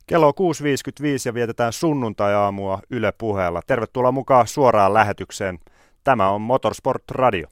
Kello on 6.55 ja vietetään sunnuntai-aamua Yle Puheella. Tervetuloa mukaan suoraan lähetykseen. Tämä on Motorsport Radio.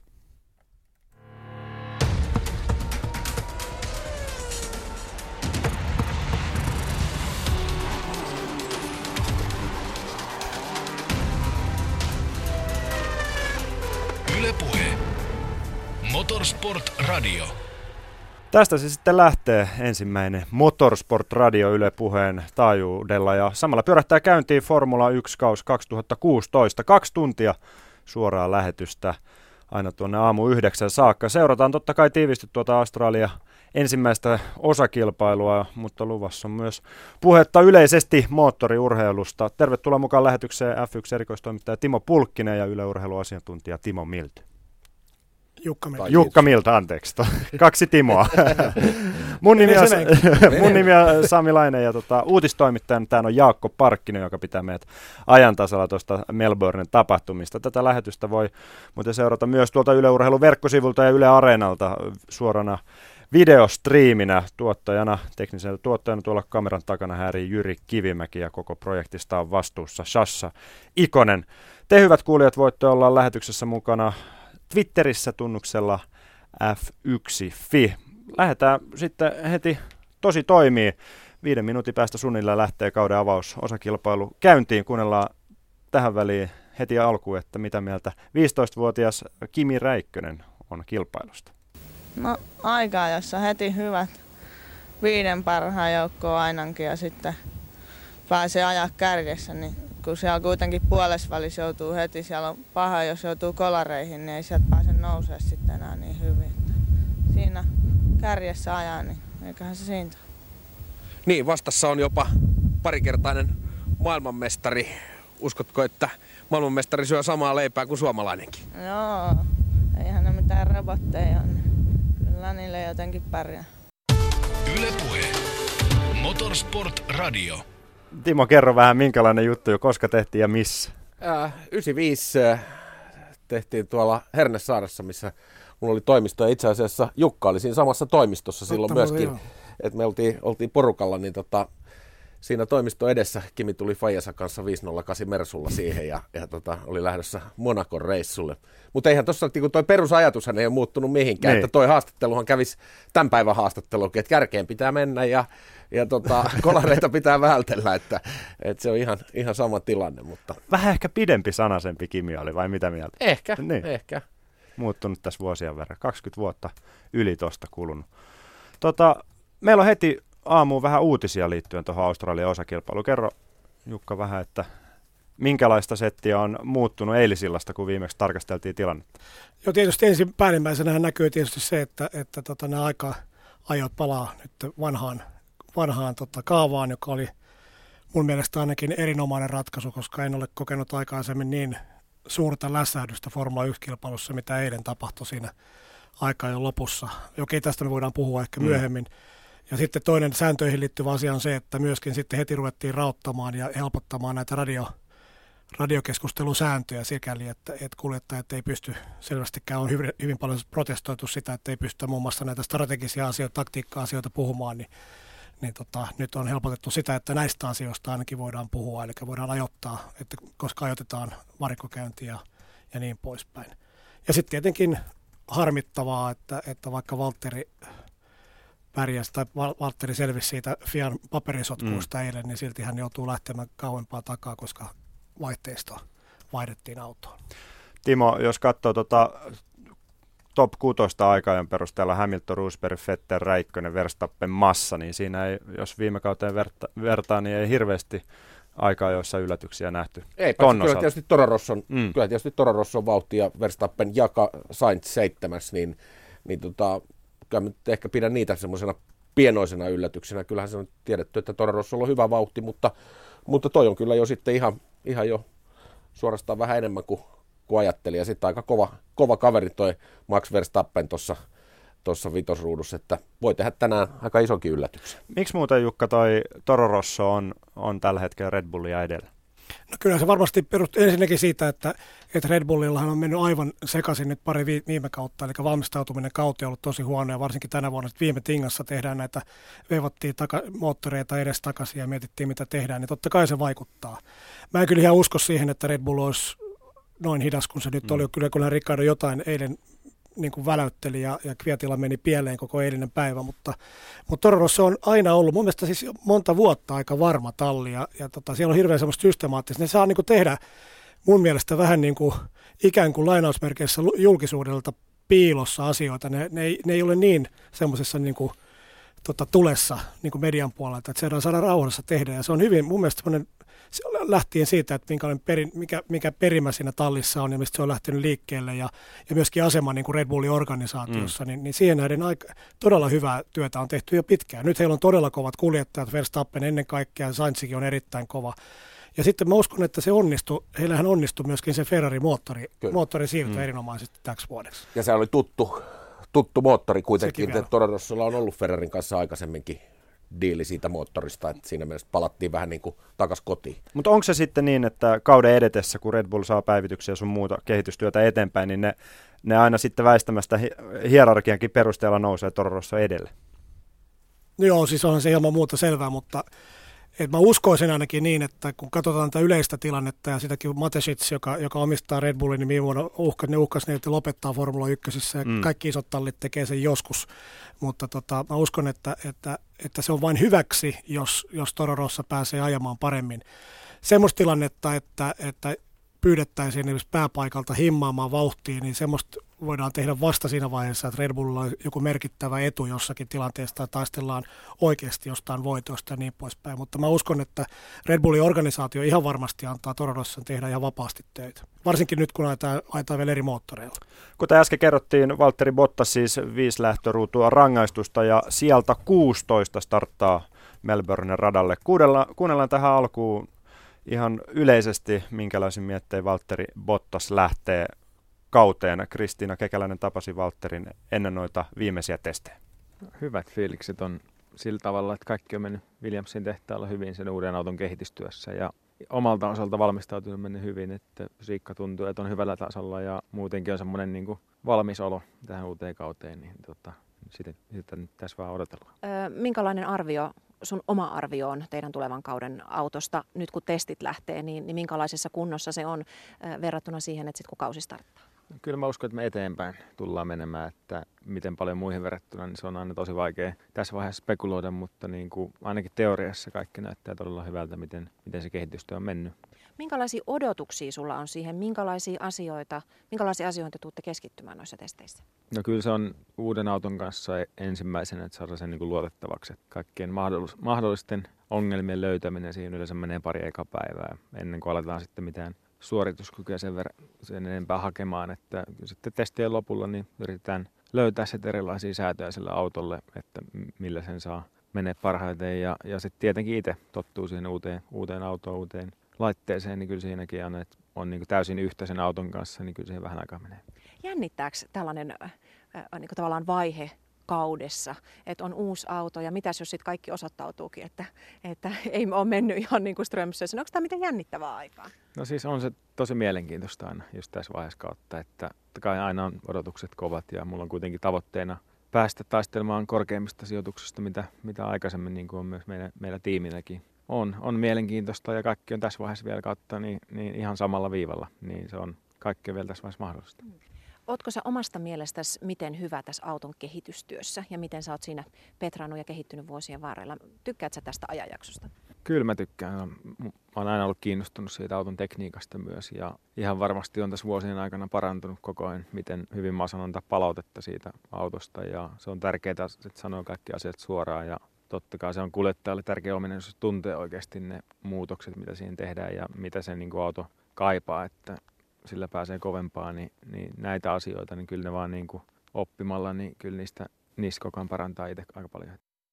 Yle Puhe. Motorsport Radio. Tästä se sitten lähtee ensimmäinen Motorsport Radio Yle Puheen taajuudella ja samalla pyörähtää käyntiin Formula 1 kausi 2016. 2 tuntia suoraa lähetystä aina tuonne aamu 9 saakka. Seurataan totta kai tiivisti tuota Australia ensimmäistä osakilpailua, mutta luvassa on myös puhetta yleisesti moottoriurheilusta. Tervetuloa mukaan lähetykseen F1-erikoistoimittaja Timo Pulkkinen ja Yle Urheiluasiantuntija Timo Milty. Jukka Miltä, anteeksi. 2 Timoa. Mun nimi on Sami Laine ja uutistoimittajana täällä on Jaakko Parkkinen, joka pitää meidät ajan tasalla tuosta Melbournen tapahtumista. Tätä lähetystä voi muuten seurata myös tuolta Yle Urheilun verkkosivulta ja Yle Areenalta suorana videostriiminä. Teknisellä tuottajana tuolla kameran takana häärii Jyri Kivimäki ja koko projektista on vastuussa Shassa Ikonen. Te hyvät kuulijat voitte olla lähetyksessä mukana Twitterissä tunnuksella F1fi. Lähdetään sitten heti tosi toimii. 5 minuutin päästä suunnilleen lähtee kauden avausosakilpailu käyntiin. Kuunnellaan tähän väliin heti alkuun, että mitä mieltä 15-vuotias Kimi Räikkönen on kilpailusta. No aika, jossa heti hyvät 5 parhaan joukkoon ainakin ja sitten pääsee ajaa kärjessä, niin kun siellä kuitenkin puolesvälissä joutuu heti, siellä on paha, jos joutuu kolareihin, niin ei sieltä pääse nousemaan sitten enää niin hyvin. Siinä kärjessä ajaa, niin eiköhän se siitä. Niin, vastassa on jopa parikertainen maailmanmestari. Uskotko, että maailmanmestari syö samaa leipää kuin suomalainenkin? Joo, eihän ne mitään robotteja ole, niin kyllä niille jotenkin pärjää. Yle Puhe. Motorsport Radio. Timo, kerro vähän, minkälainen juttu jo koska tehtiin ja missä? 95 tehtiin tuolla Hernesaaressa, missä mulla oli toimisto ja itse asiassa Jukka oli siinä samassa toimistossa silloin myöskin. Että me oltiin porukalla, niin siinä toimisto edessä Kimi tuli Fajansa kanssa 508 Mersulla siihen ja oli lähdössä Monacon reissulle. Mutta eihän tuossa, kun toi perusajatushan ei ole muuttunut mihinkään, niin. Että toi haastatteluhan kävisi tämän päivän haastattelukin, että kärkeen pitää mennä ja kolareita pitää vältellä, että se on ihan sama tilanne. Mutta vähän ehkä pidempi sanasempi Kimi oli, vai mitä mieltä? Ehkä. Muuttunut tässä vuosien verran, 20 vuotta yli tuosta kulunut. Meillä on heti aamuun vähän uutisia liittyen tuohon Australian osakilpailuun. Kerro Jukka vähän, että minkälaista settiä on muuttunut eilisillasta, kun viimeksi tarkasteltiin tilannetta? Joo, tietysti päällimmäisenä näkyy tietysti se, että nämä ajot palaa nyt vanhaan kaavaan, joka oli mun mielestä ainakin erinomainen ratkaisu, koska en ole kokenut aikaisemmin niin suurta lässähdystä Formula 1-kilpailussa, mitä eilen tapahtui siinä aika-ajon lopussa. Okei, tästä me voidaan puhua ehkä myöhemmin. Ja sitten toinen sääntöihin liittyvä asia on se, että myöskin sitten heti ruvettiin rauttamaan ja helpottamaan näitä radiokeskustelusääntöjä sikäli, että kuljettajat ei pysty, selvästikään on hyvin paljon protestoitu sitä, että ei pysty muun muassa näitä strategisia asioita, taktiikka-asioita puhumaan, niin nyt on helpotettu sitä, että näistä asioista ainakin voidaan puhua, eli voidaan ajoittaa, että koska ajoitetaan varikkokäyntiä ja niin poispäin. Ja sitten tietenkin harmittavaa, että vaikka Valtteri pärjäsi tai Valtteri selvisi siitä Fian paperisotkuista eilen, niin silti hän joutuu lähtemään kauempaa takaa, koska vaihteistoa vaihdettiin autoon. Timo, jos katsoo top 6 aikajan perusteella Hamilton, Rosberg, Vettel, Räikkönen, Verstappen, Massa, niin siinä ei, jos viime kauteen vertaa, niin ei hirveästi aikaa, joissa yllätyksiä nähty. Ei, kyllä tietysti Toro Rosson vauhti ja Verstappen ja Sainz 7, niin kyllä mä ehkä pidän niitä semmoisena pienoisena yllätyksenä. Kyllähän se on tiedetty, että Toro Rossolla on hyvä vauhti, mutta toi on kyllä jo sitten ihan jo suorastaan vähän enemmän kuin ajattelin. Ja sitten aika kova kaveri toi Max Verstappen tuossa vitosruudussa, että voi tehdä tänään aika isonkin yllätyksen. Miksi muuten, Jukka, toi Toro Rosso on tällä hetkellä Red Bullia edellä? No kyllä se varmasti perustuu ensinnäkin siitä, että Red Bullillahan on mennyt aivan sekaisin nyt pari viime kautta, eli valmistautuminen kauteen on ollut tosi huono, ja varsinkin tänä vuonna viime tingassa tehdään näitä, veivattiin moottoreita edes takaisin ja mietittiin mitä tehdään, niin totta kai se vaikuttaa. Mä en kyllä ihan usko siihen, että Red Bull olisi noin hidas kuin se nyt oli, kyllä Ricciardo jotain eilen niin kuin väläytteli ja Kviatilla meni pieleen koko eilinen päivä, mutta Toro Rosso on aina ollut mun mielestä siis monta vuotta aika varma talli ja siellä on hirveän semmoista systemaattista. Ne saa niin kuin tehdä mun mielestä vähän niin kuin ikään kuin lainausmerkeissä julkisuudelta piilossa asioita. Ne ei ole niin semmoisessa niin kuin tulessa niin kuin median puolelta, että se saadaan rauhassa tehdä ja se on hyvin mun mielestä semmoinen lähtien siitä, että mikä perimä siinä tallissa on ja mistä se on lähtenyt liikkeelle ja myöskin asema niin kuin Red Bullin organisaatiossa, niin siihen näiden todella hyvää työtä on tehty jo pitkään. Nyt heillä on todella kovat kuljettajat, Verstappen ennen kaikkea, Sainzikin on erittäin kova. Ja sitten mä uskon, että se onnistui, heillähän onnistui myöskin se Ferrari-moottori siirto erinomaisesti täksi vuodeksi. Ja se oli tuttu moottori kuitenkin, että Toro Rossolla on ollut Ferrarin kanssa aikaisemminkin diili siitä moottorista, että siinä mielessä palattiin vähän niin kuin takas kotiin. Mutta onko se sitten niin, että kauden edetessä, kun Red Bull saa päivityksiä ja sun muuta kehitystyötä eteenpäin, niin ne aina sitten väistämästä hierarkiankin perusteella nousee Toro Rosso edelle? Joo, siis onhan se ilman muuta selvää, mutta mä uskoisin ainakin niin, että kun katsotaan tätä yleistä tilannetta ja sitäkin Mateschitz, joka omistaa Red Bullin, niin viime vuonna uhkasi ne, että lopettaa Formula 1 ja kaikki isot tallit tekee sen joskus. Mutta mä uskon, että se on vain hyväksi, jos Toro Rosso pääsee ajamaan paremmin. Semmoista tilannetta, että pyydettäisiin esimerkiksi pääpaikalta himmaamaan vauhtiin, niin semmoista voidaan tehdä vasta siinä vaiheessa, että Red Bullilla on joku merkittävä etu jossakin tilanteesta ja taistellaan oikeasti jostain voitoista ja niin poispäin. Mutta mä uskon, että Red Bullin organisaatio ihan varmasti antaa Toro Rosson tehdä ihan vapaasti töitä. Varsinkin nyt, kun ajetaan vielä eri moottoreilla. Kuten äsken kerrottiin, Valtteri Bottas siis 5 lähtöruutua rangaistusta ja sieltä 16 starttaa Melbournen radalle. Kuunnellaan tähän alkuun ihan yleisesti, minkälaisin miettein Valtteri Bottas lähtee kauteen. Kristiina Kekäläinen tapasi Valtterin ennen noita viimeisiä testejä. Hyvät fiilikset on sillä tavalla, että kaikki on mennyt Williamsin tehtaalla hyvin sen uuden auton kehitystyössä ja omalta osalta valmistautunut on mennyt hyvin, että fysiikka tuntuu, että on hyvällä tasolla ja muutenkin on semmoinen niin kuin valmis olo tähän uuteen kauteen, niin sitä nyt tässä vaan odotellaan. Minkälainen arvio, sun oma arvio on teidän tulevan kauden autosta nyt kun testit lähtee, niin minkälaisessa kunnossa se on verrattuna siihen, että sitten kun kausi starttaa? Kyllä mä uskon, että me eteenpäin tullaan menemään, että miten paljon muihin verrattuna, niin se on aina tosi vaikea tässä vaiheessa spekuloida, mutta niin kuin ainakin teoriassa kaikki näyttää todella hyvältä, miten se kehitystyö on mennyt. Minkälaisia odotuksia sulla on siihen, minkälaisia asioita tuutte keskittymään noissa testeissä? No kyllä se on uuden auton kanssa ensimmäisenä, että saadaan sen niin kuin luotettavaksi, että kaikkien mahdollisten ongelmien löytäminen siihen yleensä menee pari eka päivää ennen kuin aletaan sitten mitään suorituskykyä sen enempää hakemaan, että sitten testien lopulla niin yritetään löytää sitten erilaisia säätöjä sille autolle, että millä sen saa menee parhaiten ja sitten tietenkin itse tottuu siihen uuteen autoon, uuteen laitteeseen, niin kyllä siinäkin on, että on niin kuin täysin yhtä sen auton kanssa, niin kyllä siihen vähän aikaa menee. Jännittääkö tällainen niin kuin tavallaan vaihe kaudessa, että on uusi auto ja mitäs jos sitten kaikki osoittautuukin, että ei ole mennyt ihan niin kuin Strömsössä. Onko tämä miten jännittävää aikaa? No siis on se tosi mielenkiintoista aina just tässä vaiheessa kautta, että kai aina on odotukset kovat ja mulla on kuitenkin tavoitteena päästä taistelemaan korkeimmista sijoituksista, mitä aikaisemmin niin kuin on myös meillä tiimilläkin. On mielenkiintoista ja kaikki on tässä vaiheessa vielä kautta niin ihan samalla viivalla, niin se on kaikki on vielä tässä vaiheessa mahdollista. Ootko sä omasta mielestäsi miten hyvä tässä auton kehitystyössä ja miten sä oot siinä petrannut ja kehittynyt vuosien varrella? Tykkäätkö sä tästä ajanjaksosta? Kyllä mä tykkään. Mä oon aina ollut kiinnostunut siitä auton tekniikasta myös ja ihan varmasti on tässä vuosien aikana parantunut koko ajan, miten hyvin mä osaan antaa palautetta siitä autosta ja se on tärkeää, että sanoo kaikki asiat suoraan ja totta kai se on kuljettajalle tärkeä ominaisuus, että tuntee oikeasti ne muutokset, mitä siinä tehdään ja mitä se niin kuin auto kaipaa, että sillä pääsee kovempaan, niin näitä asioita, niin kyllä ne vaan niin kuin oppimalla, niin kyllä niistä koko ajan parantaa itse aika paljon.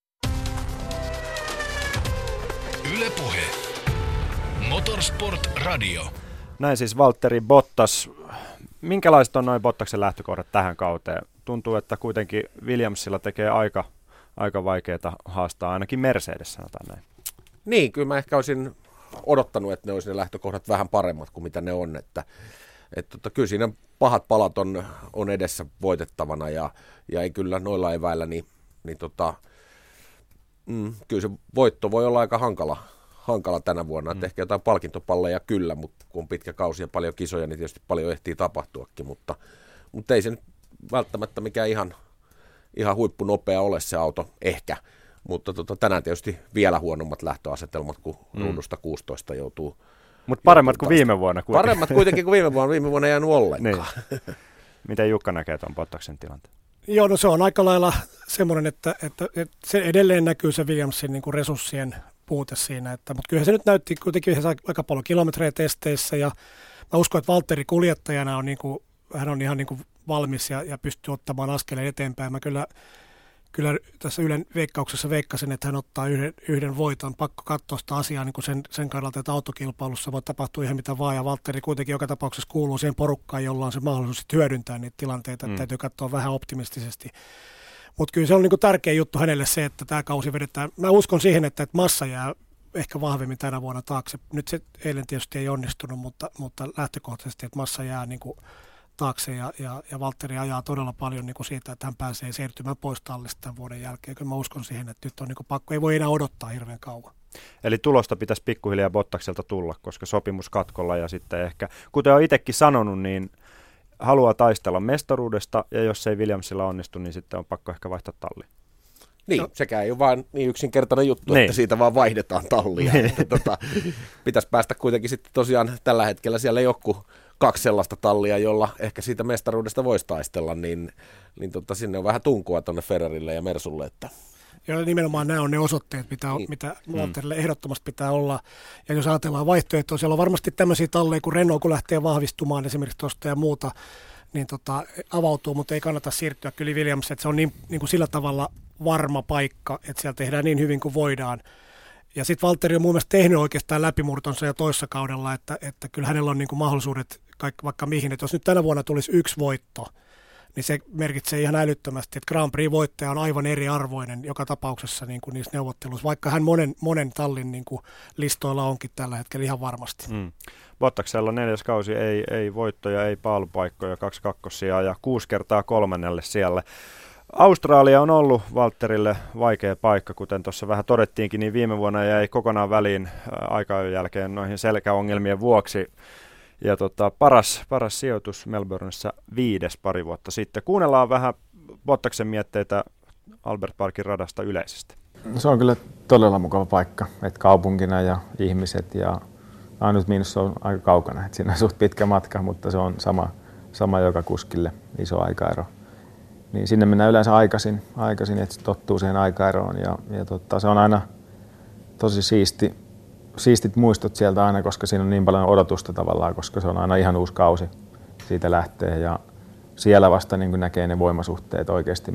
Yle Puhe. Motorsport Radio. Näin siis Valtteri Bottas. Minkälaiset on noin Bottaksen lähtökohdat tähän kauteen? Tuntuu, että kuitenkin Williamsilla tekee aika vaikeaa haastaa, ainakin Mercedes sanotaan näin. Niin, kyllä mä ehkä olisin odottanut, että ne olisi ne lähtökohdat vähän paremmat kuin mitä ne on, että kyllä siinä pahat palat on edessä voitettavana ja ei kyllä noilla eväillä, kyllä se voitto voi olla aika hankala tänä vuonna, että ehkä jotain palkintopalleja kyllä, mutta kun on pitkä kausi ja paljon kisoja, niin tietysti paljon ehtii tapahtuakin, mutta ei se nyt välttämättä mikään ihan huippunopea ole se auto ehkä, mutta tänään tietysti vielä huonommat lähtöasetelmat, kun rundusta 16 joutuu. Mutta paremmat kuin viime vuonna kuitenkin. Paremmat kuitenkin kuin viime vuonna ei jäänyt ollenkaan. Niin. Miten Jukka näkee tuon Bottaksen tilanteen? Joo, no se on aika lailla semmoinen, että se edelleen näkyy se Williamsin niin kuin resurssien puute siinä, mutta kyllähän se nyt näytti kuitenkin aika paljon kilometrejä testeissä ja mä uskon, että Valtteri kuljettajana on, hän on ihan niin kuin valmis ja pystyy ottamaan askeleen eteenpäin. Mä kyllä tässä Ylen veikkauksessa veikkasin, että hän ottaa yhden voiton. Pakko katsoa sitä asiaa niin kuin sen kannalta, että autokilpailussa voi tapahtua ihan mitä vaan. Ja Valtteri kuitenkin joka tapauksessa kuuluu siihen porukkaan, jolla on se mahdollisuus hyödyntää niitä tilanteita. Täytyy katsoa vähän optimistisesti. Mutta kyllä se on niin kuin tärkeä juttu hänelle se, että tämä kausi vedetään. Mä uskon siihen, että Massa jää ehkä vahvemmin tänä vuonna taakse. Nyt se eilen tietysti ei onnistunut, mutta lähtökohtaisesti, että Massa jää niin kuin taakse ja Valtteri ajaa todella paljon niin kuin siitä, että hän pääsee siirtymään pois tallista tämän vuoden jälkeen. Kyllä mä uskon siihen, että nyt on niin kuin pakko, ei voi enää odottaa hirveän kauan. Eli tulosta pitäisi pikkuhiljaa Bottakselta tulla, koska sopimus katkolla ja sitten ehkä, kuten olen itsekin sanonut, niin haluaa taistella mestaruudesta ja jos ei Williamsilla onnistu, niin sitten on pakko ehkä vaihtaa talli. Niin, sekään ei ole vain niin yksinkertainen juttu, niin, että siitä vaan vaihdetaan tallia. Pitäisi päästä kuitenkin sitten tosiaan tällä hetkellä siellä ei ole kuin 2 sellaista tallia, jolla ehkä siitä mestaruudesta voisi taistella, niin sinne on vähän tunkua tuonne Ferrarille ja Mersulle. Että. Ja nimenomaan nämä on ne osoitteet, mitä Valtterille ehdottomasti pitää olla. Ja jos ajatellaan vaihtoehtoja, siellä on varmasti tämmöisiä talleja, kun Renault kun lähtee vahvistumaan esimerkiksi tuosta ja muuta, niin avautuu, mutta ei kannata siirtyä kyllä Williams, että se on niin kuin sillä tavalla varma paikka, että siellä tehdään niin hyvin kuin voidaan. Ja sitten Valtteri on mun mielestä tehnyt oikeastaan läpimurtonsa jo toissa kaudella, että kyllä hänellä on niin kuin mahdollisuudet vaikka mihin. Että jos nyt tänä vuonna tulisi 1 voitto, niin se merkitsee ihan älyttömästi, että Grand Prix-voittaja on aivan eriarvoinen joka tapauksessa niin kuin niissä neuvotteluissa, vaikka hän monen tallin niin kuin listoilla onkin tällä hetkellä ihan varmasti. Bottaksella 4. kausi ei voittoja, ei paalupaikkoja, 2 kakkosia ja 6 kertaa 3. siellä. Australia on ollut Valtterille vaikea paikka, kuten tuossa vähän todettiinkin, niin viime vuonna jäi kokonaan väliin aika-ajon jälkeen noihin selkäongelmien vuoksi. Ja paras sijoitus Melbournessa 5. pari vuotta sitten. Kuunnellaan vähän Bottaksen mietteitä Albert Parkin radasta yleisesti. Se on kyllä todella mukava paikka, että kaupunkina ja ihmiset ja ainut miinus on aika kaukana. Että siinä on suht pitkä matka, mutta se on sama joka kuskille, iso aikaero. Niin sinne mennään yleensä aikaisin että se tottuu siihen aikaeroon ja se on aina tosi siistit muistot sieltä aina, koska siinä on niin paljon odotusta tavallaan, koska se on aina ihan uusi kausi siitä lähtee ja siellä vasta niin kuin näkee ne voimasuhteet oikeasti,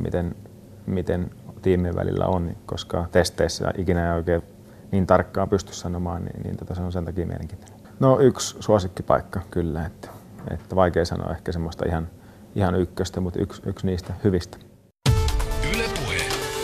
miten tiimien välillä on, koska testeissä ikinä ei oikein niin tarkkaan pysty sanomaan, niin se on sen takia mielenkiintoinen. No 1 suosikkipaikka kyllä, että vaikea sanoa ehkä semmoista ihan ykköstä, mutta yksi niistä hyvistä. Yle Puhe.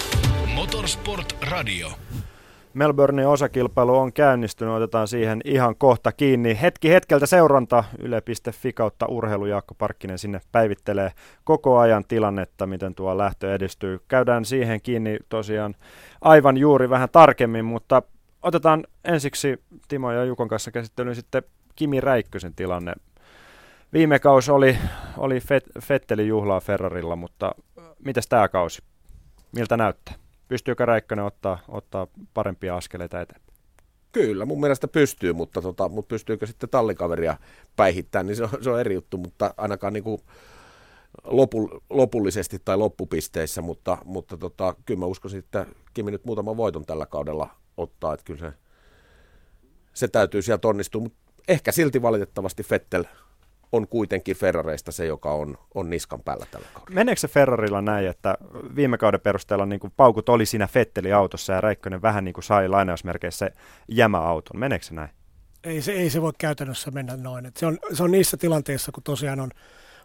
Motorsport Radio. Melbournein osakilpailu on käynnistynyt, otetaan siihen ihan kohta kiinni. Hetki hetkeltä seuranta yle.fi kautta urheilu. Jaakko Parkkinen sinne päivittelee koko ajan tilannetta, miten tuo lähtö edistyy. Käydään siihen kiinni tosiaan aivan juuri vähän tarkemmin, mutta otetaan ensiksi Timo ja Jukon kanssa käsittelyyn sitten Kimi Räikkösen tilanne. Viime kausi oli Vettelin juhlaa Ferrarilla, mutta mitäs tämä kausi? Miltä näyttää? Pystyykö Räikkönen ottaa parempia askeleita eteenpäin? Kyllä, mun mielestä pystyy, mutta pystyykö sitten tallikaveria päihittämään, niin se on eri juttu, mutta ainakaan niin kuin lopullisesti tai loppupisteissä, mutta kyllä mä uskoisin, että Kimi nyt muutaman voiton tällä kaudella ottaa, että kyllä se täytyy sieltä onnistua, mutta ehkä silti valitettavasti Vettel on kuitenkin Ferrareista se, joka on niskan päällä tällä kaudella. Meneekö se Ferrarilla näin, että viime kauden perusteella niin kuin paukut oli siinä Vettelin autossa ja Räikkönen vähän niin kuin sai lainausmerkeissä jämäauton? Meneekö se näin? Ei se voi käytännössä mennä noin. Se on niissä tilanteissa, kun tosiaan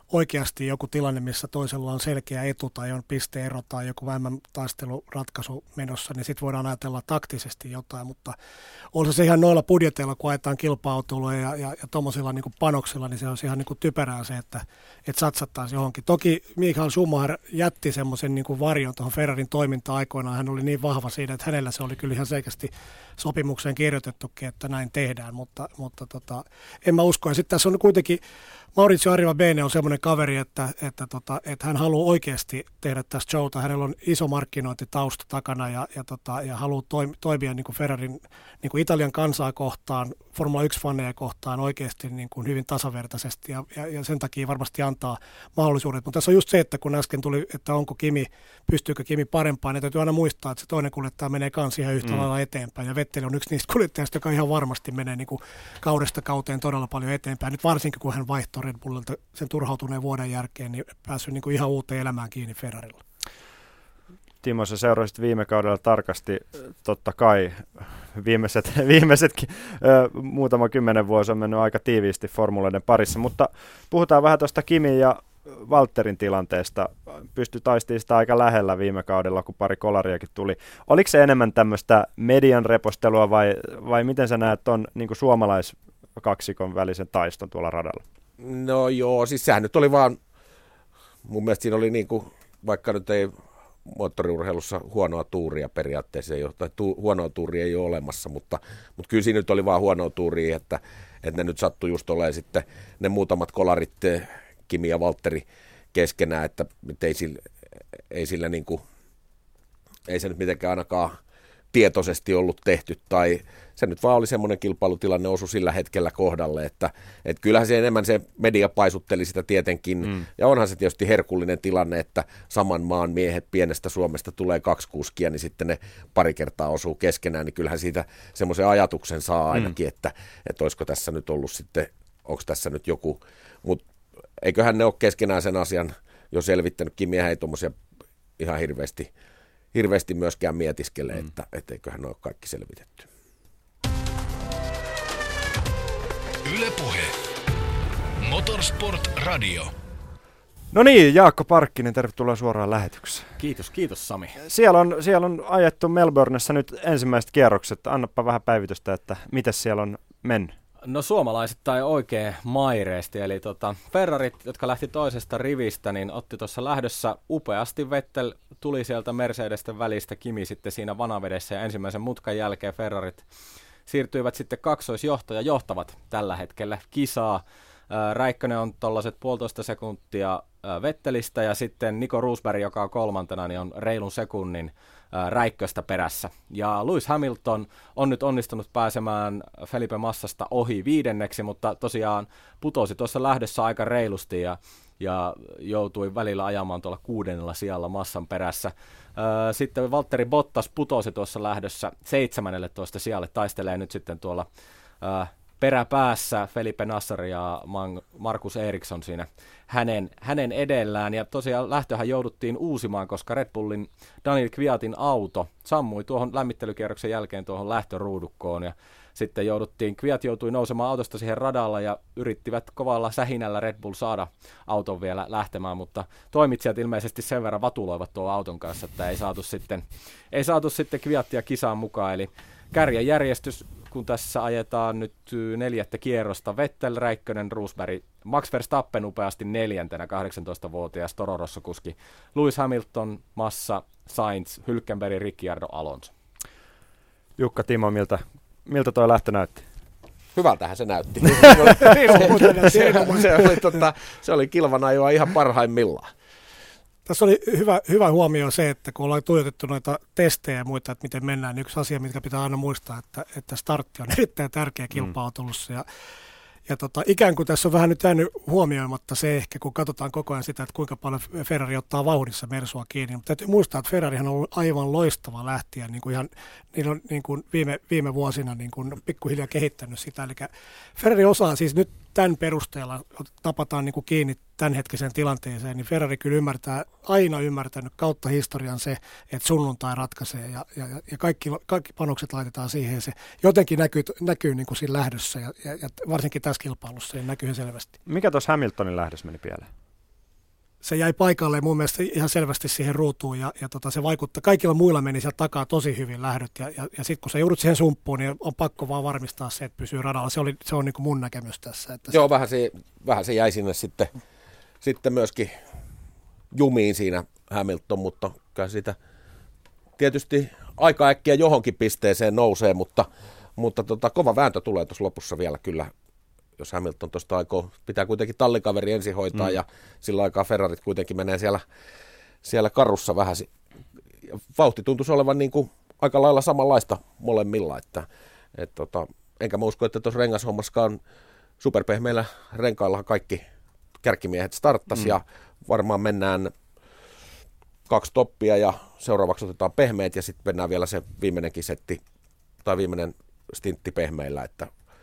oikeasti joku tilanne, missä toisella on selkeä etu tai on pisteero tai joku vähemmän taisteluratkaisu menossa, niin sitten voidaan ajatella taktisesti jotain, mutta on se ihan noilla budjeteilla, kun ajetaan kilpa-autoilla ja tuommoisilla niin panoksilla, niin se on ihan niin typerää se, että satsattaisiin johonkin. Toki Michael Schumacher jätti semmoisen niin varjon tuohon Ferrarin toiminta-aikoinaan. Hän oli niin vahva siinä, että hänellä se oli kyllä ihan selkeästi sopimukseen kirjoitettukin, että näin tehdään, mutta en mä usko. Ja sitten tässä on kuitenkin Maurizio Arrivabene on semmoinen kaveri, että hän haluaa oikeasti tehdä tästä showta. Hänellä on iso markkinointitausta takana ja haluaa toimia niin kuin Ferrarin niin kuin Italian kansaa kohtaan, Formula 1-faneja kohtaan oikeasti niin kuin hyvin tasavertaisesti ja sen takia varmasti antaa mahdollisuudet. Mutta tässä on just se, että kun äsken tuli, että pystyykö Kimi parempaan, niin täytyy aina muistaa, että se toinen kuljettaja menee kanssa ihan yhtä lailla eteenpäin. Ja Vettel on yksi niistä kuljettajista, joka ihan varmasti menee niin kuin kaudesta kauteen todella paljon eteenpäin. Nyt varsinkin, kun hän vaihtoi Red Bullilta sen turhautuneen vuoden jälkeen, niin päässyt niin kuin ihan uuteen elämään kiinni Ferrarilla. Timo, sä seurasit viime kaudella tarkasti, totta kai viimeisetkin muutama 10 vuosi on mennyt aika tiiviisti formuloiden parissa, mutta puhutaan vähän tuosta Kimin ja Valtterin tilanteesta. Taistiin sitä aika lähellä viime kaudella, kun pari kolariakin tuli. Oliko se enemmän tämmöistä median repostelua vai miten sä näet ton niin kuin suomalaiskaksikon välisen taiston tuolla radalla? No joo, siis sehän nyt oli vaan, mun mielestä siinä oli niin kuin, vaikka nyt ei moottoriurheilussa huonoa tuuria periaatteessa ei ole, tai huonoa tuuria ei ole olemassa, mutta kyllä siinä nyt oli vaan huonoa tuuria, että ne nyt sattui just olemaan sitten ne muutamat kolarit, Kimi ja Valtteri keskenään, että ei sillä niin kuin, ei se nyt mitenkään ainakaan tietoisesti ollut tehty, tai se nyt vaan oli semmoinen kilpailutilanne osu sillä hetkellä kohdalle, että kyllähän se enemmän se media paisutteli sitä tietenkin, ja onhan se tietysti herkullinen tilanne, että saman maan miehet pienestä Suomesta tulee 2 kuskia, niin sitten ne pari kertaa osuu keskenään, niin kyllähän siitä semmoisen ajatuksen saa ainakin, että olisiko tässä nyt ollut sitten, onko tässä nyt joku, mutta eiköhän ne ole keskenään sen asian jo selvittänyt, Kimiä ei tuommoisia ihan hirveästi myöskään mietiskele, että eiköhän ne ole kaikki selvitetty. Yle Puhe. Motorsport Radio. No niin, Jaakko Parkkinen, tervetuloa suoraan lähetykseen. Kiitos Sami. Siellä on ajettu Melbournessa nyt ensimmäiset kierrokset. Annapa vähän päivitystä, että miten siellä on mennyt. No suomalaiset tai oikein maireesti, eli Ferrarit, jotka lähti toisesta rivistä, niin otti tuossa lähdössä upeasti. Vettel tuli sieltä Mercedesten välistä, Kimi sitten siinä vanavedessä ja ensimmäisen mutkan jälkeen Ferrarit siirtyivät sitten kaksoisjohtoon ja johtavat tällä hetkellä kisaa. Räikkönen on tuollaiset 1,5 sekuntia Vettelistä ja sitten Nico Rosberg, joka on kolmantena, niin on reilun sekunnin Räikköstä perässä. Ja Lewis Hamilton on nyt onnistunut pääsemään Felipe Massasta ohi 5. mutta tosiaan putosi tuossa lähdössä aika reilusti ja joutui välillä ajamaan tuolla 6. sijalla Massan perässä. Sitten Valtteri Bottas putosi tuossa lähdössä 17. sijalle, taistelee nyt sitten tuolla peräpäässä Felipe Nasr ja Markus Eriksson siinä hänen edellään. Ja tosiaan lähtöhän jouduttiin uusimaan, koska Red Bullin Daniel Kviatin auto sammui tuohon lämmittelykierroksen jälkeen tuohon lähtöruudukkoon. Ja sitten Kviat joutui nousemaan autosta siihen radalla ja yrittivät kovalla sähinällä Red Bull saada auton vielä lähtemään, mutta toimitsijat ilmeisesti sen verran vatuloivat tuon auton kanssa, että ei saatu sitten Kviattia kisaan mukaan. Eli kärjejärjestys, kun tässä ajetaan nyt 4. kierrosta, Vettel, Räikkönen, Rosberg, Max Verstappen upeasti 4. 18-vuotias Toro Rosso-kuski, Lewis Hamilton, Massa, Sainz, Hülkenberg, Ricciardo, Alonso. Jukka, Timo, miltä toi lähtö näytti? Hyvältähän se näytti. Se oli kilvanajoa ihan parhaimmillaan. Tässä oli hyvä huomio se, että kun ollaan tuijotettu noita testejä ja muita, että miten mennään, niin yksi asia, mikä pitää aina muistaa, että startti on erittäin tärkeä kilpa-autolussa. Ja ikään kuin tässä on vähän nyt jäänyt huomioimatta se ehkä, kun katsotaan koko ajan sitä, että kuinka paljon Ferrari ottaa vauhdissa Mersua kiinni. Mutta täytyy muistaa, että Ferrarihan on ollut aivan loistava lähtiä, niin kuin ihan, niillä on niin kuin viime vuosina niin kuin pikkuhiljaa kehittänyt sitä. Eli Ferrari osaa siis nyt tämän perusteella, tapataan niin kuin kiinni tämänhetkiseen tilanteeseen, niin Ferrari kyllä aina ymmärtänyt kautta historian se, että sunnuntai ratkaisee ja kaikki panokset laitetaan siihen. Se jotenkin näkyy niin kuin siinä lähdössä ja varsinkin tässä kilpailussa niin näkyy selvästi. Mikä tuossa Hamiltonin lähdössä meni pieleen? se jäi paikalle mun mielestä ihan selvästi siihen ruutuun ja se vaikuttaa. Kaikilla muilla meni sieltä takaa tosi hyvin lähdöt ja sitten kun sä joudut siihen sumppuun, niin on pakko vaan varmistaa se, että pysyy radalla. Se on niin kuin mun näkemys tässä. Että joo, vähän se jäi sinne sitten myöskin jumiin siinä Hamilton, mutta kyllä sitä tietysti aika äkkiä johonkin pisteeseen nousee, mutta kova vääntö tulee tuossa lopussa vielä kyllä. Jos Hamilton tuosta aikoo, pitää kuitenkin tallikaveri ensin hoitaa ja sillä aikaa Ferrarit kuitenkin menee siellä karussa vähän. Vauhti tuntuisi olevan niin kuin aika lailla samanlaista molemmilla, että enkä mä usko, että tuossa rengashommaskaan superpehmeillä renkailla kaikki kärkimiehet starttasi ja varmaan mennään 2 toppia ja seuraavaksi otetaan pehmeät ja sitten mennään vielä se viimeinenkin setti tai viimeinen stintti pehmeillä, että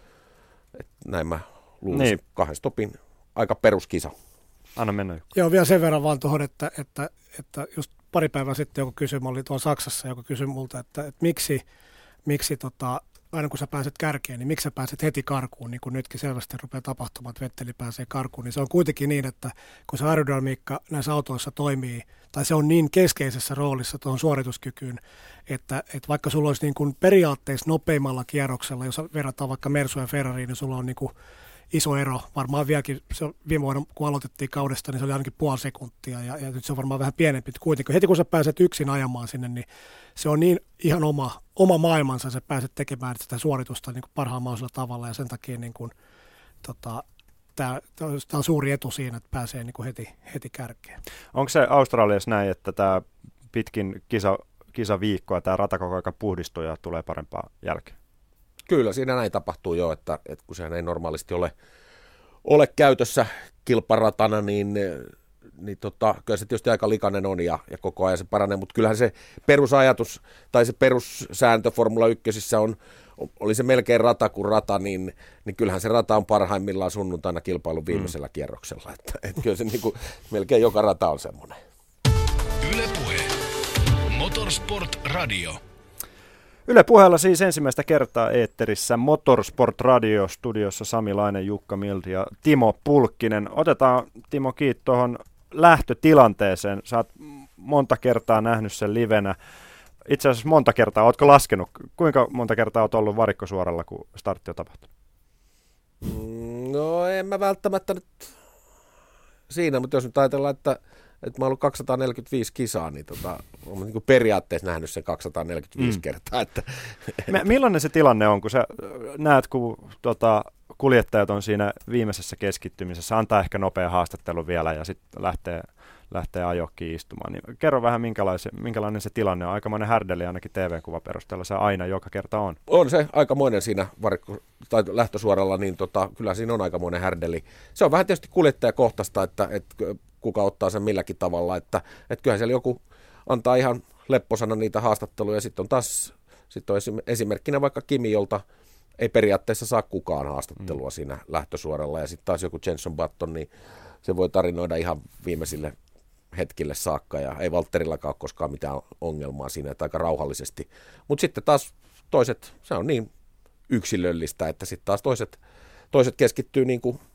näin mä luulisin niin. 2 stopin aika peruskisa. Anna mennä. Joo, vielä sen verran vaan tuohon, että just pari päivää sitten joku kysyi, mä olin tuolla Saksassa, joku kysyi multa, että miksi aina kun sä pääset kärkeen, niin miksi sä pääset heti karkuun, niin kuin nytkin selvästi rupeaa tapahtumaan, että Vetteli pääsee karkuun, niin se on kuitenkin niin, että kun se aerodynamiikka näissä autoissa toimii, tai se on niin keskeisessä roolissa tuohon suorituskykyyn, että vaikka sulla olisi niin kuin periaatteessa nopeimmalla kierroksella, jos verrataan vaikka Mersu ja Ferrariin, niin sulla on niin kuin iso ero. Varmaan vieläkin, viime vuonna kun aloitettiin kaudesta, niin se oli ainakin puoli sekuntia ja nyt se on varmaan vähän pienempi. Kuitenkin heti kun sä pääset yksin ajamaan sinne, niin se on niin ihan oma maailmansa, sä pääset tekemään sitä suoritusta niin kuin parhaan mahdollisella tavalla ja sen takia niin kuin, tämä on suuri etu siinä, että pääsee niin kuin heti kärkeen. Onko se Australiassa näin, että tämä pitkin kisaviikkoa tämä rata koko ajan puhdistuu ja tulee parempaa jälkeen? Kyllä, siinä näin tapahtuu jo, että kun sehän ei normaalisti ole käytössä kilparatana, niin kyllä se tietysti aika likainen on ja koko ajan se paranee, mutta kyllähän se perusajatus tai se perussääntö Formula 1 oli se melkein rata kuin rata, niin kyllähän se rata on parhaimmillaan sunnuntaina kilpailun viimeisellä kierroksella, että kyllä se niin kuin, melkein joka rata on semmoinen. Yle Puhe. Motorsport Radio. Yle Puheella siis ensimmäistä kertaa eetterissä Motorsport Radio, studiossa Sami Laine, Jukka Milti ja Timo Pulkkinen. Otetaan, Timo, kiinni tuohon lähtötilanteeseen. Sä oot monta kertaa nähnyt sen livenä. Itse asiassa monta kertaa. Ootko laskenut? Kuinka monta kertaa oot ollut varikkosuoralla, kun startti on tapahtunut? No en mä välttämättä nyt siinä, mutta jos nyt ajatellaan, että mä oon ollut 245 kisaa, niin olen niin periaatteessa nähnyt sen 245 kertaa. Että millainen se tilanne on, kun sä näet, kun kuljettajat on siinä viimeisessä keskittymisessä, antaa ehkä nopea haastattelu vielä ja sitten lähtee ajokkiin istumaan. Niin kerro vähän, minkälainen se tilanne on. Aikamoinen härdeli ainakin TV-kuvan perusteella se aina joka kerta on. On se aikamoinen siinä tai lähtösuoralla, niin kyllä siinä on aikamoinen härdeli. Se on vähän tietysti kuljettajakohtaista, että kuka ottaa sen milläkin tavalla, että kyllähän siellä joku antaa ihan lepposana niitä haastatteluja, sitten on taas esimerkkinä vaikka Kimi, jolta ei periaatteessa saa kukaan haastattelua siinä lähtösuoralla, ja sitten taas joku Jenson Button, niin se voi tarinoida ihan viimeisille hetkille saakka, ja ei Valtterillakaan ole koskaan mitään ongelmaa siinä, että aika rauhallisesti. Mutta sitten taas toiset, se on niin yksilöllistä, että sitten taas toiset keskittyy niin kuin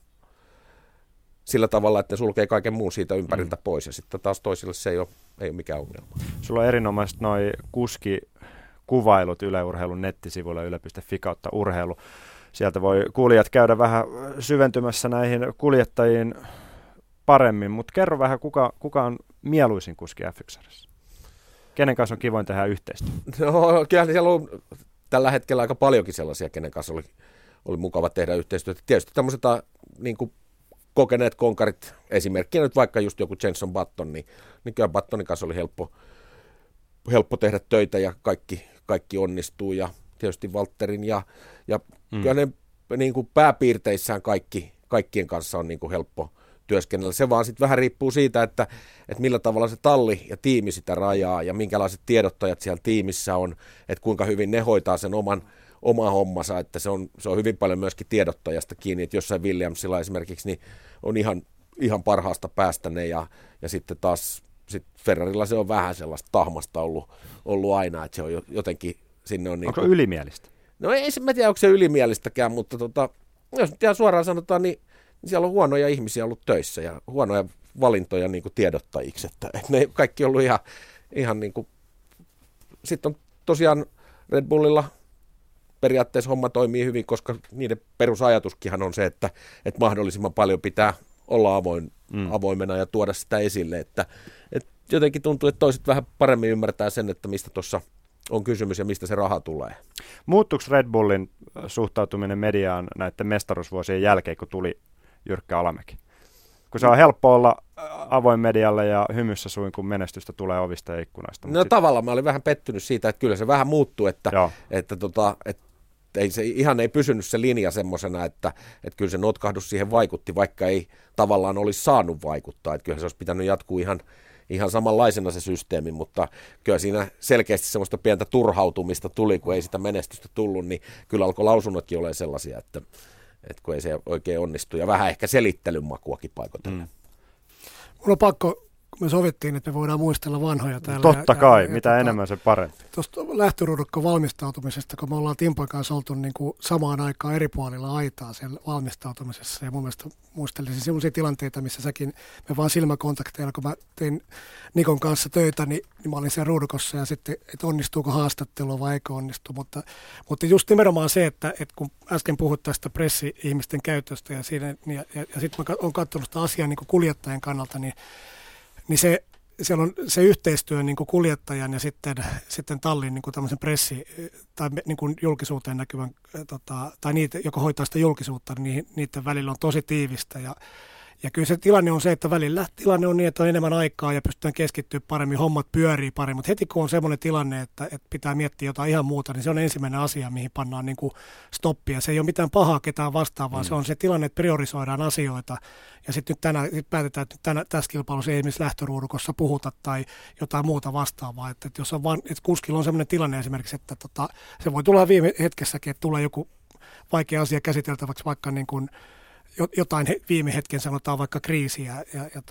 sillä tavalla, että ne sulkee kaiken muun siitä ympäriltä pois, ja sitten taas toisille se ei ole mikään ongelma. Sulla on erinomaiset noi kuskikuvailut Yle Urheilun nettisivuilla yle.fi/urheilu. Sieltä voi kuulijat käydä vähän syventymässä näihin kuljettajiin paremmin, mutta kerro vähän, kuka on mieluisin kuski F1:ssä? Kenen kanssa on kivoin tehdä yhteistyötä? No, kyllä siellä on tällä hetkellä aika paljonkin sellaisia, kenen kanssa oli mukava tehdä yhteistyötä. Tietysti tämmöiset niin kuin kokeneet konkarit, esimerkkinä nyt vaikka just joku Jenson Button, niin kyllä Buttonin kanssa oli helppo tehdä töitä ja kaikki onnistuu, ja tietysti Valtterin ja kyllä ne niin kuin pääpiirteissään kaikkien kanssa on niin kuin helppo työskennellä. Se vaan sitten vähän riippuu siitä, että millä tavalla se talli ja tiimi sitä rajaa ja minkälaiset tiedottajat siellä tiimissä on, että kuinka hyvin ne hoitaa sen oma hommansa, että se on hyvin paljon myöskin tiedottajasta kiinni, että jossain Williamsilla esimerkiksi niin on ihan parhaasta päästä ne, ja sitten taas Ferrarilla se on vähän sellaista tahmasta ollut aina, että se on jotenkin sinne on... Onko ylimielistä? No ei mä tiedä, onko se ylimielistäkään, mutta jos nyt ihan suoraan sanotaan, niin siellä on huonoja ihmisiä ollut töissä ja huonoja valintoja niin kuin tiedottajiksi, että ne kaikki on ollut ihan niin kuin. Sitten on tosiaan Red Bullilla periaatteessa homma toimii hyvin, koska niiden perusajatuskinhan on se, että mahdollisimman paljon pitää olla avoimena ja tuoda sitä esille, että jotenkin tuntuu, että toiset vähän paremmin ymmärtää sen, että mistä tuossa on kysymys ja mistä se raha tulee. Muuttuiko Red Bullin suhtautuminen mediaan näiden mestaruusvuosien jälkeen, kun tuli Jyrkkä Alamäki? Kun se on helppo olla avoin medialle ja hymyssä suin, kun menestystä tulee ovista ja ikkunoista. No tavallaan mä olin vähän pettynyt siitä, että kyllä se vähän muuttui, että ei se ihan ei pysynyt se linja semmoisena, että kyllä se notkahdus siihen vaikutti, vaikka ei tavallaan olisi saanut vaikuttaa. Että kyllä se olisi pitänyt jatkuu ihan samanlaisena se systeemi, mutta kyllä siinä selkeästi semmoista pientä turhautumista tuli, kun ei sitä menestystä tullut, niin kyllä alkoi lausunnotkin olemaan sellaisia, että kun ei se oikein onnistu, ja vähän ehkä selittelyn makuakin paikotella. Mulla on pakko, kun me sovittiin, että me voidaan muistella vanhoja täällä. Totta kai, mitä enemmän se parempi. Tuosta lähtöruudukko valmistautumisesta, kun me ollaan Timpan kanssa oltu niin kuin samaan aikaan eri puolilla aitaa siellä valmistautumisessa, ja mun mielestä muistelisin sellaisia tilanteita, missä me vaan silmäkontakteilla, kun mä tein Nikon kanssa töitä, niin mä olin siellä ruudukossa, ja sitten, että onnistuuko haastattelua vai eikö onnistu, mutta just nimenomaan se, että kun äsken puhut tästä pressi-ihmisten käytöstä, ja sitten mä oon katsonut sitä asiaa niin kuin kuljettajan kannalta, niin siellä on se yhteistyö niin kuin kuljettajan ja sitten tallin niin kuin tämmöisen tai niin kuin julkisuuteen näkyvän, tai niitä, joka hoitaa sitä julkisuutta, niin niiden välillä on tosi tiivistä. Ja kyllä se tilanne on se, että välillä tilanne on niin, että on enemmän aikaa ja pystytään keskittyä paremmin, hommat pyörii paremmin, mutta heti kun on semmoinen tilanne, että pitää miettiä jotain ihan muuta, niin se on ensimmäinen asia, mihin pannaan niin kuin stoppia. Se ei ole mitään pahaa ketään vastaan, vaan se on se tilanne, että priorisoidaan asioita ja sitten nyt päätetään, että tässä kilpailussa ei esimerkiksi lähtöruudukossa puhuta tai jotain muuta vastaavaa. Että jos on että kuskilla on semmoinen tilanne esimerkiksi, että se voi tulla viime hetkessäkin, että tulee joku vaikea asia käsiteltäväksi, vaikka niin kuin jotain viime hetken sanotaan vaikka kriisiä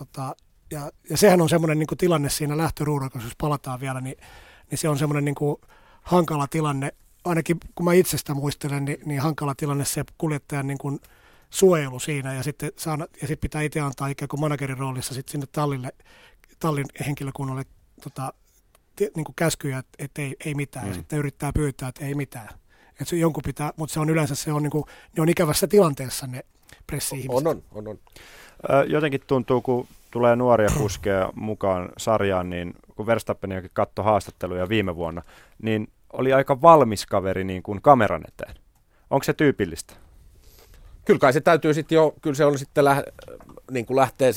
ja sehän on semmoinen niin kuin tilanne siinä lähtöruudukossa, jos palataan vielä, niin se on semmoinen niin kuin hankala tilanne, ainakin kun mä itsestä muistelen, niin hankala tilanne se kuljettajan niin kuin suojelu siinä ja sitten pitää itse antaa ikään kuin managerin roolissa sitten sinne tallin henkilökunnalle niin kuin käskyjä, että ei mitään ja sitten yrittää pyytää, että ei mitään. Että se jonkun pitää, mutta se on yleensä niin kuin, ne on ikävässä tilanteessa ne pressi-ihmiset. On. Jotenkin tuntuu, kun tulee nuoria kuskeja mukaan sarjaan, niin kun Verstappeniakin katsoi haastatteluja viime vuonna, niin oli aika valmis kaveri niin kuin kameran eteen. Onko se tyypillistä? Kyllä kai se täytyy sitten jo, kyllä se on sitten niin kuin lähtee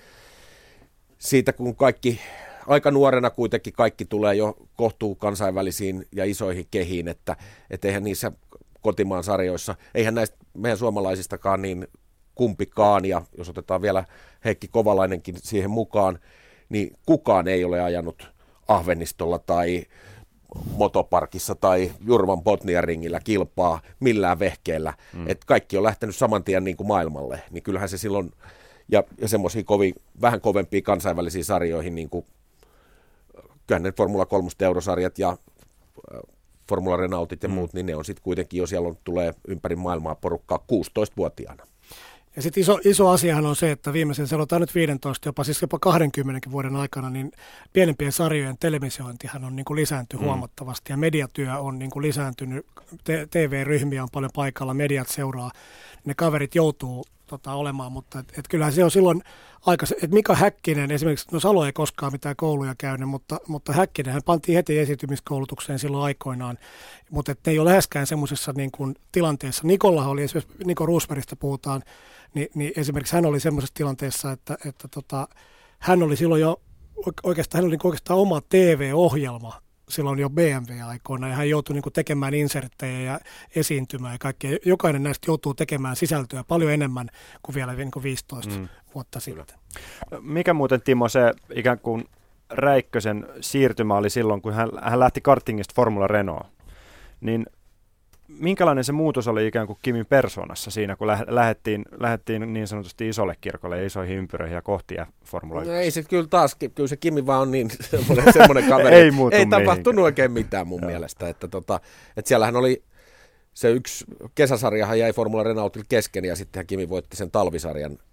siitä, kun kaikki, aika nuorena kuitenkin kaikki tulee jo kohtuu kansainvälisiin ja isoihin kehiin, että eihän niissä kotimaan sarjoissa, eihän näistä meidän suomalaisistakaan niin kumpikaan, ja jos otetaan vielä Heikki Kovalainenkin siihen mukaan, niin kukaan ei ole ajanut Ahvenistolla tai motoparkissa tai Jurvan Botnian ringillä kilpaa millään vehkeellä. Että kaikki on lähtenyt saman tien niin kuin maailmalle, niin kyllähän se silloin, ja semmoisiin vähän kovempiin kansainvälisiin sarjoihin, niin kuin kyllähän ne Formula 3 eurosarjat ja Formula Renaultit ja muut, niin ne on sitten kuitenkin, jos siellä tulee ympäri maailmaa porukkaa 16-vuotiaana. Ja sitten iso asiahan on se, että viimeisen, sanotaan nyt 15, jopa 20 vuoden aikana, niin pienempien sarjojen televisiointihan on niin kuin lisääntynyt huomattavasti ja mediatyö on niin kuin lisääntynyt, TV-ryhmiä on paljon paikalla, mediat seuraa, ne kaverit joutuu olemaan, mutta et kyllähän se on silloin aika, että Mika Häkkinen esimerkiksi, no Salo ei koskaan mitään kouluja käynyt, mutta Häkkinenhän pantiin heti esiintymiskoulutukseen silloin aikoinaan, mutta ne ei ole läheskään semmoisessa niin kuin tilanteessa. Nikolla oli, esimerkiksi Niko Rosbergista puhutaan, niin esimerkiksi hän oli semmoisessa tilanteessa, että hän oli silloin jo oikeastaan oma TV-ohjelma silloin jo BMW-aikoina, ja hän joutui niin kuin tekemään inserttejä ja esiintymään ja kaikkea. Jokainen näistä joutuu tekemään sisältöä paljon enemmän kuin vielä niin kuin 15 vuotta sitten. Mikä muuten, Timo, se ikään kuin Räikkösen siirtymä oli silloin, kun hän lähti kartingista Formula Renault, niin minkälainen se muutos oli ikään kuin Kimin persoonassa siinä, kun lähdettiin niin sanotusti isolle kirkolle ja isoihin ympyröihin ja kohti Formula 1? No ei se kyllä se Kimi vaan on niin semmoinen kaveri. ei tapahtunut oikein mitään mun mielestä. Että siellähän oli se yksi kesäsarjahan jäi Formula Renaultille kesken ja sittenhän Kimi voitti sen talvisarjan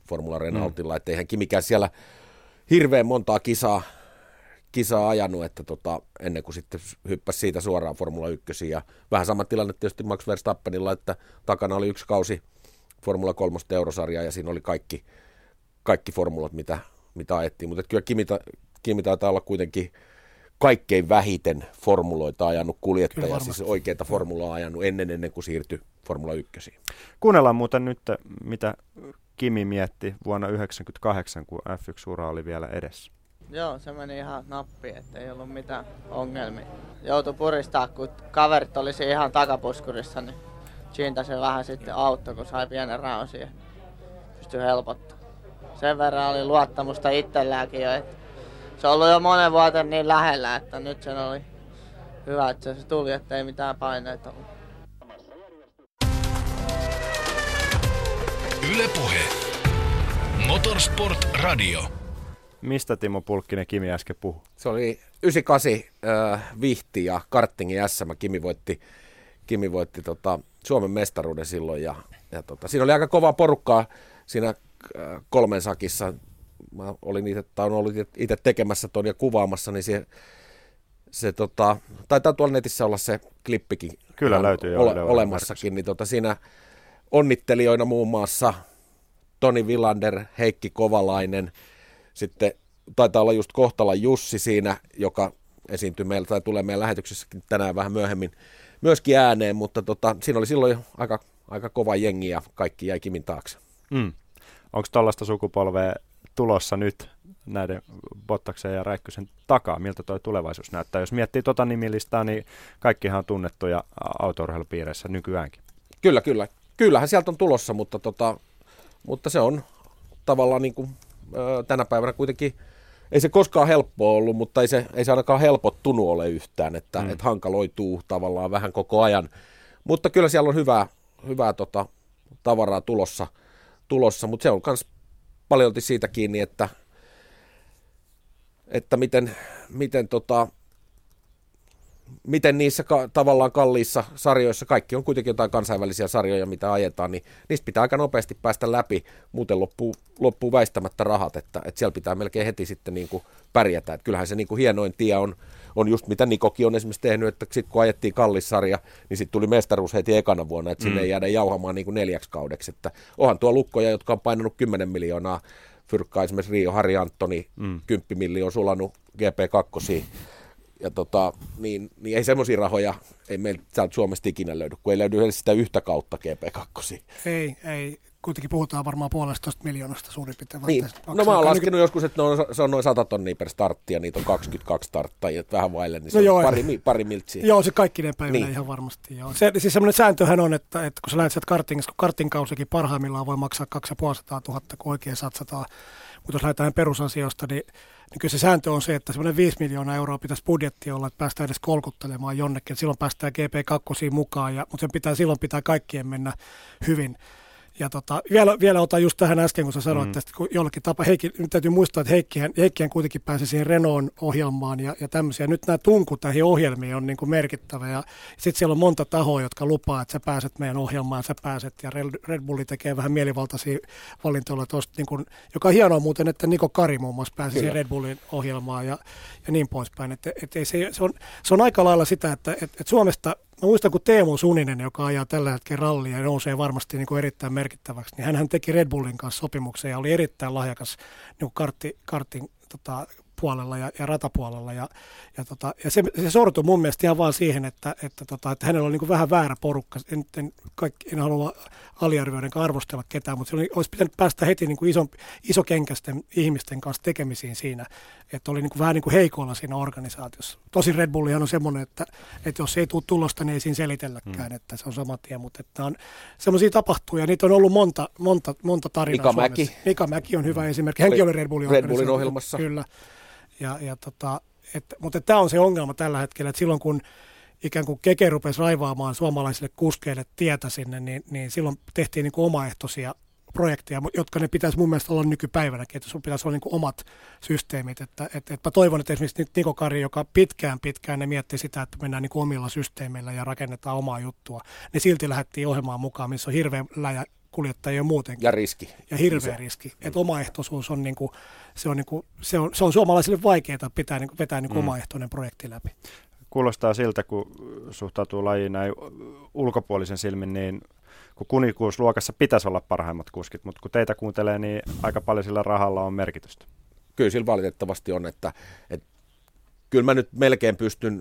Formula Renaultilla, että eihän Kimikään siellä hirveän montaa kisaa ajanut, että ennen kuin sitten hyppäsi siitä suoraan Formula 1. Ja vähän sama tilanne tietysti Max Verstappenilla, että takana oli 1 kausi Formula 3 eurosarjaa ja siinä oli kaikki formulat, mitä ajettiin. Mutta kyllä Kimi taitaa olla kuitenkin kaikkein vähiten formuloita ajanut kuljettaja, siis oikeita formulaa ajanut ennen kuin siirtyi Formula 1. Kuunnellaan muuten nyt, mitä Kimi mietti vuonna 1998, kun F1-ura oli vielä edessä. Joo, se meni ihan nappiin, ettei ollut mitään ongelmia. Joutui puristaa, kun kaverit oli ihan takapuskurissa, niin siitä se vähän sitten auttoi, kun sai pienen raon siihen. Pystyi helpottamaan. Sen verran oli luottamusta itselläänkin jo, että se on ollut jo monen vuoden niin lähellä, että nyt sen oli hyvä, että se tuli, ettei mitään paineita ollut. Yle Puhe. Motorsport Radio. Mistä Timo Pulkkinen Kimi äsken puhui? Se oli 98 Vihti ja kartingin SM. Kimi voitti Suomen mestaruuden silloin ja siinä oli aika kovaa porukkaa siinä 3 sakissa. Mä olin itse tekemässä ton ja kuvaamassa, niin se taitaa tuolla netissä olla se klippikin. Kyllä löytyy olemassakin. Niin siinä onnittelijoina muun muassa Toni Vilander, Heikki Kovalainen, sitten taitaa olla just Kohtalan Jussi siinä, joka esiintyy meillä tai tulee meidän lähetyksessäkin tänään vähän myöhemmin myöskin ääneen, mutta siinä oli silloin jo aika kova jengi ja kaikki jäi Kimin taakse. Onko tuollaista sukupolvea tulossa nyt näiden Bottaksen ja Räikkösen takaa? Miltä tuo tulevaisuus näyttää? Jos miettii nimilistaa, niin kaikkihan on tunnettuja autourheilupiireissä nykyäänkin. Kyllähän sieltä on tulossa, mutta se on tavallaan niin kuin, tänä päivänä kuitenkin, ei se koskaan helppoa ollut, mutta ei se ainakaan helpottunut ole yhtään, että hankaloituu tavallaan vähän koko ajan. Mutta kyllä siellä on hyvää tavaraa tulossa, mutta se on myös paljolti siitä kiinni, että miten niissä tavallaan kalliissa sarjoissa, kaikki on kuitenkin jotain kansainvälisiä sarjoja, mitä ajetaan, niin niistä pitää aika nopeasti päästä läpi, muuten loppuu väistämättä rahat, että siellä pitää melkein heti sitten niin kuin pärjätä. Että kyllähän se niin kuin hienoin tie on just mitä Nikokin on esimerkiksi tehnyt, että sitten kun ajettiin kallissarja, niin sitten tuli mestaruus heti ekana vuonna, että sinne ei jäädä jauhamaan niin kuin 4 kaudeksi. Että onhan tuo lukkoja, jotka on painanut 10 miljoonaa fyrkkaa, esimerkiksi Rio Harri Antoni, 10 miljoonaa sulanut GP2. Ja niin ei semmoisia rahoja, ei meillä täältä Suomesta ikinä löydy, kun ei löydy edes sitä yhtä kautta GP2. Ei. Kuitenkin puhutaan varmaan 1,5 miljoonasta suurin piirtein. Niin. No mä oon laskenut joskus, että se on noin 100 tonnia per startti ja niitä on 22 starttajia, vähän vaille, niin se on pari miltsiä. Joo, se kaikkinen päivänä ihan varmasti. Joo. Siis semmoinen sääntöhän on, että kun sä lähdet sieltä kartingista, kun kartingkausikin parhaimmillaan voi maksaa 250 000, kun oikein satsataan. Mutta jos lähdetään perusasioista, niin kyllä se sääntö on se, että semmoinen 5 miljoonaa euroa pitäisi budjetti olla, että päästään edes kolkuttelemaan jonnekin. Että silloin päästään GP2 mukaan, mutta silloin pitää kaikkien mennä hyvin. Ja vielä otan just tähän äsken, kun sä sanoit, että kun jollakin tapaa, nyt täytyy muistaa, että Heikkihän kuitenkin pääsi siihen Renault-ohjelmaan ja tämmöisiä. Nyt nämä tunkut näihin ohjelmiin on niin kuin merkittävä ja sitten siellä on monta tahoa, jotka lupaa, että sä pääset meidän ohjelmaan, sä pääset ja Red Bulli tekee vähän mielivaltaisia valintoja tuosta, niin kuin, joka on hienoa muuten, että Niko Kari muun muassa pääsi siihen Red Bullin ohjelmaan ja niin poispäin. Se on aika lailla sitä, että Suomesta. Mä muistan, kun Teemu Suninen, joka ajaa tällä hetkellä rallia ja nousee varmasti niin kuin erittäin merkittäväksi, niin hän teki Red Bullin kanssa sopimuksen ja oli erittäin lahjakas niin kuin kartin puolella ja ratapuolella. Ja se sortui mun mielestä ihan vaan siihen, että hänellä oli niin kuin vähän väärä porukka. En halua aliarvioiden arvostella ketään, mutta olisi pitänyt päästä heti niin kuin isokenkäisten ihmisten kanssa tekemisiin siinä, että oli niin kuin vähän niin kuin heikoilla siinä organisaatiossa. Tosin Red Bullihan on semmoinen, että jos ei tule tulosta, niin ei siinä selitelläkään, että se on sama tie, mutta että on semmoisia tapahtuu ja niitä on ollut monta tarinaa Suomessa. Mika Mäki on hyvä esimerkki. Hänkin oli Red Bullin ohjelmassa. Kyllä. Mutta tämä on se ongelma tällä hetkellä, että silloin kun ikään kuin Keke rupesi raivaamaan suomalaisille kuskeille tietä sinne, niin silloin tehtiin niin kuin omaehtoisia projekteja, jotka ne pitäisi mun mielestä olla nykypäivänäkin, että sun pitäisi olla niin kuin omat systeemit. Että mä toivon, että esimerkiksi nyt Niko Kari, joka pitkään ne mietti sitä, että mennään niin kuin omilla systeemeillä ja rakennetaan omaa juttua, niin silti lähdettiin ohjelmaan mukaan, missä on hirveän läjä kuljettajia muutenkin. Ja riski. Ja hirveä riski. Että omaehtoisuus on, se on suomalaisille vaikeaa vetää omaehtoinen projekti läpi. Kuulostaa siltä, kun suhtautuu lajiin näin ulkopuolisen silmin, niin kun kuninkuusluokassa pitäisi olla parhaimmat kuskit, mutta kun teitä kuuntelee, niin aika paljon sillä rahalla on merkitystä. Kyllä sillä valitettavasti on, että kyllä mä nyt melkein pystyn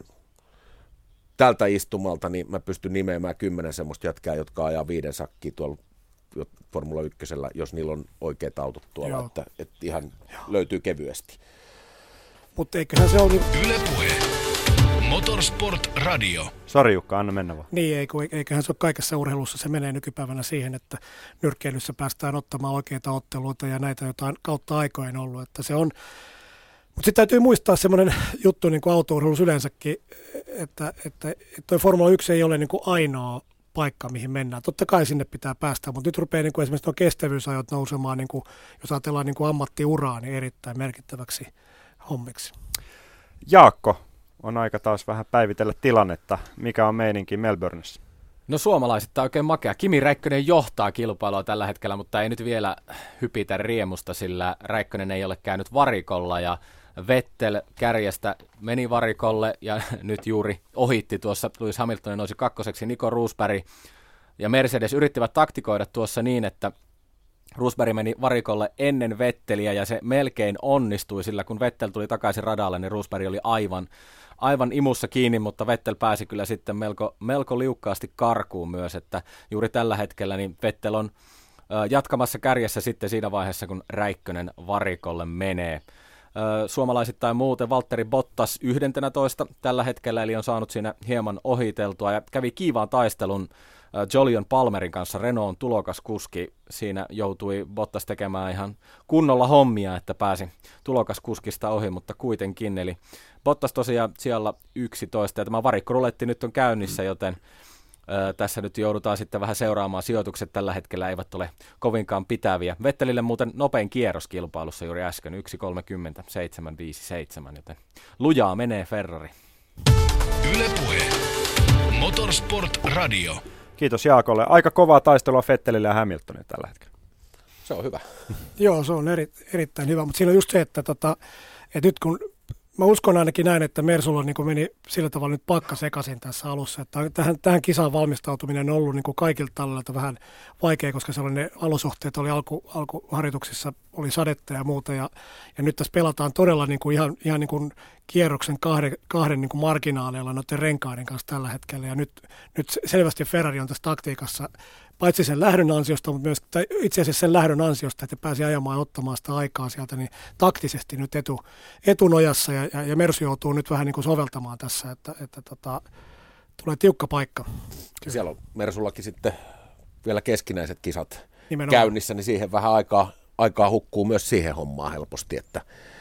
tältä istumalta, niin mä pystyn nimeämään 10 semmoista jätkää, jotka ajaa 5 sakkia tuolla Formula 1, jos niillä on oikeat autot tuolla, että ihan löytyy kevyesti. Mutta eiköhän se ole... Yle Puhe. Motorsport Radio. Sori Jukka, anna mennä vaan. Niin, eiköhän se ole kaikessa urheilussa. Se menee nykypäivänä siihen, että nyrkkeilyssä päästään ottamaan oikeita otteluita ja näitä jotain kautta aikojen ollut. Että se on... Mutta sitten täytyy muistaa semmoinen juttu niin kuin autourheilussa yleensäkin, että toi Formula 1 ei ole niin kuin ainoa paikka, mihin mennään. Totta kai sinne pitää päästä, mutta nyt rupeaa niin kuin esimerkiksi nuo kestävyysajot nousemaan, niin kuin, jos ajatellaan niin kuin ammattiuraa, niin erittäin merkittäväksi hommiksi. Jaakko, on aika taas vähän päivitellä tilannetta. Mikä on meininki Melbourneissa? No suomalaiset, oikein makea. Kimi Räikkönen johtaa kilpailua tällä hetkellä, mutta ei nyt vielä hypitä riemusta, sillä Räikkönen ei ole käynyt varikolla ja Vettel kärjestä meni varikolle ja nyt juuri ohitti tuossa Lewis Hamiltonin nousi kakkoseksi. Nico Rosberg ja Mercedes yrittivät taktikoida tuossa niin, että Rosberg meni varikolle ennen Vetteliä ja se melkein onnistui, sillä kun Vettel tuli takaisin radalle, niin Rosberg oli aivan imussa kiinni, mutta Vettel pääsi kyllä sitten melko liukkaasti karkuun myös, että juuri tällä hetkellä niin Vettel on jatkamassa kärjessä sitten siinä vaiheessa, kun Räikkönen varikolle menee. Suomalaisittain muuten Valtteri Bottas 11 tällä hetkellä, eli on saanut siinä hieman ohiteltua ja kävi kiivaan taistelun Jolion Palmerin kanssa. Renaultin tulokaskuski, siinä joutui Bottas tekemään ihan kunnolla hommia, että pääsi tulokaskuskista ohi, mutta kuitenkin. Eli Bottas tosiaan siellä 11 ja tämä varikkoruletti nyt on käynnissä, joten tässä nyt joudutaan sitten vähän seuraamaan. Sijoitukset tällä hetkellä eivät ole kovinkaan pitäviä. Vettelille muuten nopein kierros kilpailussa juuri äsken, 1.30.757, joten lujaa menee Ferrari. Yle Puhe. Motorsport Radio. Kiitos Jaakolle. Aika kovaa taistelua Vettelille ja Hamiltonille tällä hetkellä. Se on hyvä. Joo, se on erittäin hyvä, mutta siinä on just se, että nyt kun mä uskon ainakin näin, että Mersulla niin meni sillä tavalla nyt pakka sekaisin tässä alussa. Että tähän kisaan valmistautuminen on ollut niin kuin kaikilta tallilta vähän vaikea, koska sellainen olosuhteet oli alkuharjoituksissa, oli sadetta ja muuta. Ja nyt tässä pelataan todella niin kuin ihan niin kuin kierroksen kahden niin kuin marginaaleilla noiden renkaiden kanssa tällä hetkellä. Ja nyt selvästi Ferrari on tässä taktiikassa, paitsi sen lähdön ansiosta, mutta myös itse asiassa sen lähdön ansiosta, että pääsi ajamaan ja ottamaan sitä aikaa sieltä, niin taktisesti nyt etunojassa ja Mersu joutuu nyt vähän niin kuin soveltamaan tässä, että tulee tiukka paikka. Kyllä. Siellä on Mersullakin sitten vielä keskinäiset kisat nimenomaan käynnissä, niin siihen vähän aikaa hukkuu myös siihen hommaan helposti, että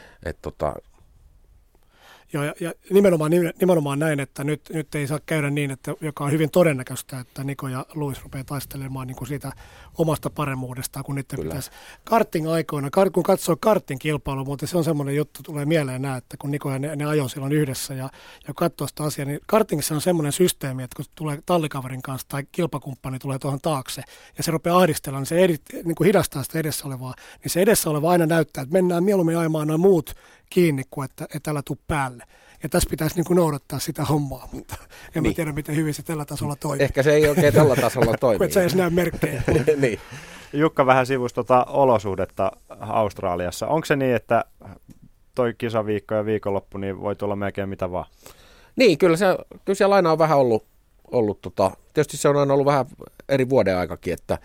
Joo, ja nimenomaan näin, että nyt ei saa käydä niin, että joka on hyvin todennäköistä, että Nico ja Lewis rupeaa taistelemaan niin kuin siitä omasta paremmuudestaan, kun niiden pitäisi. Karting-aikoina, kun katsoo karting-kilpailua, mutta se on semmoinen juttu, tulee mieleen että kun Nico ja ne ajoi silloin yhdessä ja katsoo sitä asiaa, niin kartingissa on semmoinen systeemi, että kun tulee tallikaverin kanssa tai kilpakumppani tulee tuohon taakse ja se rupeaa ahdistella, niin se niin kuin hidastaa sitä edessä olevaa, niin se edessä oleva aina näyttää, että mennään mieluummin ajamaan nämä muut kiinni kuin että älä tuu päälle. Ja tässä pitäisi niin kuin noudattaa sitä hommaa, mutta en mä tiedä, miten hyvin se tällä tasolla toimii. Ehkä se ei oikein tällä tasolla toimi. Et sä edes näe merkkejä. Niin. Jukka vähän sivusi olosuhdetta Australiassa. Onko se niin, että toi kisaviikko ja viikonloppu niin voi tulla melkein mitä vaan? Niin, kyllä siellä aina on vähän ollut tietysti se on aina ollut vähän eri vuoden aikakin, että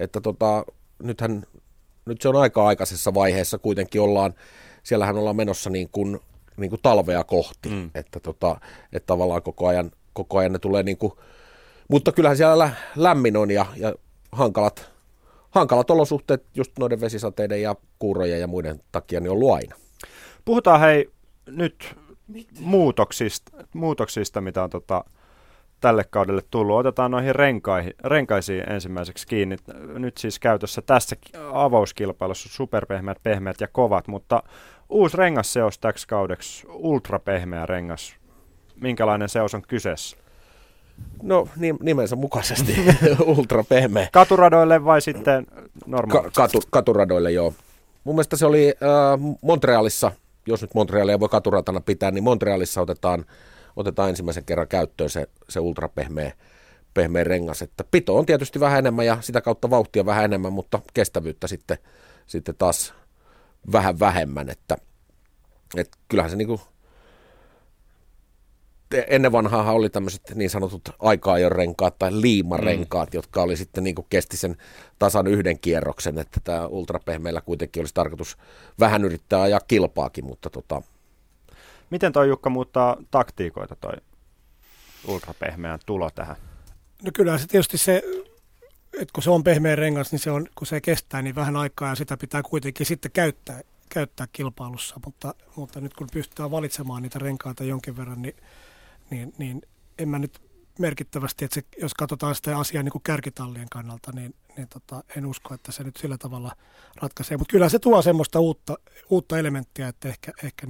nyt se on aika aikaisessa vaiheessa kuitenkin siellähän ollaan menossa niin kuin talvea kohti, että tavallaan koko ajan ne tulee niin kuin, mutta kyllähän siellä lämmin on ja hankalat olosuhteet just noiden vesisateiden ja kuurojen ja muiden takia niin on ollut aina. Puhutaan hei nyt muutoksista, mitä on tälle kaudelle tullut. Otetaan noihin renkaisiin ensimmäiseksi kiinni. Nyt siis käytössä tässä avauskilpailussa superpehmeät, pehmeät ja kovat, mutta uusi rengasseos täksi kaudeksi, ultrapehmeä rengas. Minkälainen seos on kyseessä? No nimensä mukaisesti ultra pehmeä. Katuradoille vai sitten normaaliksi? Katuradoille, joo. Mun mielestä se oli Montrealissa, jos nyt Montrealia voi katuratana pitää, niin Montrealissa otetaan ensimmäisen kerran käyttöön se ultrapehmeä rengas. Että pito on tietysti vähän enemmän ja sitä kautta vauhtia vähän enemmän, mutta kestävyyttä sitten taas vähän vähemmän. Että kyllähän se niinku, ennen vanhaahan oli tämmöiset niin sanotut aika-ajon renkaat tai liimarenkaat, jotka oli sitten niinku kesti sen tasan yhden kierroksen, että tämä ultrapehmeillä kuitenkin olisi tarkoitus vähän yrittää ajaa kilpaakin, mutta Miten toi Jukka muuttaa taktiikoita toi ultrapehmeän tulo tähän? No kyllä se tietysti se, että kun se on pehmeä rengas, niin se on, kun se kestää niin vähän aikaa ja sitä pitää kuitenkin sitten käyttää kilpailussa, mutta nyt kun pystytään valitsemaan niitä renkaita jonkin verran, niin en mä nyt merkittävästi, että se, jos katsotaan sitä asiaa niin kuin kärkitallien kannalta, niin en usko, että se nyt sillä tavalla ratkaisee. Mutta kyllä se tuo semmoista uutta elementtiä, että ehkä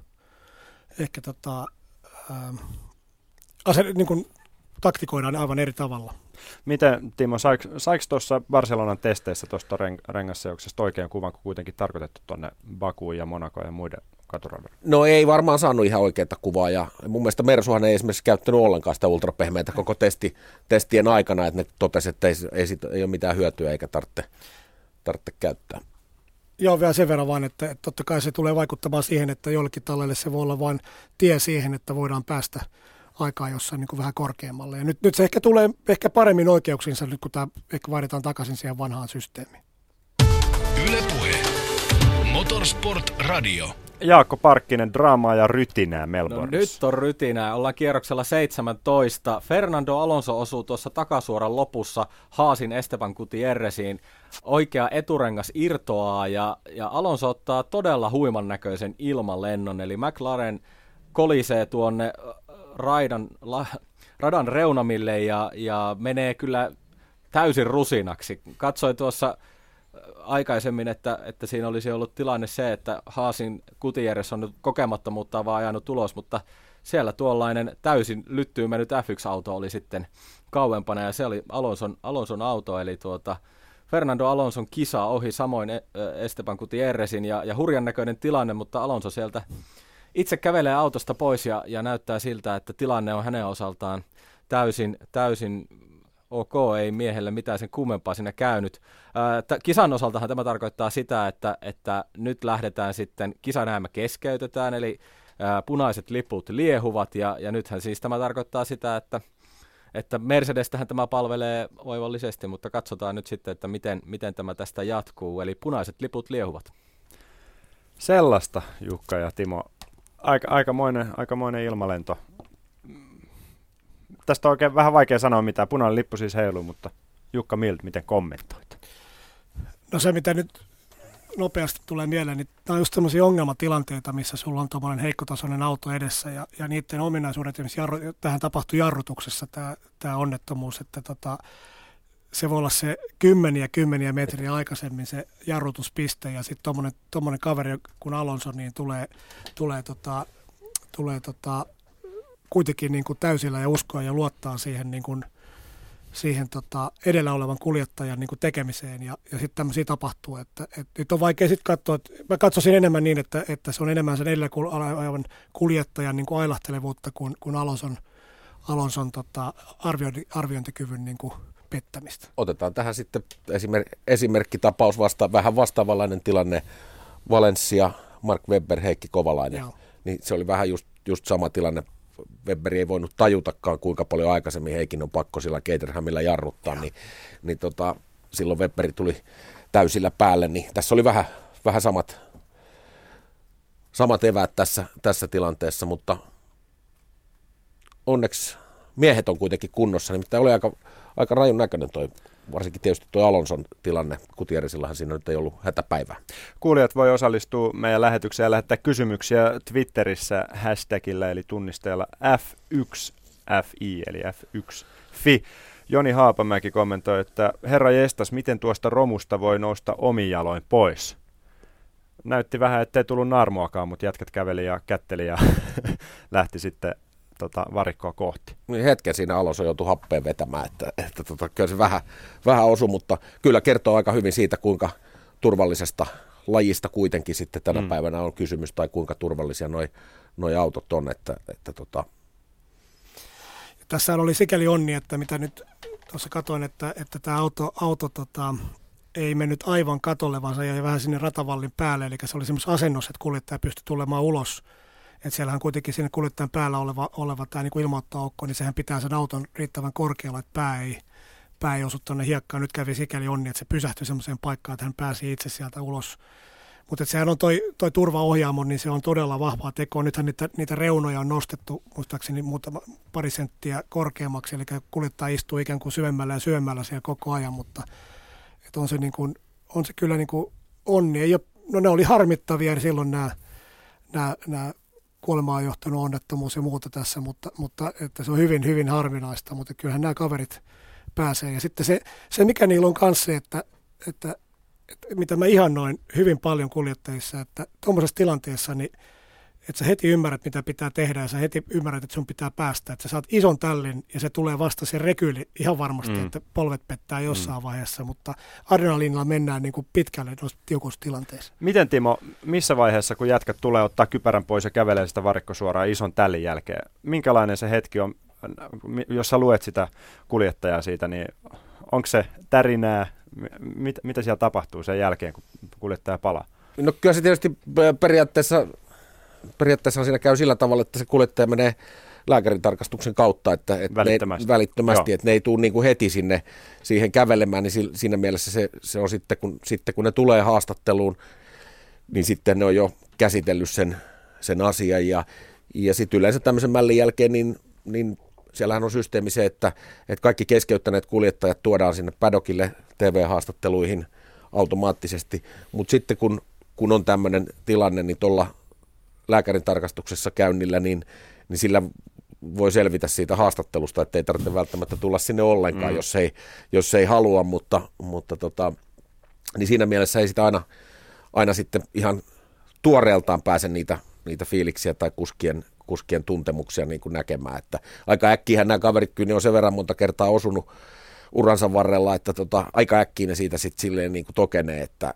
niin kuin taktikoidaan aivan eri tavalla. Miten, Timo, saiko tuossa Barcelonan testeissä tuosta rengasseuksesta oikein kuvan, kun kuitenkin tarkoitettu tuonne Bakuun ja Monacoon ja muiden katuradoille? No ei varmaan saanut ihan oikeaa kuvaa, ja mun mielestä Mersuhan ei esimerkiksi käyttänyt ollenkaan sitä ultrapehmeitä koko testien aikana, että ne totesi, että ei ole mitään hyötyä eikä tarvitse käyttää. Joo, vielä sen verran vaan, että totta kai se tulee vaikuttamaan siihen, että jollekin talleille se voi olla vain tie siihen, että voidaan päästä aikaa jossain niin kuin vähän korkeammalle. Ja nyt se ehkä tulee paremmin oikeuksinsa, nyt kun tämä ehkä vaihdetaan takaisin siihen vanhaan systeemiin. Yle Puhe. Motorsport Radio. Jaakko Parkkinen, draamaa ja rytinää Melbourneissa. No nyt on rytinää. Ollaan kierroksella 17. Fernando Alonso osuu tuossa takasuoran lopussa Haasin Esteban Gutierreziin. Oikea eturengas irtoaa ja Alonso ottaa todella huiman näköisen ilmalennon. Eli McLaren kolisee tuonne radan reunamille ja menee kyllä täysin rusinaksi. Katsoin tuossa aikaisemmin, että siinä olisi ollut tilanne se, että Haasin Gutierrez on nyt kokemattomuutta vaan ajanut tulos, mutta siellä tuollainen täysin lyttyyn mennyt F1-auto oli sitten kauempana ja se oli Alonson auto, eli Fernando Alonson kisa ohi samoin Esteban Gutierrezin ja hurjan näköinen tilanne, mutta Alonso sieltä itse kävelee autosta pois ja näyttää siltä, että tilanne on hänen osaltaan täysin ok, ei miehelle mitään sen kummempaa siinä käynyt. Kisan osaltahan tämä tarkoittaa sitä, että nyt lähdetään sitten, kisanäämä keskeytetään, eli punaiset liput liehuvat, ja nythän siis tämä tarkoittaa sitä, että Mercedestähän tämä palvelee oivallisesti, mutta katsotaan nyt sitten, että miten tämä tästä jatkuu, eli punaiset liput liehuvat. Sellaista, Jukka ja Timo. Aikamoinen ilmalento. Tästä on oikein vähän vaikea sanoa mitään. Punainen lippu siis heiluu, mutta Jukka Mild, miten kommentoit? No se, mitä nyt nopeasti tulee mieleen, niin tämä on just sellaisia ongelmatilanteita, missä sulla on tuommoinen heikkotasoinen auto edessä ja niiden ominaisuudet, tähän tapahtui jarrutuksessa tämä onnettomuus, että se voi olla se kymmeniä metriä aikaisemmin se jarrutuspiste ja sitten tuommoinen kaveri kun Alonso niin tulee kuitenkin niin kuin täysillä ja uskoa ja luottaa siihen, niin kuin, siihen edellä olevan kuljettajan niin kuin tekemiseen ja sitten tämmöisiä tapahtuu, että nyt on vaikea sitten katsoa, että mä katsoisin enemmän niin, että se on enemmän sen edellä olevan kuljettajan niin kuin ailahtelevuutta kuin Alonson arviointikyvyn niin kuin pettämistä. Otetaan tähän sitten esimerkkitapaus, vähän vastaavanlainen tilanne, Valencia, Mark Webber, Heikki Kovalainen. Joo. Niin se oli vähän just sama tilanne. Webber ei voinut tajutakaan, kuinka paljon aikaisemmin Heikin on pakko sillä Caterhamilla jarruttaa, niin silloin Webberi tuli täysillä päälle, niin tässä oli vähän samat eväät tässä tilanteessa, mutta onneksi miehet on kuitenkin kunnossa, nimittäin oli aika rajun näköinen varsinkin tietysti tuo Alonson tilanne. Gutierrezillahan siinä nyt ei ollut hätäpäivää. Kuulijat voi osallistua meidän lähetykseen ja lähettää kysymyksiä Twitterissä hashtagillä eli tunnisteella F1FI eli F1FI. Joni Haapamäki kommentoi, että herra jestas, miten tuosta romusta voi nousta omin jaloin pois? Näytti vähän, ettei tullut naarmuakaan, mutta jätkät käveli ja kätteli ja lähti sitten varikkoa kohti. Niin hetken siinä Alonso joutui happeen vetämään, että kyllä se vähän osui, mutta kyllä kertoo aika hyvin siitä, kuinka turvallisesta lajista kuitenkin sitten tänä päivänä on kysymys, tai kuinka turvallisia noi autot on. Tässä oli sikäli onni, että mitä nyt tuossa katsoin, että tämä auto ei mennyt aivan katolle, vaan se jäi vähän sinne ratavallin päälle, eli se oli semmoisessa asennossa, että kuljettaja pystyi tulemaan ulos. Että siellähän kuitenkin siinä kuljettajan päällä oleva tämä niin ilmoitto-aukko, niin sehän pitää sen auton riittävän korkealla, että pää ei osu tuonne hiekkaan. Nyt kävi sikäli onni, että se pysähtyi semmoiseen paikkaan, että hän pääsi itse sieltä ulos. Mutta sehän on toi turvaohjaamo, niin se on todella vahvaa tekoa. Nythän niitä reunoja on nostettu muistaakseni pari senttiä korkeammaksi, eli kuljettaja istuu ikään kuin syvemmällä ja syvemmällä siellä koko ajan, mutta on se kyllä niin kuin onni. Ei ole, no ne oli harmittavia silloin nämä kuolemaan johtanut onnettomuus ja muuta tässä, mutta että se on hyvin, hyvin harvinaista, mutta kyllähän nämä kaverit pääsee. Ja sitten se mikä niillä on kanssa se, että mitä mä ihannoin hyvin paljon kuljettajissa, että tuommoisessa tilanteessa, niin että sä heti ymmärrät, mitä pitää tehdä, ja sä heti ymmärrät, että sun pitää päästä. Että sä saat ison tällin, ja se tulee vasta se rekyyli ihan varmasti, että polvet pettää jossain vaiheessa, mutta adrenaliinilla mennään niin kuin pitkälle noissa tiukoissa tilanteissa. Miten Timo, missä vaiheessa, kun jätkät tulee ottaa kypärän pois ja kävelee sitä varikko suoraan ison tällin jälkeen, minkälainen se hetki on, jos sä luet sitä kuljettajaa siitä, niin onko se tärinää, mitä siellä tapahtuu sen jälkeen, kun kuljettaja palaa? No kyllä se tietysti periaatteessa siinä käy sillä tavalla, että se kuljettaja menee lääkärin tarkastuksen kautta, että välittömästi että ne ei tule niin kuin heti siihen kävelemään, niin siinä mielessä se on sitten kun ne tulee haastatteluun, niin sitten ne on jo käsitellyt sen asian, ja sitten yleensä tämmöisen mällin jälkeen, niin siellähän on systeemi se, että kaikki keskeyttäneet kuljettajat tuodaan sinne paddockille TV-haastatteluihin automaattisesti, mutta sitten kun on tämmöinen tilanne, niin tuolla lääkärin tarkastuksessa käynnillä, niin sillä voi selvitä siitä haastattelusta, että ei tarvitse välttämättä tulla sinne ollenkaan, jos ei halua, mutta niin siinä mielessä ei sitä aina sitten ihan tuoreeltaan pääse niitä fiiliksiä tai kuskien tuntemuksia niin kuin näkemään, että aika äkkiähän nämä kaverit kyllä on sen verran monta kertaa osunut uransa varrella, että aika äkkiä ne siitä sitten silleen niin kuin tokenee, että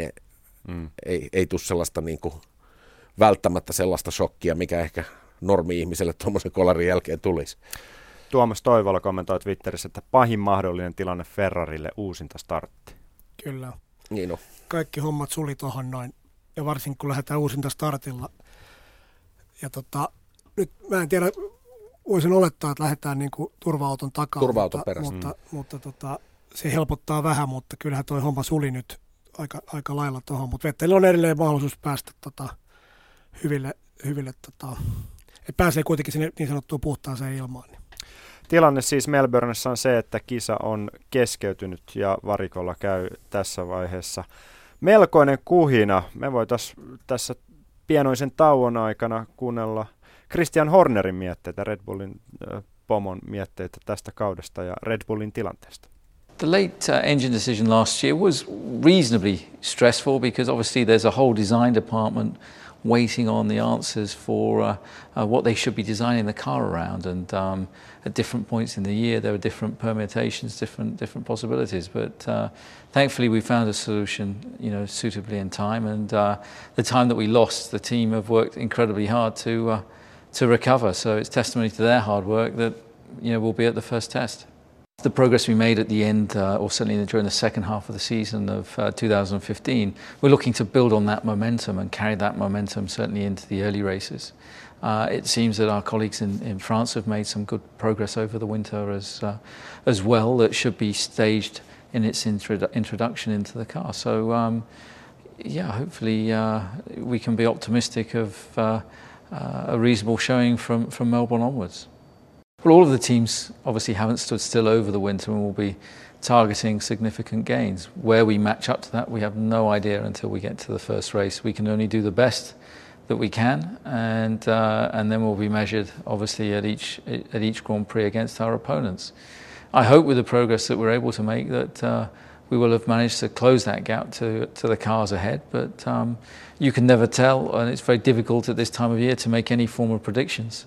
ei tule sellaista niin kuin välttämättä sellaista shokkia, mikä ehkä normi-ihmiselle tuommoisen kolarin jälkeen tulisi. Tuomas Toivola kommentoi Twitterissä, että pahin mahdollinen tilanne Ferrarille uusinta startti. Kyllä. Niin on. Kaikki hommat suli tuohon noin, ja varsinkin kun lähdetään uusinta startilla. Ja nyt mä en tiedä, voisin olettaa, että lähdetään niin kuin turva-auton takaa, mutta se helpottaa vähän, mutta kyllähän toi homma suli nyt aika lailla tuohon, mutta Vettelillä on edelleen mahdollisuus päästä hyville että pääsee kuitenkin sinne niin sanottuun puhtaaseen ilmaan. Tilanne siis Melbournessa on se, että kisa on keskeytynyt ja varikolla käy tässä vaiheessa melkoinen kuhina. Me voitaisiin tässä pienoisen tauon aikana kuunnella Christian Hornerin mietteitä, Red Bullin pomon mietteitä tästä kaudesta ja Red Bullin tilanteesta. The late engine decision last year was reasonably stressful because obviously there's a whole design department waiting on the answers for what they should be designing the car around, and at different points in the year there were different permutations, different possibilities. But thankfully we found a solution, suitably in time, and the time that we lost, the team have worked incredibly hard to recover. So it's testimony to their hard work that we'll be at the first test. The progress we made at the end, or certainly during the second half of the season of 2015, we're looking to build on that momentum and carry that momentum certainly into the early races. It seems that our colleagues in France have made some good progress over the winter as well, that should be staged in its introduction into the car. So hopefully we can be optimistic of a reasonable showing from Melbourne onwards. Well, all of the teams obviously haven't stood still over the winter and will be targeting significant gains. Where we match up to that, we have no idea until we get to the first race. We can only do the best that we can, and then we'll be measured obviously at each Grand Prix against our opponents. I hope with the progress that we're able to make that we will have managed to close that gap to the cars ahead, but you can never tell, and it's very difficult at this time of year to make any form of predictions.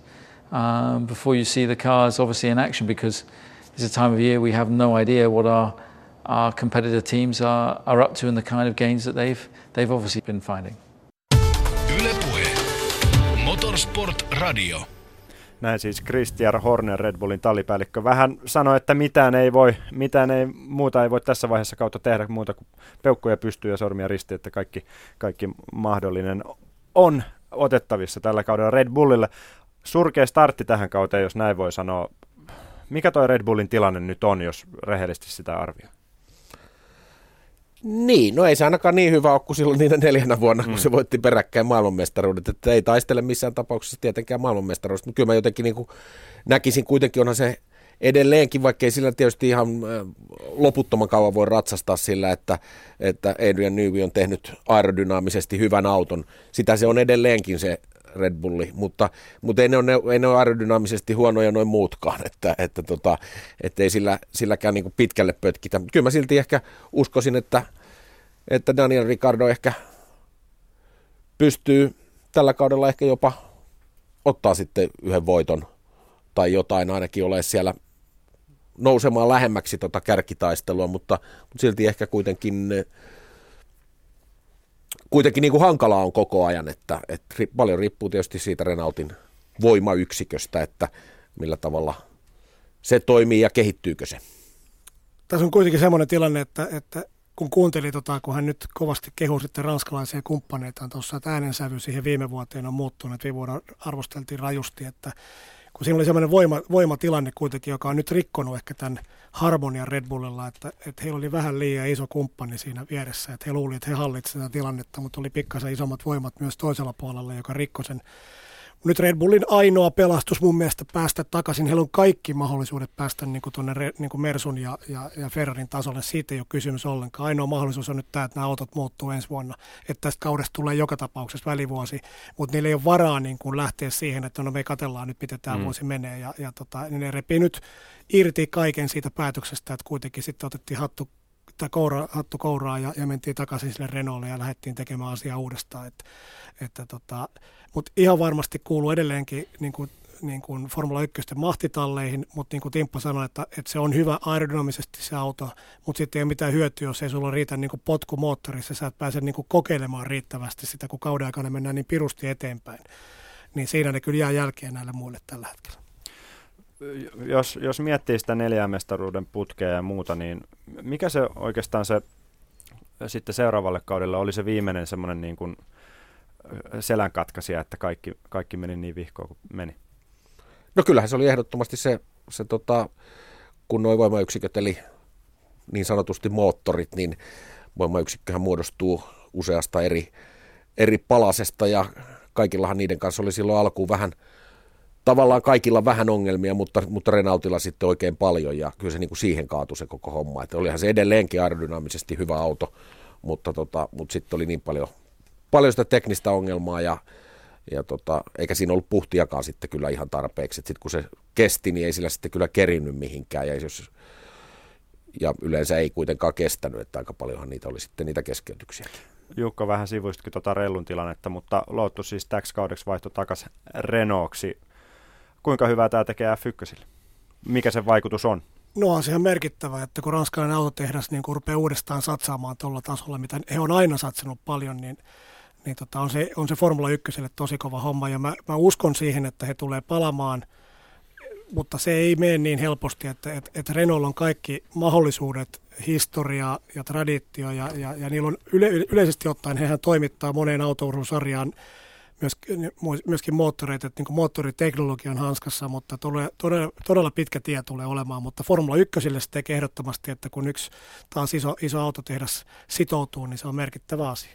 before you see the cars obviously in action, because it's a time of year we have no idea what our competitor teams are up to and the kind of gains that they've obviously been finding. Yle Puhe. Motorsport Radio. Näin siis Christian Horner, Red Bullin tallipäällikkö, vähän sanoi, että muuta ei voi tässä vaiheessa kautta tehdä muuta kuin peukkuja pystyy ja sormia ristiin, että kaikki mahdollinen on otettavissa tällä kaudella Red Bullille. Surkea startti tähän kauteen, jos näin voi sanoa. Mikä toi Red Bullin tilanne nyt on, jos rehellisesti sitä arvioi? Niin, no ei se ainakaan niin hyvä ole kuin silloin niinä 4 vuonna, kun se voitti peräkkäin maailmanmestaruudet. Että ei taistele missään tapauksessa tietenkään maailmanmestaruudesta, mutta kyllä mä jotenkin niin kuin näkisin kuitenkin, onhan se edelleenkin, vaikka ei sillä tietysti ihan loputtoman kauan voi ratsastaa sillä, että Adrian Newey on tehnyt aerodynaamisesti hyvän auton. Sitä se on edelleenkin se Red Bulli, mutta ei ne ole aerodynaamisesti huonoja noin muutkaan, että ei silläkään niin kuin pitkälle pötkitä. Kyllä mä silti ehkä uskoisin, että Daniel Ricciardo ehkä pystyy tällä kaudella ehkä jopa ottaa sitten yhden voiton tai jotain, ainakin ole siellä nousemaan lähemmäksi kärkitaistelua, mutta silti ehkä kuitenkin niin kuin hankalaa on koko ajan, että paljon riippuu tietysti siitä Renaultin voimayksiköstä, että millä tavalla se toimii ja kehittyykö se. Tässä on kuitenkin semmoinen tilanne, että kun kuuntelin, kun hän nyt kovasti kehuu sitten ranskalaisia kumppaneitaan tuossa, että äänensävy siihen viime vuoteen on muuttunut, että viime vuonna arvosteltiin rajusti, että kun siinä oli semmoinen voimatilanne kuitenkin, joka on nyt rikkonut ehkä tämän harmonian Red Bullilla, että heillä oli vähän liian iso kumppani siinä vieressä, että he luulivat, että he hallitsivat tätä tilannetta, mutta oli pikkasen isommat voimat myös toisella puolella, joka rikkoi sen. Nyt Red Bullin ainoa pelastus mun mielestä päästä takaisin. Heillä on kaikki mahdollisuudet päästä niin kuin tuonne niin kuin Mersun ja Ferrarin tasolle. Siitä ei ole kysymys ollenkaan. Ainoa mahdollisuus on nyt tämä, että nämä autot muuttuu ensi vuonna. Että tästä kaudesta tulee joka tapauksessa välivuosi, mutta niillä ei ole varaa niin kuin lähteä siihen, että no me katsellaan nyt, miten tämä vuosi menee. Niin ne repii nyt irti kaiken siitä päätöksestä, että kuitenkin sitten otettiin hattu kouraa ja mentiin takaisin sille Renaultille ja lähdettiin tekemään asiaa uudestaan. Mutta ihan varmasti kuuluu edelleenkin niin kuin Formula 1 mahtitalleihin, mutta niin kuin Timppa sanoi, että se on hyvä aerodynamisesti se auto, mutta sitten ei ole mitään hyötyä, jos ei sulla riitä niin kuin potku moottorissa, sä et pääse niin kuin kokeilemaan riittävästi sitä, kun kauden aikana mennään niin pirusti eteenpäin. Niin siinä ne kyllä jää jälkeen näille muille tällä hetkellä. Jos miettii sitä 4 mestaruuden putkea ja muuta, niin mikä se oikeastaan se sitten seuraavalle kaudelle oli se viimeinen semmoinen niin kuin selänkatkaisija, että kaikki meni niin vihkoon kuin meni? No kyllähän se oli ehdottomasti se kun nuo voimayksiköt, eli niin sanotusti moottorit, niin voimayksikköhän muodostuu useasta eri palasesta ja kaikillahan niiden kanssa oli silloin alkuun tavallaan kaikilla vähän ongelmia, mutta Renaultilla sitten oikein paljon ja kyllä se niin kuin siihen kaatui se koko homma. Että olihan se edelleenkin aerodynaamisesti hyvä auto, mutta sitten oli niin paljon sitä teknistä ongelmaa ja eikä siinä ollut puhtiakaan sitten kyllä ihan tarpeeksi. Sitten kun se kesti, niin ei sillä sitten kyllä kerinnyt mihinkään ja yleensä ei kuitenkaan kestänyt, että aika paljonhan niitä oli sitten niitä keskeytyksiäkin. Jukka, vähän sivuistkin Rellun tilannetta, mutta Lotus siis täksi kaudeksi vaihtoi takaisin Renaultiksi. Kuinka hyvää tämä tekee F1? Mikä se vaikutus on? No on se ihan merkittävä, että kun ranskalainen autotehdas niin kun rupeaa uudestaan satsaamaan tuolla tasolla, mitä he on aina satsanut paljon, niin on se Formula 1 tosi kova homma. Ja mä uskon siihen, että he tulee palamaan, mutta se ei mene niin helposti, että Renault on kaikki mahdollisuudet, historia ja traditio, ja niillä on yleisesti ottaen, hehän toimittaa moneen autourheilusarjaan myöskin moottoreita, että niin moottoriteknologia on hanskassa, mutta todella pitkä tie tulee olemaan, mutta Formula 1 se tekee ehdottomasti, että kun yksi taas iso autotehdas sitoutuu, niin se on merkittävä asia.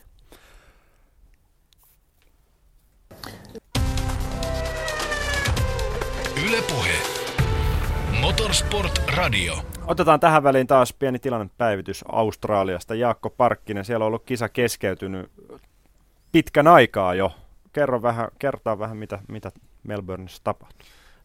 Yle Puhe. Motorsport Radio. Otetaan tähän väliin taas pieni tilannepäivitys Australiasta. Jaakko Parkkinen, siellä on ollut kisa keskeytynyt pitkän aikaa jo. Kertaa vähän, mitä Melbourneissa tapahtui.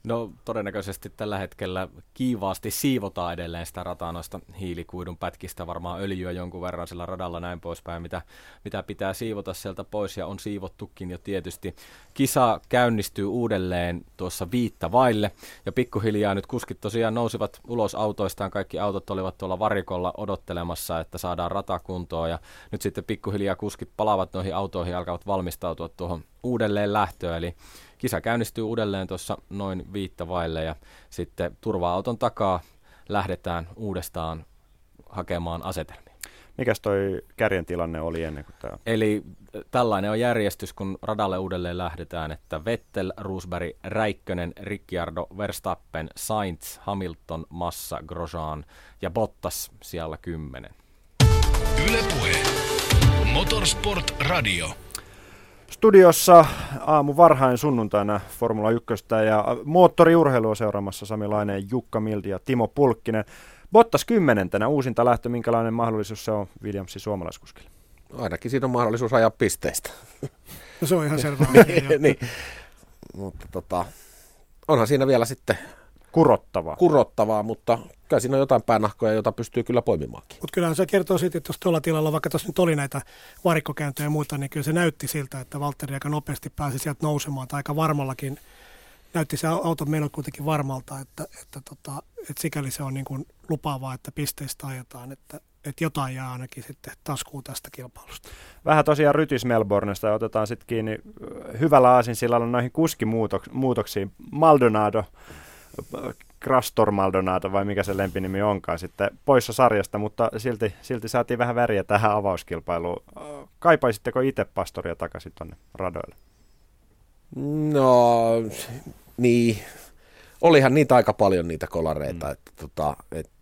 No todennäköisesti tällä hetkellä kiivaasti siivotaan edelleen sitä rataa noista hiilikuidun pätkistä, varmaan öljyä jonkun verran sillä radalla näin poispäin, mitä pitää siivota sieltä pois ja on siivottukin jo tietysti. Kisa käynnistyy uudelleen tuossa 5 vaille ja pikkuhiljaa nyt kuskit tosiaan nousivat ulos autoistaan, kaikki autot olivat tuolla varikolla odottelemassa, että saadaan rata kuntoon ja nyt sitten pikkuhiljaa kuskit palaavat noihin autoihin ja alkavat valmistautua tuohon uudelleen lähtöön, eli kisa käynnistyy uudelleen tuossa noin 5 vaille ja sitten turva-auton takaa lähdetään uudestaan hakemaan asetelmia. Mikäs toi kärjen tilanne oli ennen kuin tämä? Eli tällainen on järjestys, kun radalle uudelleen lähdetään, että Vettel, Rosberg, Räikkönen, Ricciardo, Verstappen, Sainz, Hamilton, Massa, Grosjean ja Bottas siellä 10. Yle Puhe. Motorsport Radio. Studiossa aamu varhain sunnuntaina Formula 1 ja moottoriurheilua seuraamassa Sami Laine, Jukka Mildi ja Timo Pulkkinen. Bottas 10. uusinta lähtö, minkälainen mahdollisuus se on Williamsin suomalaiskuskille? Ainakin siinä on mahdollisuus ajaa pisteistä. No se on ihan selvä. niin. Mutta onhan siinä vielä sitten kurottavaa, mutta kyllä siinä on jotain päänahkoja, jota pystyy kyllä poimimaankin. Mutta kyllähän se kertoo siitä, että jos tuolla tilalla, vaikka tuossa nyt oli näitä varikkokäyntöjä ja muuta, niin kyllä se näytti siltä, että Valtteri aika nopeasti pääsi sieltä nousemaan, tai aika varmallakin näytti se auton meno kuitenkin varmalta, että sikäli se on niin kuin lupaavaa, että pisteistä ajetaan, että jotain jää ainakin sitten taskuun tästä kilpailusta. Vähän tosiaan rytis Melbournesta ja otetaan sitten kiinni hyvällä aasinsillalla noihin kuskimuutoksiin. Maldonado, Crastor Maldonado vai mikä se lempinimi onkaan sitten poissa sarjasta, mutta silti saatiin vähän väriä tähän avauskilpailuun. Kaipaisitteko itse Pastoria takaisin tuonne radoille? No niin, olihan niitä aika paljon niitä kolareita, että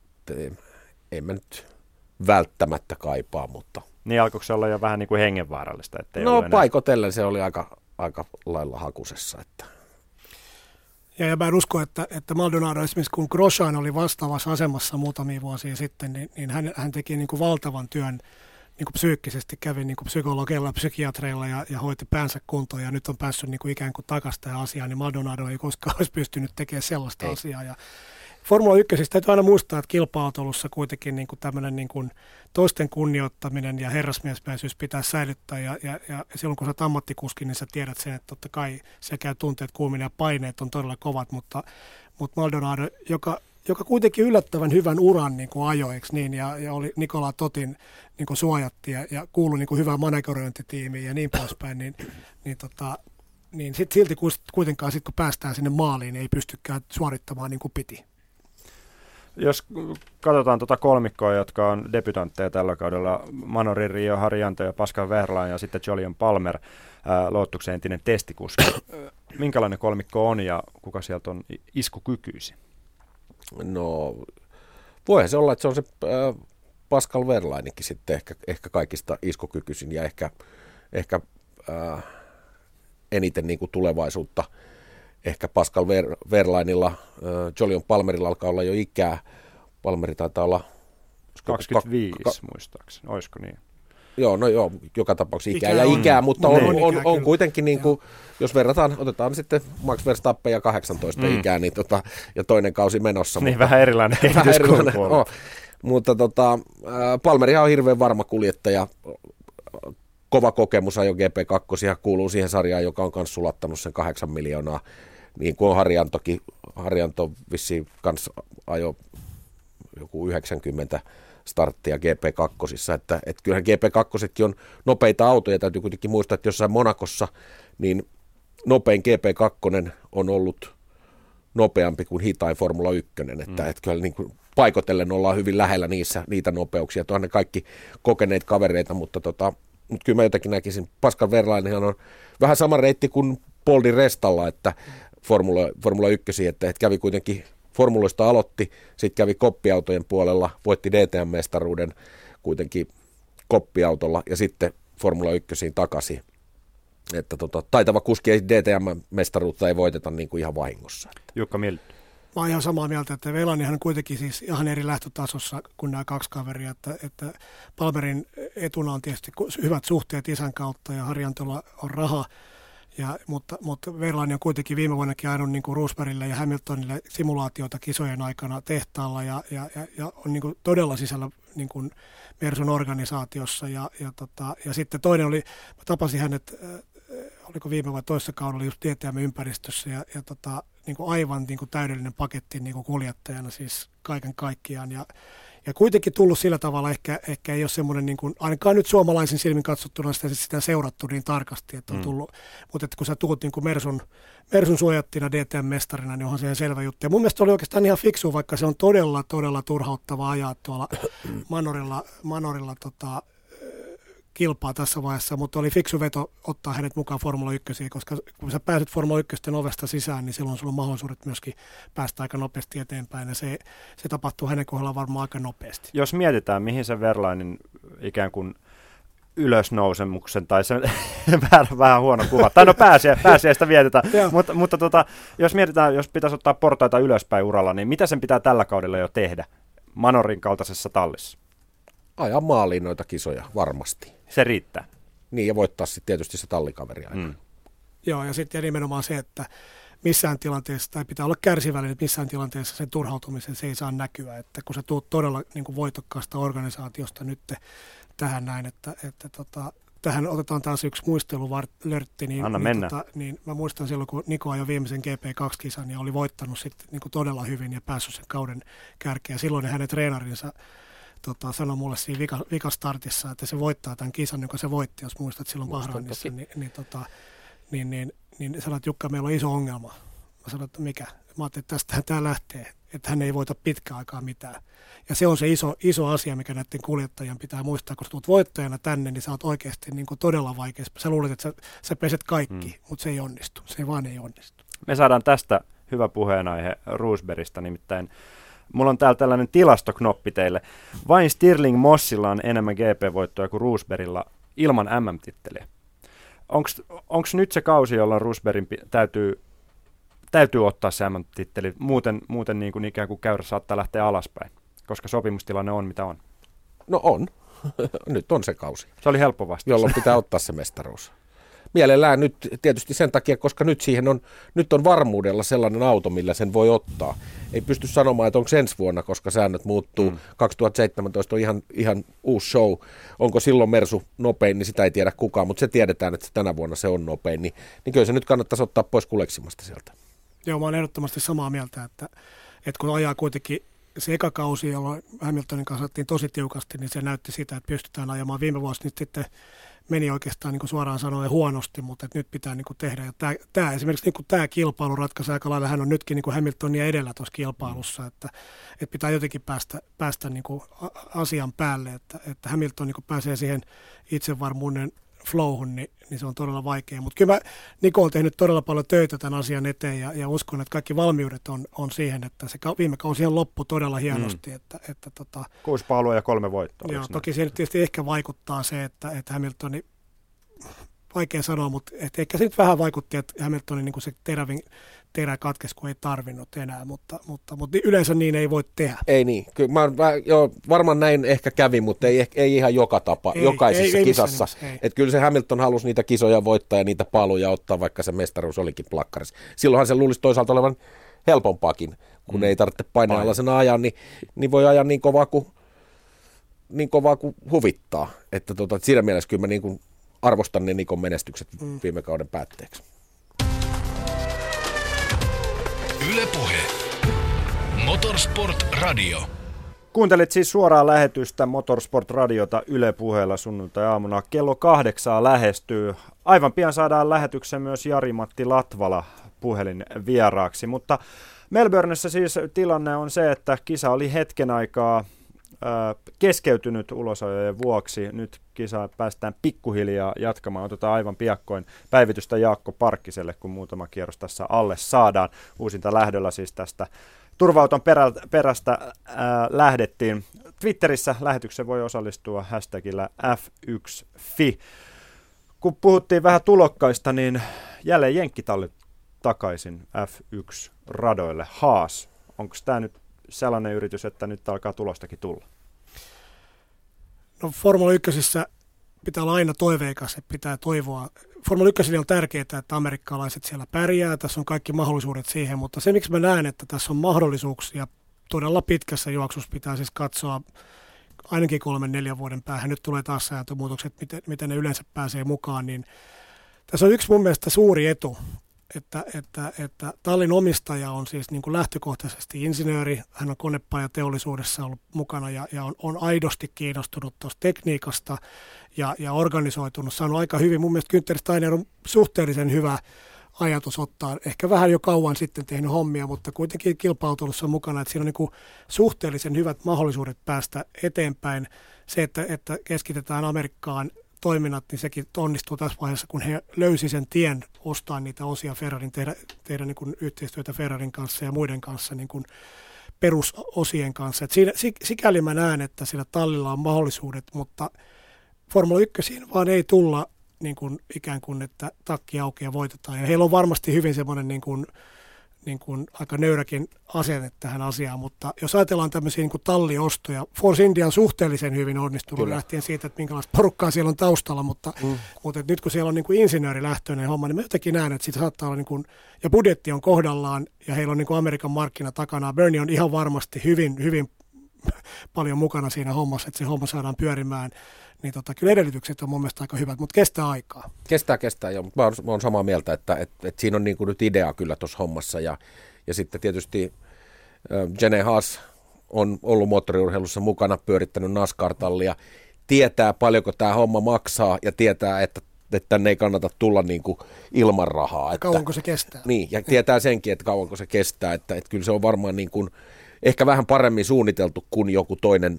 en mä nyt välttämättä kaipaa, mutta... Niin alkoiko se olla jo vähän niin kuin hengenvaarallista? No paikotellen se oli aika lailla hakusessa, että... Ja mä en usko, että Maldonado esimerkiksi kun Grosjean oli vastaavassa asemassa muutamia vuosia sitten, niin hän teki niin kuin valtavan työn niin kuin psyykkisesti, kävi niin kuin psykologeilla ja psykiatreilla ja hoiti päänsä kuntoon ja nyt on päässyt niin kuin ikään kuin takaisin tähän asiaan, niin Maldonado ei koskaan olisi pystynyt tekemään sellaista asiaa. Ja Formula 1 täytyy aina muistaa, että kilpa-autolussa kuitenkin niin kuin tämmöinen niin kuin toisten kunnioittaminen ja herrasmiesmäisyys pitää säilyttää ja silloin kun sä oot ammattikuski, niin sä tiedät sen, että totta kai se käy tunteet kuumina ja paineet on todella kovat, mutta Maldonado, joka kuitenkin yllättävän hyvän uran niin kuin ajoi, eikö niin, ja oli Nikola Totin niin kuin suojatti ja kuului niin kuin hyvään managorointitiimiin ja niin poispäin, niin silti kuitenkaan sit, kun päästään sinne maaliin, niin ei pystykään suorittamaan niin kuin piti. Jos katsotaan tuota kolmikkoa, jotka on debutantteja tällä kaudella, Manori Rio, Harri Anto ja Pascal Wehrlein ja sitten Jolyon Palmer, Lotuksen entinen testikuski. Minkälainen kolmikko on ja kuka sieltä on iskukykyisin? No, voihan se olla, että se on se Pascal Wehrleinkin sitten ehkä kaikista iskukykyisin ja ehkä eniten niin kuin tulevaisuutta. Ehkä Pascal Wehrleinilla, Jolyon Palmerilla alkaa olla jo ikää. Palmeri taitaa olla... 25 muistaakseni, olisiko niin? Joo, joka tapauksessa ikää, mutta on kuitenkin, niin kuin, jos verrataan, otetaan sitten Max Verstappen ja 18 ikää, niin ja toinen kausi menossa. Niin, vähän erilainen kehityskulku. Mutta Palmerihan on hirveän varma kuljettaja, kova kokemus ajo GP2 ja kuuluu siihen sarjaan, joka on myös sulattanut sen 8 miljoonaa, niin kuin on Harjantokin. Harjanto vissiin kanssa ajo joku 90 starttia GP2, että kyllähän GP2 on nopeita autoja, täytyy kuitenkin muistaa, että jossain Monakossa, niin nopein GP2 on ollut nopeampi kuin hitain Formula 1, että kyllä niin kuin paikotellen ollaan hyvin lähellä niitä nopeuksia, tuohan ne kaikki kokeneet kavereita, mutta kyllä mä jotenkin näkisin, Pascal Wehrleinhan on vähän sama reitti kuin Paul di Restalla, että Formula 1, että kävi kuitenkin formuloista aloitti, sitten kävi koppiautojen puolella, voitti DTM-mestaruuden kuitenkin koppiautolla ja sitten Formula 1 takaisin. Että taitava kuski ei DTM-mestaruutta ei voiteta niin kuin ihan vahingossa. Jukka Mildi. Mä oon ihan samaa mieltä, että Wehrleinhan on kuitenkin siis ihan eri lähtötasossa kuin nämä kaksi kaveria, että Palmerin etuna on tietysti hyvät suhteet isän kautta ja Harjantolla on raha Mutta Verlaine on kuitenkin viime vuonnakin ajanut niin kuin Roosbergille ja Hamiltonille simulaatioita kisojen aikana tehtaalla ja on niin kuin todella sisällä niin kuin Mersun organisaatiossa. Ja sitten toinen oli, mä tapasin hänet, oliko viime vai toisessa kaudella just DTM-ympäristössä ja niin kuin aivan niin kuin täydellinen paketti niin kuin kuljettajana siis kaiken kaikkiaan. Ja kuitenkin tullut sillä tavalla, ehkä ei ole semmoinen, niin kuin, ainakaan nyt suomalaisin silmin katsottuna sitä seurattu niin tarkasti, että on tullut, mutta että kun sä tuut niin kuin Mersun suojattina DTM-mestarina, niin onhan se selvä juttu. Ja mun mielestä oli oikeastaan ihan fiksu, vaikka se on todella turhauttava ajaa tuolla Manorilla kilpaa tässä vaiheessa, mutta oli fiksu veto ottaa hänet mukaan Formula 1, koska kun sä pääset Formula 1 ovesta sisään, niin silloin sulla on mahdollisuudet myöskin päästä aika nopeasti eteenpäin, ja se tapahtuu hänen kohdallaan varmaan aika nopeasti. Jos mietitään, mihin se Verlainen ikään kuin ylösnousemuksen, tai se vähän huono kuva, tai no pääsiäistä vietetään, mutta jos mietitään, jos pitäisi ottaa portaita ylöspäin uralla, niin mitä sen pitää tällä kaudella jo tehdä Manorin kaltaisessa tallissa? Ajaa maaliin noita kisoja, varmasti. Se riittää. Niin, ja voittaa sitten tietysti se tallikaveri aina. Joo, ja sitten nimenomaan se, että missään tilanteessa, tai pitää olla kärsivällinen, että missään tilanteessa sen turhautumisen se ei saa näkyä, että kun sä tuut todella niin kuin voitokkaasta organisaatiosta nyt tähän näin, että tähän otetaan taas yksi muistelulörtti, niin mä muistan silloin, kun Niko ajoi viimeisen GP2-kisan ja oli voittanut sitten niin kuin todella hyvin ja päässyt sen kauden kärkeen. Silloin hänen treenarinsa sanoi mulle siinä vikastartissa, että se voittaa tämän kisan, jonka se voitti, jos muistat silloin Bahrainissa, niin sanoit, että Jukka, meillä on iso ongelma. Mä sanoin, että mikä? Mä ajattelin, että tästähän tämä lähtee, että hän ei voita pitkään aikaa mitään. Ja se on se iso asia, mikä näiden kuljettajien pitää muistaa, kun sä tulet voittajana tänne, niin sä oot oikeasti niin kuin todella vaikeassa. Sä luulet, että sä peset kaikki, mutta se ei onnistu. Se vaan ei onnistu. Me saadaan tästä hyvä puheenaihe Roosbergista, nimittäin mulla on täällä tällainen tilastoknoppi teille. Vain Stirling Mossilla on enemmän GP-voittoja kuin Roosbergilla ilman MM-titteliä. Onko nyt se kausi, jolloin Roosbergin täytyy ottaa se MM-titteli? Muuten niin kuin ikään kuin käyrä saattaa lähteä alaspäin, koska sopimustilanne on mitä on. No on. Nyt on se kausi. Se oli helppo vastaus. Jolloin pitää ottaa se mestaruus. Mielellään nyt tietysti sen takia, koska nyt on varmuudella sellainen auto, millä sen voi ottaa. Ei pysty sanomaan, että onko ensi vuonna, koska säännöt muuttuu. 2017 on ihan uusi show. Onko silloin Mersu nopein, niin sitä ei tiedä kukaan, mutta se tiedetään, että tänä vuonna se on nopein. Niin kyllä se nyt kannattaisi ottaa pois kuleksimasta sieltä. Joo, mä olen ehdottomasti samaa mieltä, että kun ajaa kuitenkin se eka kausi, jolloin Hamiltonin kanssa otettiin tosi tiukasti, niin se näytti sitä, että pystytään ajamaan. Viime vuosi nyt sitten meni oikeastaan niin kuin suoraan sanoen huonosti, mutta nyt pitää niin kuin tehdä. Ja tämä esimerkiksi niin kuin tämä kilpailu ratkaisi aika lailla. Hän on nytkin niin kuin Hamiltonia edellä tuossa kilpailussa, että pitää jotenkin päästä niin kuin asian päälle, että Hamilton niin kuin pääsee siihen itsevarmuuden flowhun, niin se on todella vaikea. Mutta kyllä Niko on tehnyt todella paljon töitä tämän asian eteen ja uskon, että kaikki valmiudet on siihen, että se viime kausi on loppu todella hienosti. 6 paalua ja 3 voittoa. Joo, toki se nyt tietysti ehkä vaikuttaa se, että Hamiltoni, vaikea sanoa, mutta ehkä se nyt vähän vaikutti, että Hamiltonin niin kuin se terä katkesi, kun ei tarvinnut enää, mutta yleensä niin ei voi tehdä. Ei niin, kyllä varmaan näin ehkä kävi, mutta ei ihan jokaisessa kisassa. Että kyllä se Hamilton halusi niitä kisoja voittaa ja niitä paaluja ottaa, vaikka se mestaruus olikin plakkarissa. Silloinhan se luulisi toisaalta olevan helpompaakin, kun ei tarvitse paineenalaisena ajaa, niin voi ajaa niin kovaa kuin huvittaa. Että siinä mielessä kyllä mä niin kuin arvostan ne Nikon menestykset viime kauden päätteeksi. Yle Puhe. Motorsport Radio. Kuuntelit siis suoraa lähetystä Motorsport Radiota Yle Puheella sunnuntai-aamuna. Kello 8 lähestyy. Aivan pian saadaan lähetyksen myös Jari-Matti Latvala puhelin vieraaksi. Mutta Melbournessa siis tilanne on se, että kisa oli hetken aikaa keskeytynyt ulosajojen vuoksi. Nyt kisaa päästään pikkuhiljaa jatkamaan. Otetaan aivan piakkoin päivitystä Jaakko Parkkiselle, kun muutama kierros tässä alle saadaan. Uusinta lähdöllä siis tästä turva-auton perästä lähdettiin. Twitterissä lähetykseen voi osallistua hashtagillä F1FI. Kun puhuttiin vähän tulokkaista, niin jälleen jenkkitalli takaisin F1-radoille. Haas, onko tämä nyt sellainen yritys, että nyt alkaa tulostakin tulla? No Formula 1 pitää olla aina toiveikas, että pitää toivoa. Formula 1 on tärkeää, että amerikkalaiset siellä pärjää, tässä on kaikki mahdollisuudet siihen, mutta se miksi mä näen, että tässä on mahdollisuuksia todella pitkässä juoksussa pitää siis katsoa ainakin 3-4 vuoden päähän. Nyt tulee taas sääntömuutokset, miten ne yleensä pääsee mukaan, niin tässä on yksi mun mielestä suuri etu, että tallin omistaja on siis niin kuin lähtökohtaisesti insinööri, hän on konepajateollisuudessa ollut mukana ja on aidosti kiinnostunut tuosta tekniikasta ja organisoitunut, saanut aika hyvin. Mun mielestä Günther Steiner on suhteellisen hyvä ajatus ottaa, ehkä vähän jo kauan sitten tehnyt hommia, mutta kuitenkin kilpailutulossa on mukana, että siinä on niin kuin suhteellisen hyvät mahdollisuudet päästä eteenpäin. Se, että keskitetään Amerikkaan toiminnat, niin sekin onnistuu tässä vaiheessa, kun he löysi sen tien ostaa niitä osia Ferrarin, tehdä niin kuin yhteistyötä Ferrarin kanssa ja muiden kanssa niin kuin perusosien kanssa. Et sikäli mä näen, että sillä tallilla on mahdollisuudet, mutta Formula 1 vaan ei tulla niin kuin ikään kuin, että takki auki ja voitetaan. Ja heillä on varmasti hyvin semmoinen niin kuin aika nöyräkin asenne tähän asiaan, mutta jos ajatellaan tämmöisiä niin kuin talliostoja, Force India on suhteellisen hyvin onnistunut lähtien siitä, että minkälaista porukkaa siellä on taustalla, mutta nyt kun siellä on niin kuin insinöörilähtöinen homma, niin mä jotenkin näen, että siitä saattaa olla, niin kuin, ja budjetti on kohdallaan, ja heillä on niin kuin Amerikan markkina takana. Bernie on ihan varmasti hyvin paljon mukana siinä hommassa, että se homma saadaan pyörimään. Niin kyllä edellytykset on mun mielestä aika hyvät, mutta kestää aikaa. Kestää joo, mutta mä oon samaa mieltä, että siinä on niin kuin nyt idea kyllä tuossa hommassa ja sitten tietysti Gene Haas on ollut moottoriurheilussa mukana, pyörittänyt NASCAR-tallia, tietää paljonko tämä homma maksaa ja tietää, että tänne ei kannata tulla niin kuin ilman rahaa. Että, kauanko se kestää. Niin, ja tietää senkin, että kauanko se kestää, että kyllä se on varmaan niin kuin ehkä vähän paremmin suunniteltu kuin joku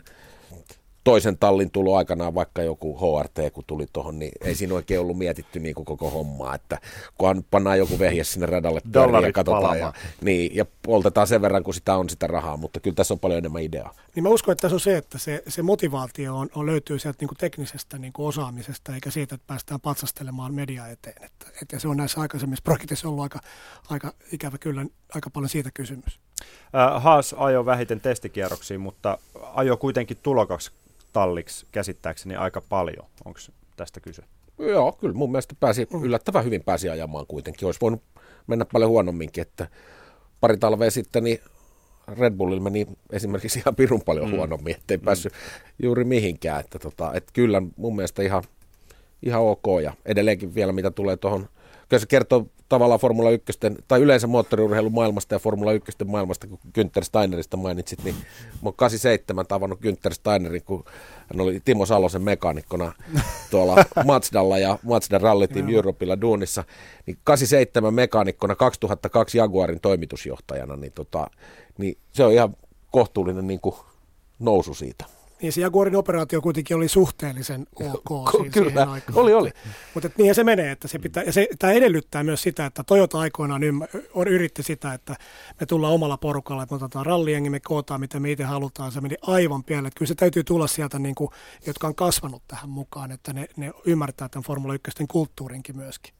toisen tallin tulo aikanaan, vaikka joku HRT, kun tuli tuohon, niin ei siinä oikein ollut mietitty niin kuin koko hommaa, että kunhan pannaan joku vehje sinne radalle pyöriin ja katsotaan ja poltetaan sen verran, kun sitä on sitä rahaa, mutta kyllä tässä on paljon enemmän ideaa. Niin mä uskon, että tässä on se, että se motivaatio löytyy sieltä niin kuin teknisestä niin kuin osaamisesta, eikä siitä, että päästään patsastelemaan mediaa eteen. Että se on näissä aikaisemmissa projekteissa ollut aika ikävä kyllä, aika paljon siitä kysymys. Haas ajoi vähiten testikierroksiin, mutta ajoi kuitenkin tulokaksi talliksi käsittääkseni aika paljon. Onko tästä kyse? Joo, kyllä mun mielestä yllättävän hyvin pääsi ajamaan kuitenkin. Olisi voinut mennä paljon huonomminkin, että pari talvea sitten niin Red Bullilla meni esimerkiksi ihan pirun paljon huonommin, ettei päässyt juuri mihinkään. Että kyllä mun mielestä ihan ok ja edelleenkin vielä mitä tulee tuohon. Kyllä se kertoo tavallaan Formula 1 tai yleensä moottoriurheilun maailmasta ja Formula 1 maailmasta, kun Günther Steinerista mainitsit, niin mä oon 87 tavannut Günther Steinerin, kun hän oli Timo Salosen mekaanikkona tuolla Mazdalla ja Mazda Rally Team Europeilla duunissa, niin 87 mekaanikkona 2002 Jaguarin toimitusjohtajana, niin se on ihan kohtuullinen niin kuin nousu siitä. Niin se Jaguarin operaatio kuitenkin oli suhteellisen ok siihen aikaan. Oli. Mutta niinhän se menee, että se pitää, ja tämä edellyttää myös sitä, että Toyota aikoinaan yritti sitä, että me tullaan omalla porukalla, että me otetaan ralliengi, me kootaan mitä me itse halutaan, se meni aivan pieleen. Että kyllä se täytyy tulla sieltä, niin kuin, jotka on kasvanut tähän mukaan, että ne ymmärtää tämän Formula 1 kulttuurinkin myöskin.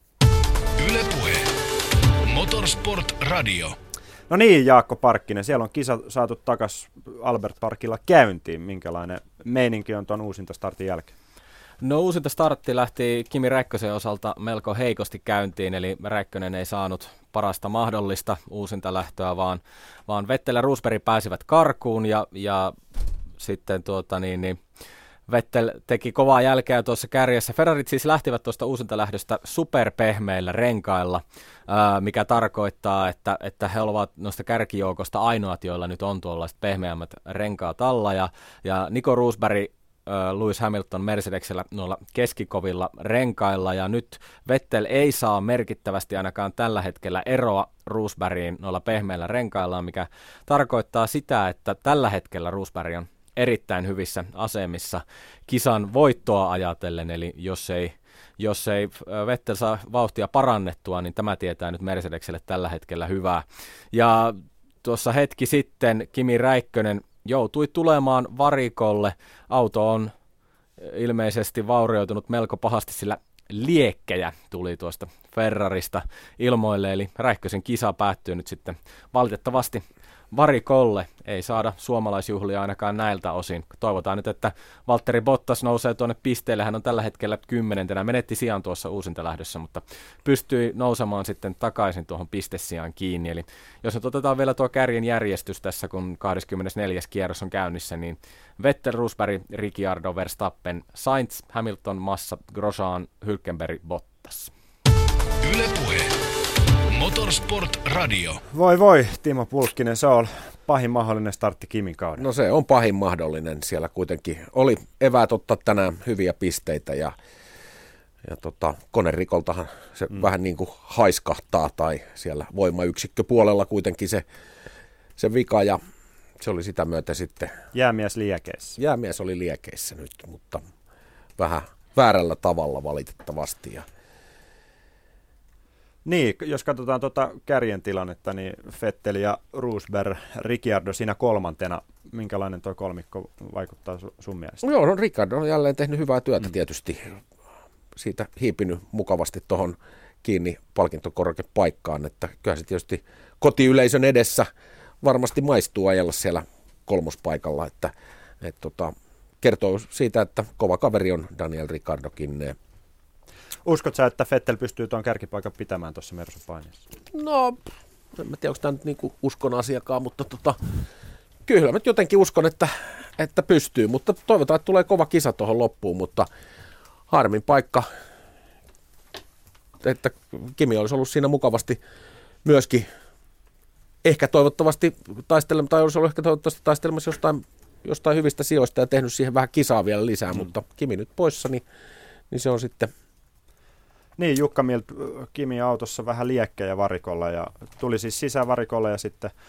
Yle Puhe. Motorsport Radio. No niin, Jaakko Parkkinen, siellä on kisa saatu takaisin Albert Parkilla käyntiin. Minkälainen meininki on tuon uusintastartin jälkeen? No uusintastartti lähti Kimi Räikkösen osalta melko heikosti käyntiin, eli Räikkönen ei saanut parasta mahdollista uusintalähtöä, vaan Vettel ja Rosberg pääsivät karkuun ja sitten Vettel teki kovaa jälkeä tuossa kärjessä. Ferrarit siis lähtivät tuosta uusintalähdöstä superpehmeillä renkailla, mikä tarkoittaa, että he ovat noista kärkijoukosta ainoat, joilla nyt on tuollaiset pehmeämmät renkaat alla. Ja Nico Rosberg, Lewis Hamilton Mercedesellä noilla keskikovilla renkailla. Ja nyt Vettel ei saa merkittävästi ainakaan tällä hetkellä eroa Rosbergiin noilla pehmeillä renkailla, mikä tarkoittaa sitä, että tällä hetkellä Rosberg on erittäin hyvissä asemissa kisan voittoa ajatellen, eli jos ei Vettel saa vauhtia parannettua, niin tämä tietää nyt Mercedeselle tällä hetkellä hyvää. Ja tuossa hetki sitten Kimi Räikkönen joutui tulemaan varikolle. Auto on ilmeisesti vaurioitunut melko pahasti, sillä liekkejä tuli tuosta Ferrarista ilmoille, eli Räikkösen kisa päättyy nyt sitten valitettavasti varikolle ei saada suomalaisjuhlia ainakaan näiltä osin. Toivotaan nyt, että Valtteri Bottas nousee tuonne pisteelle. Hän on tällä hetkellä 10. Menetti sijan tuossa uusintalähdössä, mutta pystyi nousemaan sitten takaisin tuohon pistesijaan kiinni. Eli jos nyt otetaan vielä tuo kärjen järjestys tässä, kun 24. kierros on käynnissä, niin Vettel, Rosberg, Ricciardo, Verstappen, Sainz, Hamilton, Massa, Grosjean, Hülkenberg, Bottas. Yle Puhe. Motorsport Radio. Voi, Timo Pulkkinen, se on pahin mahdollinen startti Kimin kauden. No se on pahin mahdollinen. Siellä kuitenkin oli eväät ottaa tänään hyviä pisteitä ja konerikoltahan se vähän niin kuin haiskahtaa tai siellä voimayksikköpuolella kuitenkin se vika ja se oli sitä myötä sitten. Jäämies liekeissä. Jäämies oli liekeissä nyt, mutta vähän väärällä tavalla valitettavasti. Niin, jos katsotaan tuota kärjen tilannetta, niin Vettel ja Rosberg, Ricciardo siinä kolmantena. Minkälainen tuo kolmikko vaikuttaa sun mielestä? Joo, no Ricciardo on jälleen tehnyt hyvää työtä tietysti. Siitä hiipinyt mukavasti tuohon kiinni palkintokorkepaikkaan, että kyllä se tietysti kotiyleisön edessä varmasti maistuu ajella siellä kolmospaikalla, että kertoo siitä, että kova kaveri on Daniel Ricciardokin. Uskotko sä, että Vettel pystyy tuon kärkipaikan pitämään tuossa Mersu-paineessa? No, en tiedä, onko tämä nyt niinku uskon asiakaan, mutta kyllä mä jotenkin uskon, että pystyy, mutta toivotaan, että tulee kova kisa tuohon loppuun, mutta harmin paikka, että Kimi olisi ollut siinä mukavasti myöskin ehkä toivottavasti taistelemassa jostain hyvistä sijoista ja tehnyt siihen vähän kisaa vielä lisää, mutta Kimi nyt poissa, niin se on sitten. Niin, Jukka Mild Kimi autossa vähän liekkejä varikolla ja tuli siis sisään varikolla ja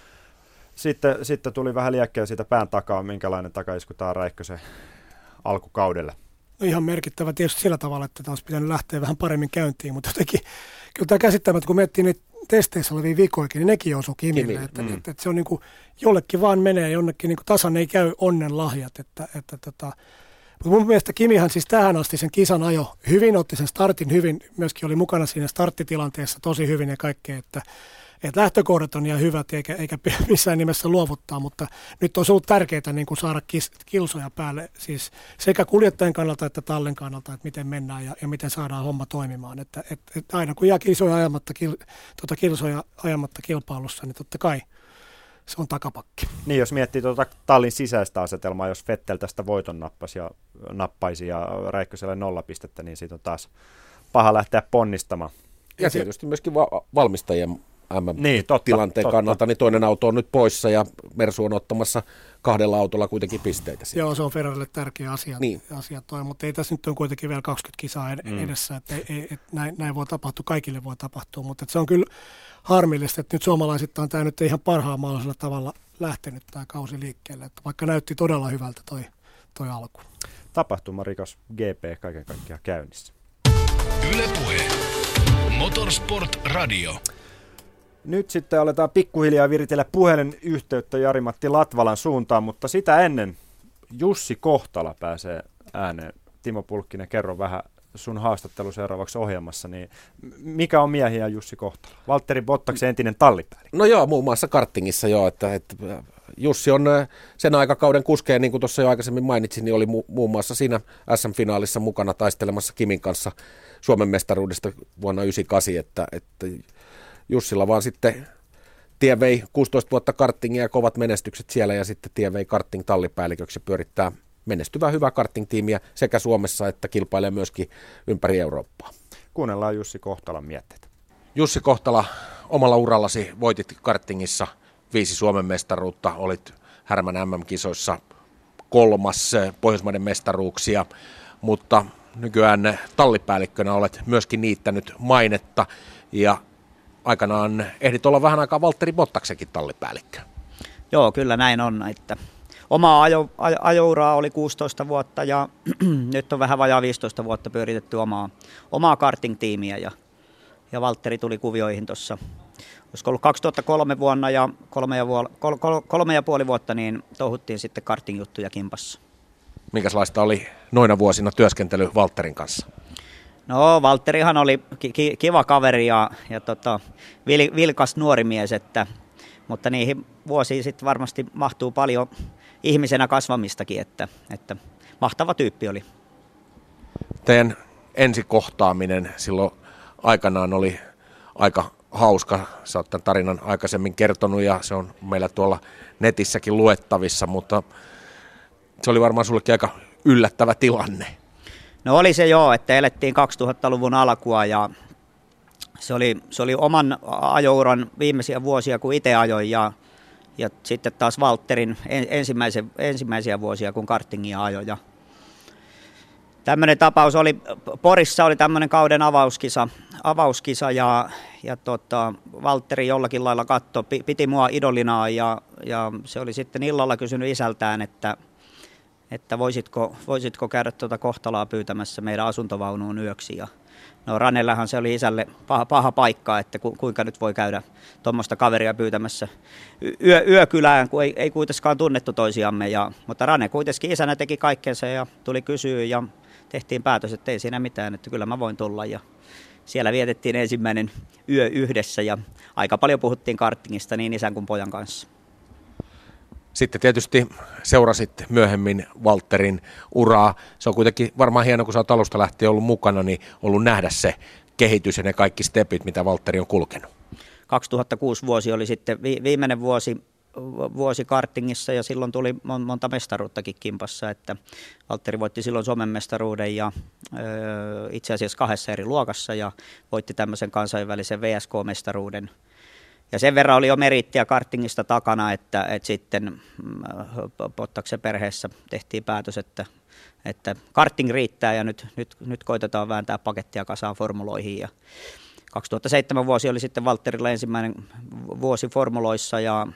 sitten tuli vähän liekkejä siitä pään takaa, minkälainen takaisku tämä Räikkösen alkukaudella. No ihan merkittävä tietysti sillä tavalla, että tämä olisi pitänyt lähteä vähän paremmin käyntiin, mutta jotenkin kyllä tämä käsittämättä, kun miettii niitä testeissä olevia vikoikin, niin nekin osuu Kimille, että se on niin kuin, jollekin vaan menee, jonnekin niin kuin tasan ei käy onnen lahjat, mutta mun mielestä Kimihän siis tähän asti sen kisan ajo hyvin, otti sen startin hyvin, myöskin oli mukana siinä starttitilanteessa tosi hyvin ja kaikkea, että lähtökohdat on ihan hyvät eikä missään nimessä luovuttaa, mutta nyt on ollut tärkeää niin kuin saada kilsoja päälle siis sekä kuljettajan kannalta että tallen kannalta, että miten mennään ja miten saadaan homma toimimaan. Että aina kun jää kilsoja ajamatta kilpailussa, niin totta kai se on takapakki. Niin, jos miettii tallin sisäistä asetelmaa, jos Vettel tästä voiton nappaisi ja Räikköselle 0 pistettä, niin siitä on taas paha lähteä ponnistamaan. Ja tietysti myöskin valmistajien tilanteen kannalta, niin toinen auto on nyt poissa ja Mersu on ottamassa 2 autolla kuitenkin pisteitä. Siitä. Joo, se on Ferrarille tärkeä asia, mutta ei tässä nyt on kuitenkin vielä 20 kisaa edessä, että näin voi tapahtua, kaikille voi tapahtua, mutta se on kyllä harmillista, että nyt suomalaisittain tämä nyt ei ihan parhaan mahdollisella tavalla lähtenyt tämä kausi liikkeelle, että vaikka näytti todella hyvältä toi alku. Tapahtumarikas GP kaiken kaikkiaan käynnissä. Yle Puhe. Motorsport Radio. Nyt sitten aletaan pikkuhiljaa viritellä puhelinyhteyttä Jari-Matti Latvalan suuntaan, mutta sitä ennen Jussi Kohtala pääsee ääneen. Timo Pulkkinen, kerro vähän sun haastattelu seuraavaksi ohjelmassa, niin mikä on miehiä Jussi Kohtala? Valtteri Bottaksen entinen tallipäällikkö. No joo, muun muassa kartingissa joo, että Jussi on sen aikakauden kuskeja, niin kuin tuossa jo aikaisemmin mainitsin, niin oli muun muassa siinä SM-finaalissa mukana taistelemassa Kimin kanssa Suomen mestaruudesta vuonna 1998, että Jussilla vaan sitten tie vei 16 vuotta kartingia ja kovat menestykset siellä ja sitten tie vei karting-tallipäälliköksi ja pyörittää menestyvää hyvää karting-tiimiä sekä Suomessa että kilpailee myöskin ympäri Eurooppaa. Kuunnellaan Jussi Kohtalan mietteitä. Jussi Kohtala, omalla urallasi voitit kartingissa 5 Suomen mestaruutta, olit Härmän MM-kisoissa 3. Pohjoismaiden mestaruuksia, mutta nykyään tallipäällikkönä olet myöskin niittänyt mainetta ja aikanaan ehdit olla vähän aikaa Valtteri Bottaksenkin tallipäällikkö. Joo, kyllä näin on. Että omaa ajouraa oli 16 vuotta ja nyt on vähän vajaa 15 vuotta pyöritetty omaa karting-tiimiä ja Valtteri tuli kuvioihin tuossa. Olisiko ollut 2003 vuonna ja 3,5 vuotta niin touhuttiin sitten karting-juttuja kimpassa. Minkälaista oli noina vuosina työskentely Valtterin kanssa? No Valtterihan oli kiva kaveri ja vilkas nuori mies, että mutta niihin vuosiin sitten varmasti mahtuu paljon ihmisenä kasvamistakin, että mahtava tyyppi oli. Teidän ensikohtaaminen silloin aikanaan oli aika hauska. Sä oot tämän tarinan aikaisemmin kertonut ja se on meillä tuolla netissäkin luettavissa, mutta se oli varmaan sullekin aika yllättävä tilanne. No oli se joo, että elettiin 2000-luvun alkua ja se oli oman ajouran viimeisiä vuosia, kun itse ajoin ja sitten taas Valtterin ensimmäisiä vuosia, kun kartingia ajoi. Tämmöinen tapaus oli, Porissa oli tämmöinen kauden avauskisa ja Valtteri jollakin lailla katsoi, piti mua idolinaan ja se oli sitten illalla kysynyt isältään, että voisitko käydä tuota Kohtalaa pyytämässä meidän asuntovaunuun yöksi. Ja no Ranellähän se oli isälle paha paikka, että kuinka nyt voi käydä tuommoista kaveria pyytämässä yökylään, kun ei kuitenkaan tunnettu toisiamme. Mutta Rane kuitenkin isänä teki kaikkensa ja tuli kysyä ja tehtiin päätös, että ei siinä mitään, että kyllä mä voin tulla. Ja siellä vietettiin ensimmäinen yö yhdessä ja aika paljon puhuttiin kartingista niin isän kuin pojan kanssa. Sitten tietysti seurasit myöhemmin Valtterin uraa. Se on kuitenkin varmaan hieno, kun sä oot alusta lähtien ollut mukana, niin ollut nähdä se kehitys ja ne kaikki stepit, mitä Valtteri on kulkenut. 2006 vuosi oli sitten viimeinen vuosi kartingissa ja silloin tuli monta mestaruuttakin kimpassa, että Valtteri voitti silloin Suomen mestaruuden ja itse asiassa 2 eri luokassa ja voitti tämmöisen kansainvälisen VSK-mestaruuden. Ja sen verran oli jo meriittiä kartingista takana, että sitten Pottaksen perheessä tehtiin päätös, että karting riittää ja nyt koitetaan vääntää pakettia kasaan formuloihin. Ja 2007 vuosi oli sitten Valtterilla ensimmäinen vuosi formuloissa ja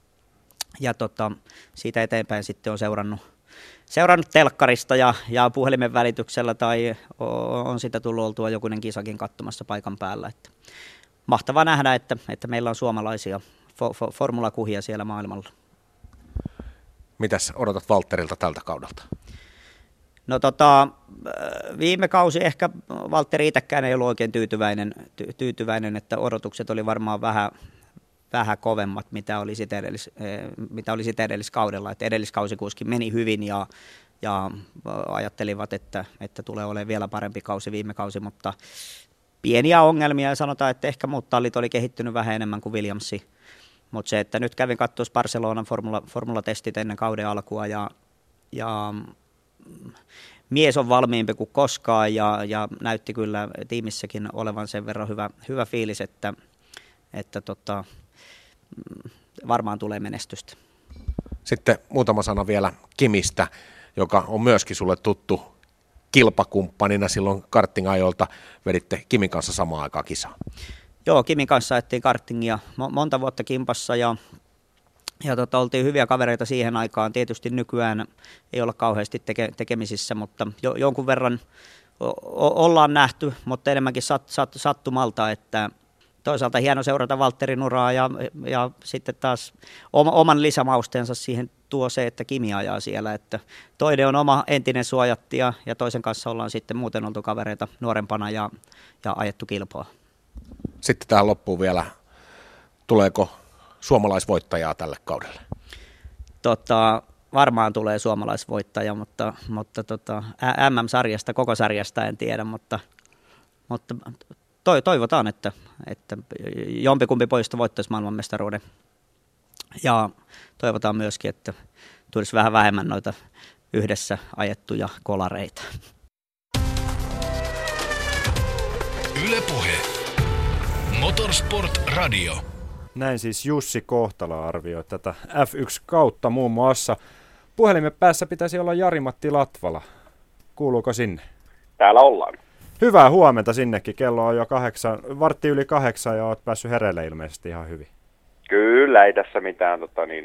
siitä eteenpäin sitten on seurannut telkkarista ja puhelimen välityksellä tai on sitä tullut oltua jokunen kisakin katsomassa paikan päällä. Että mahtavaa nähdä, että meillä on suomalaisia formulakuhia siellä maailmalla. Mitäs odotat Valtterilta tältä kaudelta? No viime kausi ehkä Valtteri itsekään ei ollut oikein tyytyväinen, että odotukset oli varmaan vähän kovemmat, mitä oli sitten edelliskaudella. Että edelliskausi kuitenkin meni hyvin ja ajattelivat, että tulee olemaan vielä parempi kausi viime kausi, mutta pieniä ongelmia ja sanotaan, että ehkä muut tallit oli kehittynyt vähän enemmän kuin Williamsi. Mutta se, että nyt kävin katsoa Barcelonan formulatestit ennen kauden alkua ja mies on valmiimpi kuin koskaan ja näytti kyllä tiimissäkin olevan sen verran hyvä fiilis, että varmaan tulee menestystä. Sitten muutama sana vielä Kimistä, joka on myöskin sulle tuttu kilpakumppanina silloin karting-ajoilta. Veditte Kimin kanssa samaan aikaan kisaa. Joo, Kimin kanssa ajettiin kartingia monta vuotta kimpassa ja oltiin hyviä kavereita siihen aikaan. Tietysti nykyään ei olla kauheasti tekemisissä, mutta jonkun verran ollaan nähty, mutta enemmänkin sattumalta, että toisaalta hieno seurata Valtterin uraa ja sitten taas oman lisämausteensa siihen tuo se, että Kimi ajaa siellä. Että toinen on oma entinen suojattija ja toisen kanssa ollaan sitten muuten oltu kavereita nuorempana ja ajettu kilpaa. Sitten tähän loppuun vielä, tuleeko suomalaisvoittajaa tälle kaudelle? Varmaan tulee suomalaisvoittaja, mutta MM-sarjasta, koko sarjasta en tiedä, mutta toivotaan, että jompikumpi poista voittaisi maailmanmestaruuden. Ja toivotaan myöskin, että tulisi vähän vähemmän noita yhdessä ajettuja kolareita. Yle Puhe. Motorsport Radio. Näin siis Jussi Kohtala arvioi tätä F1-kautta muun muassa. Puhelimen päässä pitäisi olla Jari-Matti Latvala. Kuuluuko sinne? Täällä ollaan. Hyvää huomenta sinnekin. Kello on jo 7:15 ja olet päässyt hereille ilmeisesti ihan hyvin. Kyllä, ei tässä mitään.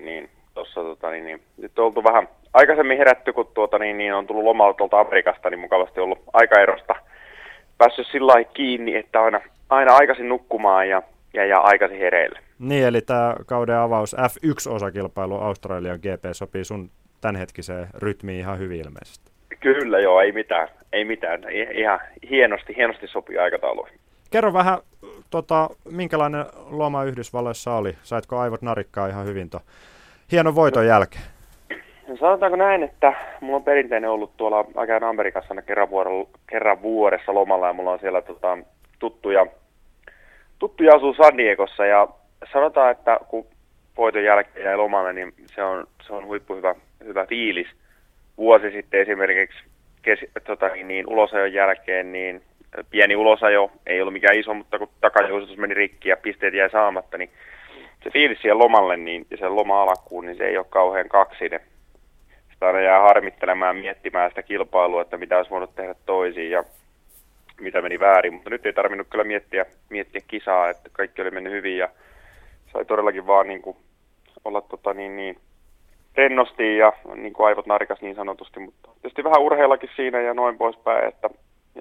Nyt on oltu vähän aikaisemmin herätty, kun on tullut lomalta tuolta Amerikasta, niin mukavasti ollut aikaerosta päässyt sillä lailla kiinni, että aina aikaisin nukkumaan ja aikaisin hereille. Niin, eli tämä kauden avaus F1-osakilpailu Australian GP sopii sun tämänhetkiseen rytmiin ihan hyvin ilmeisesti. Kyllä joo, ei mitään. Ihan hienosti sopii aikatauluihin. Kerro vähän minkälainen loma Yhdysvalloissa oli? Saitko aivot narikkaa ihan hyvin hienon voiton jälkeen? No, sanotaanko näin, että mulla on perinteinen ollut tuolla ajan Amerikassa kerran vuodessa lomalla ja mulla on siellä tuttuja asuu San Diegossa ja sanotaan, että kun voiton jälkeen jäi lomalle, niin se on hyvä fiilis. Vuosi sitten esimerkiksi ulosajon jälkeen, niin pieni ulosajo, ei ollut mikään iso, mutta kun takajoustus meni rikki ja pisteet jäi saamatta, niin se fiilis siihen lomalle niin, ja sen loma-alkuun, niin se ei ole kauhean kaksinen. Sitä aina jää harmittelemaan ja miettimään sitä kilpailua, että mitä olisi voinut tehdä toisiin ja mitä meni väärin, mutta nyt ei tarvinnut kyllä miettiä kisaa, että kaikki oli mennyt hyvin ja sai todellakin vaan niin kuin olla rennosti ja niin kuin aivot narikas niin sanotusti, mutta tietysti vähän urheillakin siinä ja noin poispäin, että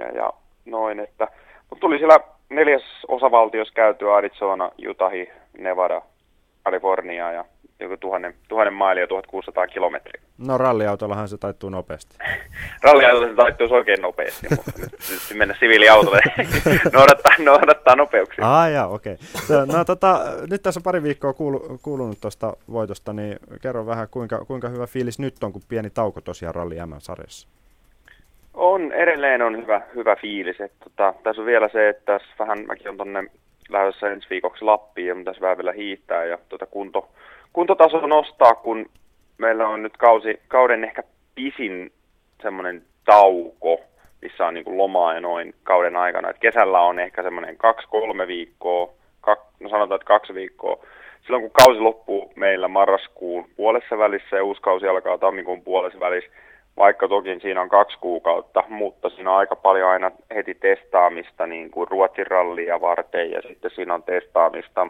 mutta tuli siellä 4. osavaltiossa käytyä Arizona, Utah, Nevada, Kalifornia ja joku 1000 mailia ja 1600 kilometriä. No ralliautollahan se taittuu nopeasti. Ralliautolla se taittuisi oikein nopeasti, mutta nyt mennä siviiliautolle noudattaa nopeuksia. Okei. No nyt tässä on pari viikkoa kuulunut tuosta voitosta, niin kerro vähän kuinka hyvä fiilis nyt on, kun pieni tauko tosiaan Ralli M-sarjassa. Edelleen on hyvä fiilis. Tässä on vielä se, että mäkin on tonne lähdössä ensi viikoksi Lappiin ja tässä vähän vielä hiihtää ja kuntotaso nostaa, kun meillä on nyt kauden ehkä pisin semmoinen tauko, missä on niin kuin lomaa ja noin kauden aikana. Et kesällä on ehkä semmoinen 2-3 viikkoa, sanotaan, että 2 viikkoa. Silloin kun kausi loppuu meillä marraskuun puolessa välissä ja uusi kausi alkaa tammikuun puolessa välissä, vaikka toki siinä on 2 kuukautta, mutta siinä on aika paljon aina heti testaamista niin kuin Ruotsin rallia varten ja sitten siinä on testaamista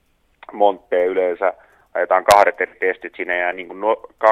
Monteen yleensä. Ajetaan 2 eri testit, siinä jää niin kuin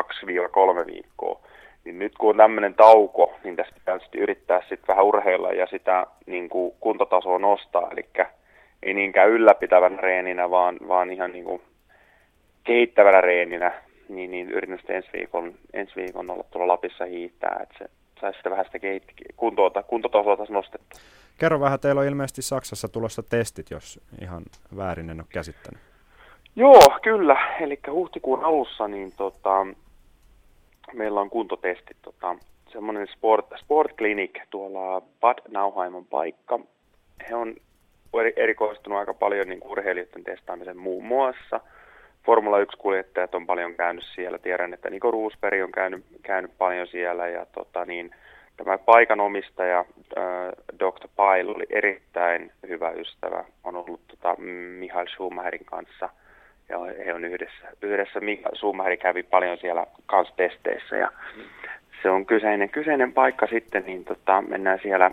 2-3 viikkoa. Niin nyt kun on tämmöinen tauko, niin tässä pitää sitten yrittää sitten vähän urheilla ja sitä niin kuin kuntotasoa nostaa. Eli ei niinkään ylläpitävänä reeninä, vaan ihan niin kuin kehittävänä reeninä. Niin yritän sitten ensi viikon olla tuolla Lapissa hiihtää, että se saisi sitä vähän sitä kuntotasoa taas nostettua. Kerro vähän, teillä on ilmeisesti Saksassa tulossa testit, jos ihan väärin en ole käsittänyt. Joo, kyllä. Eli huhtikuun alussa niin meillä on kuntotestit. Semmoinen Sport Clinic tuolla Bad Nauheimon paikka. He on erikoistunut aika paljon niin urheilijoiden testaamisen muun muassa. Formula 1-kuljettajat on paljon käynyt siellä. Tiedän, että Nico Rosberg on käynyt paljon siellä. Ja tämä paikan omistaja Dr. Pyle oli erittäin hyvä ystävä. On ollut Michael Schumacherin kanssa. Ja he on yhdessä Michael Schumacher kävi paljon siellä kanssa testeissä. Ja se on kyseinen paikka sitten, niin mennään siellä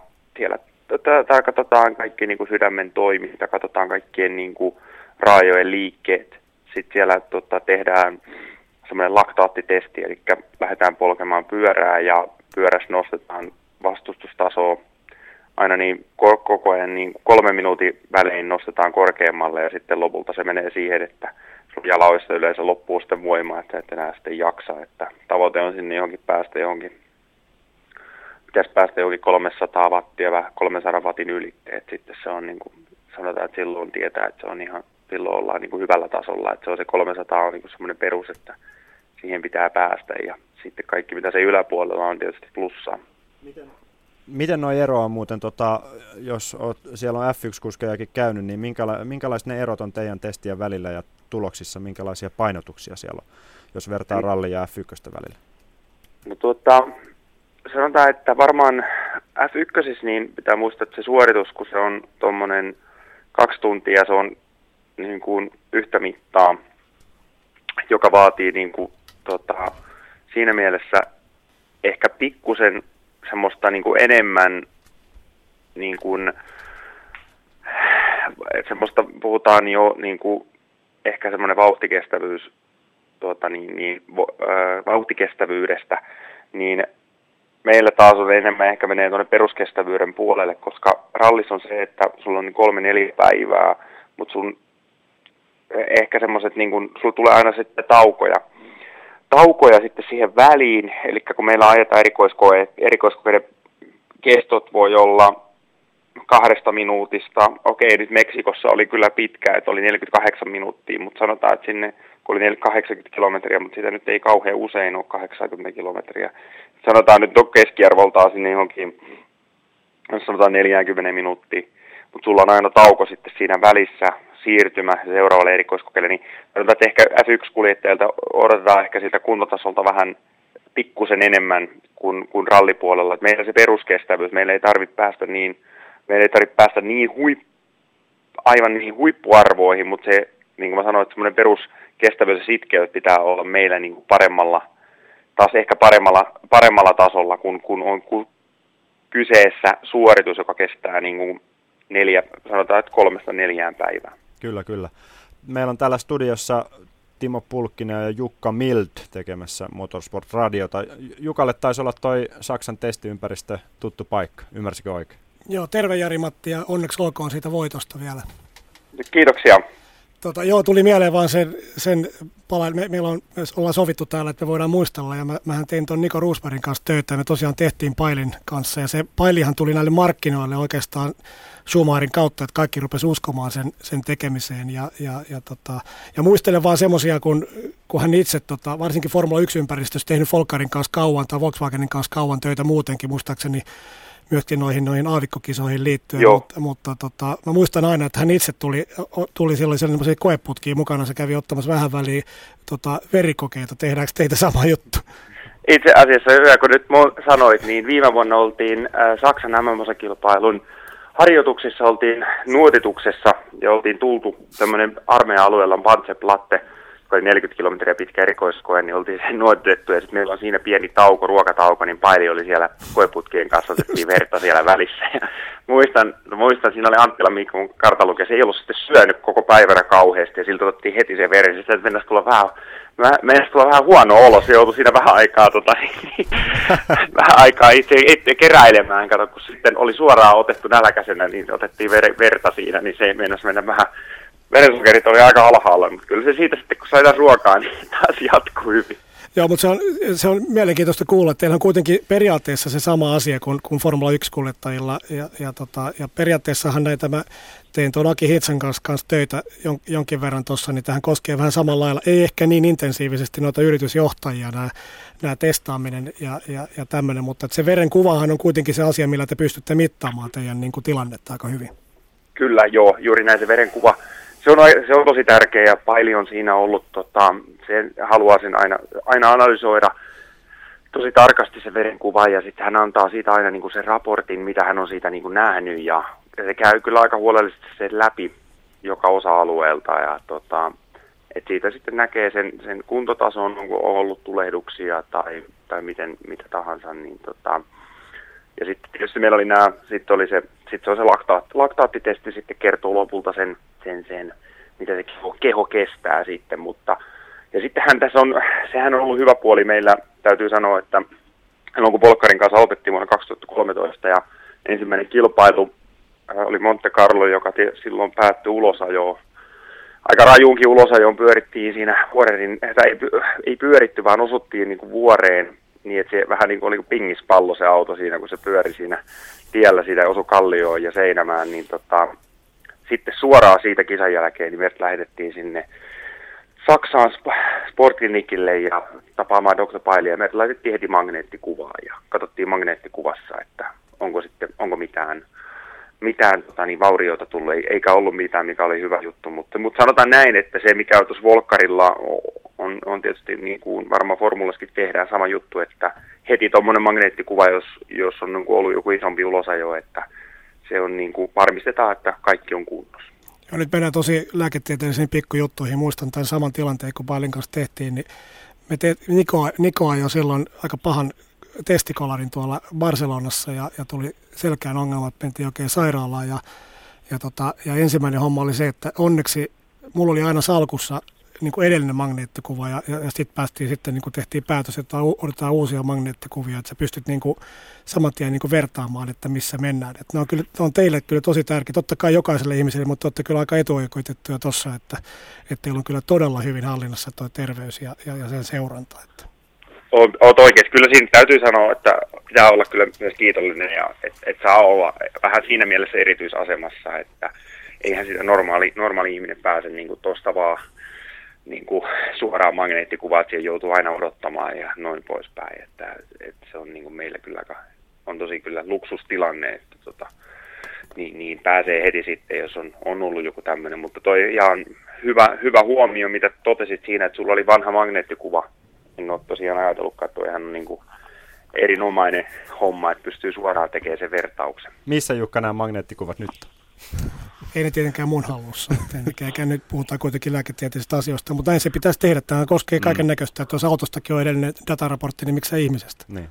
katsotaan kaikki niin kuin sydämen toiminta, katsotaan kaikkien niin kuin raajojen liikkeet. Sitten siellä tehdään semmoinen laktaattitesti, eli lähdetään polkemaan pyörää ja pyörässä nostetaan vastustustasoa aina niin koko ajan niin 3 minuutin välein nostetaan korkeammalle ja sitten lopulta se menee siihen, että sun jaloista yleensä loppuu sitten voimaa, että et enää sitten jaksa. Että tavoite on sinne pitäisi päästä johonkin 300 wattia, 300 watin ylitteet. Sitten se on niin kuin, sanotaan, että silloin tietää, että se on silloin ollaan niin kuin hyvällä tasolla, että se 300 on niin kuin semmoinen perus, että siihen pitää päästä ja sitten kaikki mitä se yläpuolella on tietysti plussaa. Miten nuo eroa muuten, jos siellä on F1-kuskejakin käynyt, niin minkälaiset ne erot on teidän testien välillä ja tuloksissa, minkälaisia painotuksia siellä on, jos vertaa ralli ja F1 välillä? No sanotaan, että varmaan F1 niin pitää muistaa, että se suoritus, kun se on tuommoinen 2 tuntia, se on niin kuin yhtä mittaa, joka vaatii niin kuin, siinä mielessä ehkä pikkusen semmoista niin kuin enemmän niin kuin, semmoista puhutaan jo niin kuin ehkä semmoinen vauhtikestävyys vauhtikestävyydestä, niin meillä taas on enemmän ehkä menee tuonne peruskestävyyden puolelle, koska rallissa on se, että sulla on 3-4 päivää, mutta sun ehkä semmoiset niin kuin sulla tulee aina sitten taukoja sitten siihen väliin, eli kun meillä ajetaan erikoiskokeiden kestot voi olla 2 minuutista. Okei, nyt Meksikossa oli kyllä pitkä, että oli 48 minuuttia, mutta sanotaan, että sinne, kun oli 80 kilometriä, mutta sitä nyt ei kauhean usein ole 80 kilometriä. Sanotaan nyt keskiarvoltaan sinne johonkin, jos sanotaan 40 minuuttia, mutta sulla on aina tauko sitten siinä välissä, siirtymä seuraavalle erikoiskokeelle, niin sanotaan, että ehkä F1-kuljettajilta odotetaan ehkä siltä kuntotasolta vähän pikkusen enemmän kuin rallipuolella. Että meillä se peruskestävyys, meillä ei tarvitse päästä aivan niihin huippuarvoihin, mutta se, niin kuin mä sanoin, että semmoinen peruskestävyys ja sitkeys pitää olla meillä niin kuin paremmalla tasolla, kun on kyseessä suoritus, joka kestää niin kuin 3-4 päivää. Kyllä. Meillä on täällä studiossa Timo Pulkkinen ja Jukka Mild tekemässä Motorsport-radiota. Jukalle taisi olla toi Saksan testiympäristö tuttu paikka, ymmärsikö oikein? Joo, terve Jari-Matti ja onneksi olkoon siitä voitosta vielä. Kiitoksia. Tuli mieleen vaan sen palan. Me ollaan sovittu täällä, että me voidaan muistella, ja mähän tein tuon Nico Rosbergin kanssa töitä, ja me tosiaan tehtiin Pailin kanssa, ja se Pailihan tuli näille markkinoille oikeastaan Schumacherin kautta, että kaikki rupesi uskomaan sen tekemiseen, ja muistelen vaan semmoisia, kun hän itse, varsinkin Formula 1-ympäristössä tehnyt Volkkarin kanssa kauan, tai Volkswagenin kanssa kauan töitä muutenkin, muistaakseni myöskin noihin aavikkokisoihin liittyen, mutta mä muistan aina, että hän itse tuli silloin sellaisia koeputkia mukana, se kävi ottamassa vähän väliin verikokeita. Tehdäänkö teitä sama juttu? Itse asiassa, hyvä kun nyt sanoit, niin viime vuonna oltiin Saksan MM-osakilpailun harjoituksissa, oltiin nuotituksessa ja oltiin tultu tämmöinen armeija-alueella Panzerplatte, joka oli 40 kilometriä pitkä erikoiskoe, niin oltiin sen nuotitettu ja sitten meillä on siinä pieni tauko, ruokatauko, niin Paili oli siellä koeputkien kanssa, otettiin verta siellä välissä. Ja muistan, siinä oli Anttila Mikko, mun kartaluke, se ei ollut sitten syönyt koko päivänä kauheasti ja siltä otettiin heti se veri, sitten että mennäisi tulla vähän huono olo, se joutui siinä vähän aikaa itse keräilemään, kato, kun sitten oli suoraan otettu nälkäisenä, niin otettiin verta siinä, niin se ei mennä vähän. Verensokerit oli aika alhaalla, mutta kyllä se siitä sitten, kun saadaan ruokaa, niin taas jatkuu hyvin. Joo, mutta se on mielenkiintoista kuulla, että teillä on kuitenkin periaatteessa se sama asia kuin Formula 1-kuljettajilla. Ja periaatteessahan näitä mä tein tuon Aki Hitsan kanssa töitä jonkin verran tuossa, niin tähän koskee vähän samalla lailla. Ei ehkä niin intensiivisesti noita yritysjohtajia nämä testaaminen ja tämmöinen, mutta se verenkuvahan on kuitenkin se asia, millä te pystytte mittaamaan teidän niin kuin tilannetta aika hyvin. Kyllä, joo, juuri näin se verenkuva. Se on tosi tärkeä ja Paili on siinä ollut, se haluaa sen aina analysoida tosi tarkasti se verenkuva ja sitten hän antaa siitä aina niin kuin sen raportin, mitä hän on siitä niin kuin nähnyt ja se käy kyllä aika huolellisesti sen läpi joka osa-alueelta ja et siitä sitten näkee sen kuntotason, onko ollut tulehduksia tai mitä tahansa, niin ja sitten tietysti meillä oli sitten on se laktaattitesti sitten kertoo lopulta sen mitä se keho kestää sitten, mutta ja sittenhän sehän on ollut hyvä puoli meillä, täytyy sanoa, että kun Volkkarin kanssa aloitettiin vuonna 2013 ja ensimmäinen kilpailu oli Monte Carlo, joka silloin päättyi ulosajoon. Aika rajuunkin ulosajoon pyörittiin siinä ei pyöritty, vaan osuttiin niin kuin vuoreen, niin että se vähän niin kuin oli pingispallo se auto siinä, kun se pyöri siinä tiellä, siitä osui kallioon ja seinämään, niin sitten suoraan siitä kisan jälkeen niin me lähetettiin sinne Saksaan sportklinikille ja tapaamaan Dr. Pailia. Me laitettiin heti magneettikuvaa ja katsottiin magneettikuvassa, että onko mitään vaurioita tullut, eikä ollut mitään, mikä oli hyvä juttu. Mutta sanotaan näin, että se mikä on tuossa Volkkarilla on tietysti niin kuin varmaan formulassakin tehdään sama juttu, että heti tuommoinen magneettikuva, jos on niin kuin ollut joku isompi ulosajo, että se on niin kuin varmistetaan, että kaikki on kunnossa. Ja nyt mennään tosi lääketieteellisiin pikkujuttuihin. Muistan tämän saman tilanteen, kun Pailin kanssa tehtiin, niin me Nikoa jo silloin aika pahan testikolarin tuolla Barcelonassa ja tuli selkään ongelmat, mentiin oikein sairaalaan ja ensimmäinen homma oli se, että onneksi mulla oli aina salkussa niin kuin edellinen magneettikuva ja sitten niin kuin tehtiin päätös, että otetaan uusia magneettikuvia, että sä pystyt niin kuin saman tien niin kuin vertaamaan, että missä mennään. Että ne on teille kyllä tosi tärkeä, totta kai jokaiselle ihmiselle, mutta olette kyllä aika etuoikeutettuja tuossa, että teillä on kyllä todella hyvin hallinnassa tuo terveys ja sen seuranta. Että. Oot oikein. Kyllä siinä täytyy sanoa, että pitää olla kyllä myös kiitollinen ja että saa olla vähän siinä mielessä erityisasemassa, että eihän sitä normaali ihminen pääse niin kuin tuosta vaan niin kuin suoraan magneettikuvaa, että siihen joutuu aina odottamaan ja noin poispäin. Että se on niin kuin meillä kyllä on tosi kyllä luksustilanne, että niin pääsee heti sitten, jos on ollut joku tämmöinen. Mutta toi ihan hyvä huomio, mitä totesit siinä, että sulla oli vanha magneettikuva. En ole tosiaan ajatellutkaan, että toihan on niin kuin erinomainen homma, että pystyy suoraan tekemään sen vertauksen. Missä, Jukka, nämä magneettikuvat nyt? Ei ne tietenkään mun hallussa. Eikä nyt puhutaan kuitenkin lääketieteellisistä asioista, mutta näin se pitäisi tehdä. Tämä koskee kaiken näköistä. Että jos autostakin on edellinen dataraportti, niin miksei ihmisestä? Niin.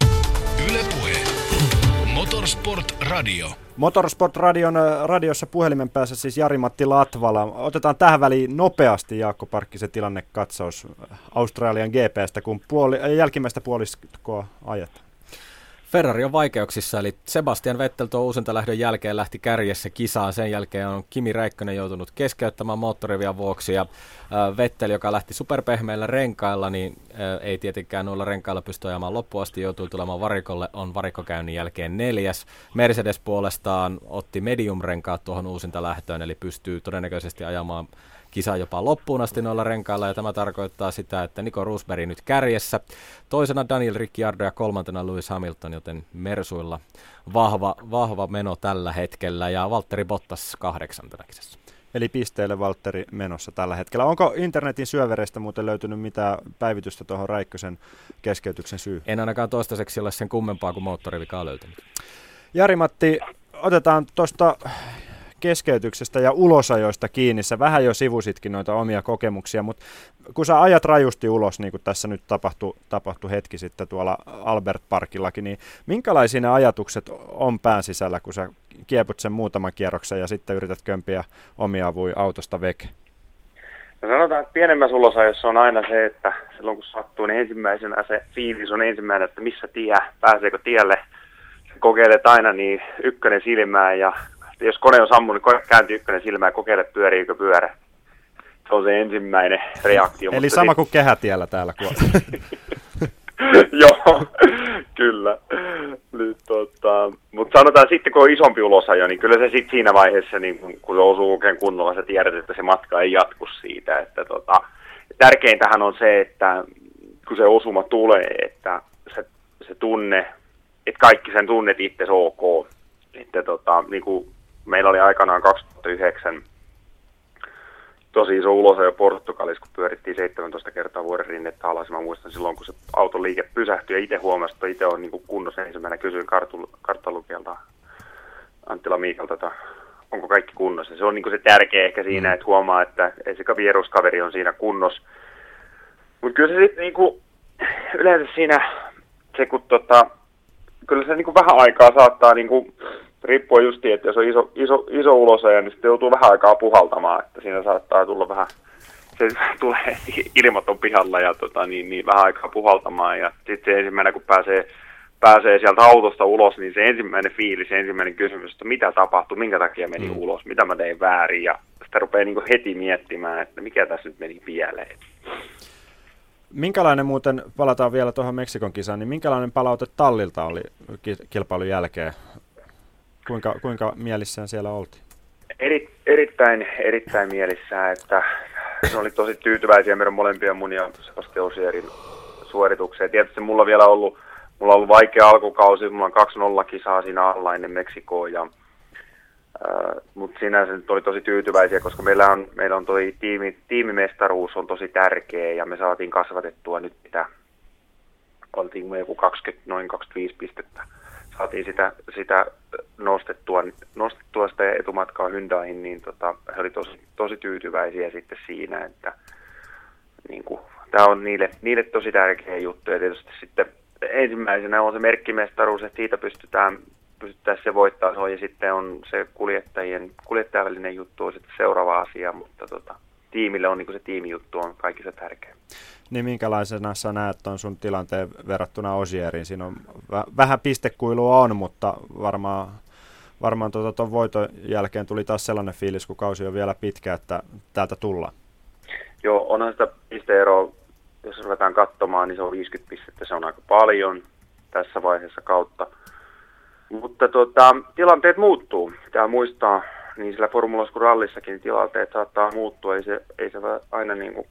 Yle Puhe. Motorsport Radio. Motorsport Radion radiossa puhelimen päässä siis Jari-Matti Latvala. Otetaan tähän väliin nopeasti Jaakko Parkkisen tilannekatsaus Australian GP:stä, kun jälkimmäistä puoliskoa ajetaan. Ferrari on vaikeuksissa, eli Sebastian Vettel tuon uusintalähdön jälkeen lähti kärjessä kisaan. Sen jälkeen on Kimi Räikkönen joutunut keskeyttämään moottorivian vuoksi, ja Vettel, joka lähti superpehmeillä renkailla, niin ei tietenkään noilla renkailla pysty ajamaan loppuun asti, joutui tulemaan varikolle, on varikkokäynnin jälkeen 4. Mercedes puolestaan otti medium-renkaat tuohon uusintalähtöön, eli pystyy todennäköisesti ajamaan kisaa jopa loppuun asti noilla renkailla, ja tämä tarkoittaa sitä, että Nico Rosberg nyt kärjessä, toisena Daniel Ricciardo ja kolmantena Lewis Hamilton, joten Mersuilla vahva meno tällä hetkellä, ja Valtteri Bottas 8. kisassa. Eli pisteelle Valtteri menossa tällä hetkellä. Onko internetin syövereistä muuten löytynyt mitään päivitystä tuohon Räikkösen keskeytyksen syy? En ainakaan toistaiseksi ole sen kummempaa kuin moottorivikaa löytänyt. Jari-Matti, otetaan tuosta keskeytyksestä ja ulosajoista kiinni. Sä vähän jo sivusitkin noita omia kokemuksia, mutta kun sä ajat rajusti ulos, niin kuin tässä nyt tapahtui hetki sitten tuolla Albert Parkillakin, niin minkälaisia ne ajatukset on pään sisällä, kun sä kieput sen muutaman kierroksen ja sitten yrität kömpiä omia avuja autosta veke? No sanotaan, että pienemmässä ulosajossa on aina se, että silloin kun sattuu, niin ensimmäisenä se fiilis on ensimmäinen, että missä tie, pääseekö tielle. Sä kokeilet aina niin ykkönen silmään ja jos kone on sammunut, niin käänti ykkönen silmään ja kokeile pyöriikö pyörä. Se on se ensimmäinen reaktio. Eli sama kuin kehätiellä täällä. Joo, kyllä. Mutta sanotaan sitten, kun on isompi ulosajo, niin kyllä se sitten siinä vaiheessa, niin kun se osuu oikein kunnolla, sä tiedät, että se matka ei jatku siitä. Että tärkeintähän on se, että kun se osuma tulee, että se tunne, että kaikki sen tunnet itse ok. Että niin kuin meillä oli aikanaan 2009 tosi iso ulosajo Portugalissa, kun pyörittiin 17 kertaa vuoden rinnettä alas. Mä muistan silloin, kun se auton liike pysähtyi ja itse huomasi, että itse on niin kuin kunnossa. Ensimmäisenä kysyin karttalukijalta Anttila Miikalta, että onko kaikki kunnossa. Se on niin kuin se tärkeä ehkä siinä, että huomaa, että se vieruskaveri on siinä kunnossa. Mutta kyllä se sitten niin kuin yleensä siinä se, kun kyllä se niin kuin vähän aikaa saattaa niin kuin riippuu justiin, että jos on iso ulosajo, niin sitten joutuu vähän aikaa puhaltamaan, että siinä saattaa tulla vähän, se tulee ilmat on pihalla ja niin vähän aikaa puhaltamaan ja sitten se ensimmäinen, kun pääsee sieltä autosta ulos, niin se ensimmäinen fiilis, se ensimmäinen kysymys, että mitä tapahtui, minkä takia meni ulos, mitä mä tein väärin ja sitä rupeaa niin kuin heti miettimään, että mikä tässä nyt meni pieleen. Minkälainen muuten, palataan vielä tuohon Meksikon kisaan, niin minkälainen palaute tallilta oli kilpailun jälkeen? Kuinka mielissään siellä oltiin? Erittäin mielissään, että se oli tosi tyytyväisiä meidän molempia mun ja Sebastian Osierin suoritukseen. Tietysti mulla on ollut vaikea alkukausi, mulla on 2-0 kisaa siinä alla ennen Meksikoa, mutta sinänsä nyt oli tosi tyytyväisiä, koska meillä on toi tiimimestaruus on tosi tärkeä ja me saatiin kasvatettua nyt oltiin joku noin 25 pistettä. Saatiin sitä nostettua sitä etumatkaa Hyundaihin, niin he oli tosi tyytyväisiä sitten siinä, että niin tämä on niille tosi tärkeä juttu. Ja tietysti sitten ensimmäisenä on se merkkimestaruus, että siitä pystytään se voittaa, ja sitten on se kuljettajan välinen juttu on sitten seuraava asia, mutta tiimille on niin se tiimijuttu on kaikista tärkeä. Niin minkälaisena sä näet tuon sun tilanteen verrattuna Osieriin? Siinä on vähän pistekuilua on, mutta varmaan tuon voiton jälkeen tuli taas sellainen fiilis, kun kausi on vielä pitkä, että täältä tullaan. Joo, onhan sitä pisteeroa jos ruvetaan katsomaan, niin se on 50 pistettä, se on aika paljon tässä vaiheessa kautta. Mutta tilanteet muuttuu. Pitää muistaa, niin sillä formuloissa kuin rallissakin tilanteet saattaa muuttua. Ei se aina niin kuin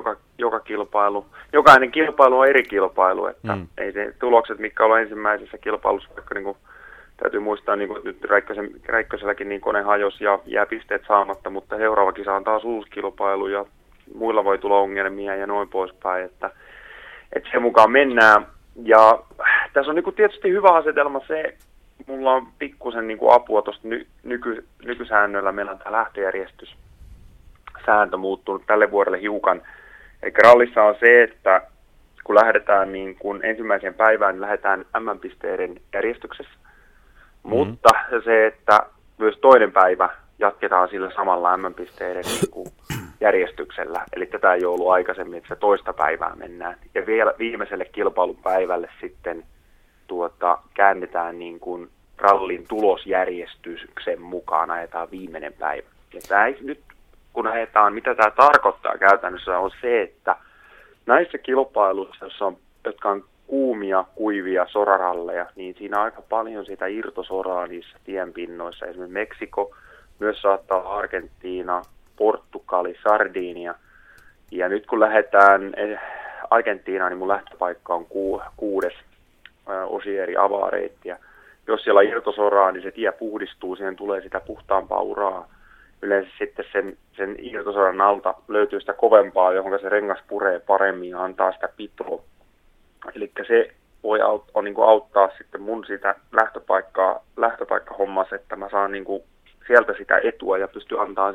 jokainen kilpailu on eri kilpailu. Että ei se tulokset, mitkä ollaan ensimmäisessä kilpailussa, vaikka niin kuin, täytyy muistaa, niin kuin nyt Räikköselläkin niin kone hajosi ja jää pisteet saamatta, mutta seuraava kisa on taas uusi kilpailu ja muilla voi tulla ongelmia ja noin poispäin. Että sen mukaan mennään. Ja tässä on niin kuin tietysti hyvä asetelma se, mulla on pikkusen niin kuin apua tuosta nykysäännöllä. Meillä on tämä lähtöjärjestyssääntö muuttunut tälle vuodelle hiukan. Eli rallissa on se, että kun lähdetään niin kuin ensimmäiseen päivään, niin lähdetään M-pisteiden järjestyksessä. Mutta se, että myös toinen päivä jatketaan sillä samalla M-pisteiden niin kuin järjestyksellä. Eli tätä ei ole ollut aikaisemmin, että se toista päivää mennään. Ja vielä viimeiselle kilpailupäivälle sitten käännetään niin kuin rallin tulosjärjestyksen mukaan, ajetaan viimeinen päivä. Ja tämä nyt, kun ajetaan, mitä tämä tarkoittaa käytännössä, on se, että näissä kilpailuissa, jotka on kuumia, kuivia soraralleja, niin siinä on aika paljon sitä irtosoraa niissä tienpinnoissa. Esimerkiksi Meksiko, myös saattaa olla Argentiina, Portugali, Sardinia. Ja nyt kun lähdetään Argentiinaan, niin mun lähtöpaikka on 6. Osieri avaa reittiä. Jos siellä on irtosoraa, niin se tie puhdistuu, siihen tulee sitä puhtaampaa uraa. Yleensä sitten sen irtosoran alta löytyy sitä kovempaa, johon se rengas puree paremmin ja antaa sitä pitoa. Eli se voi niin kuin auttaa sitten mun sitä lähtöpaikkahommassa, että mä saan niin kuin sieltä sitä etua ja pystyn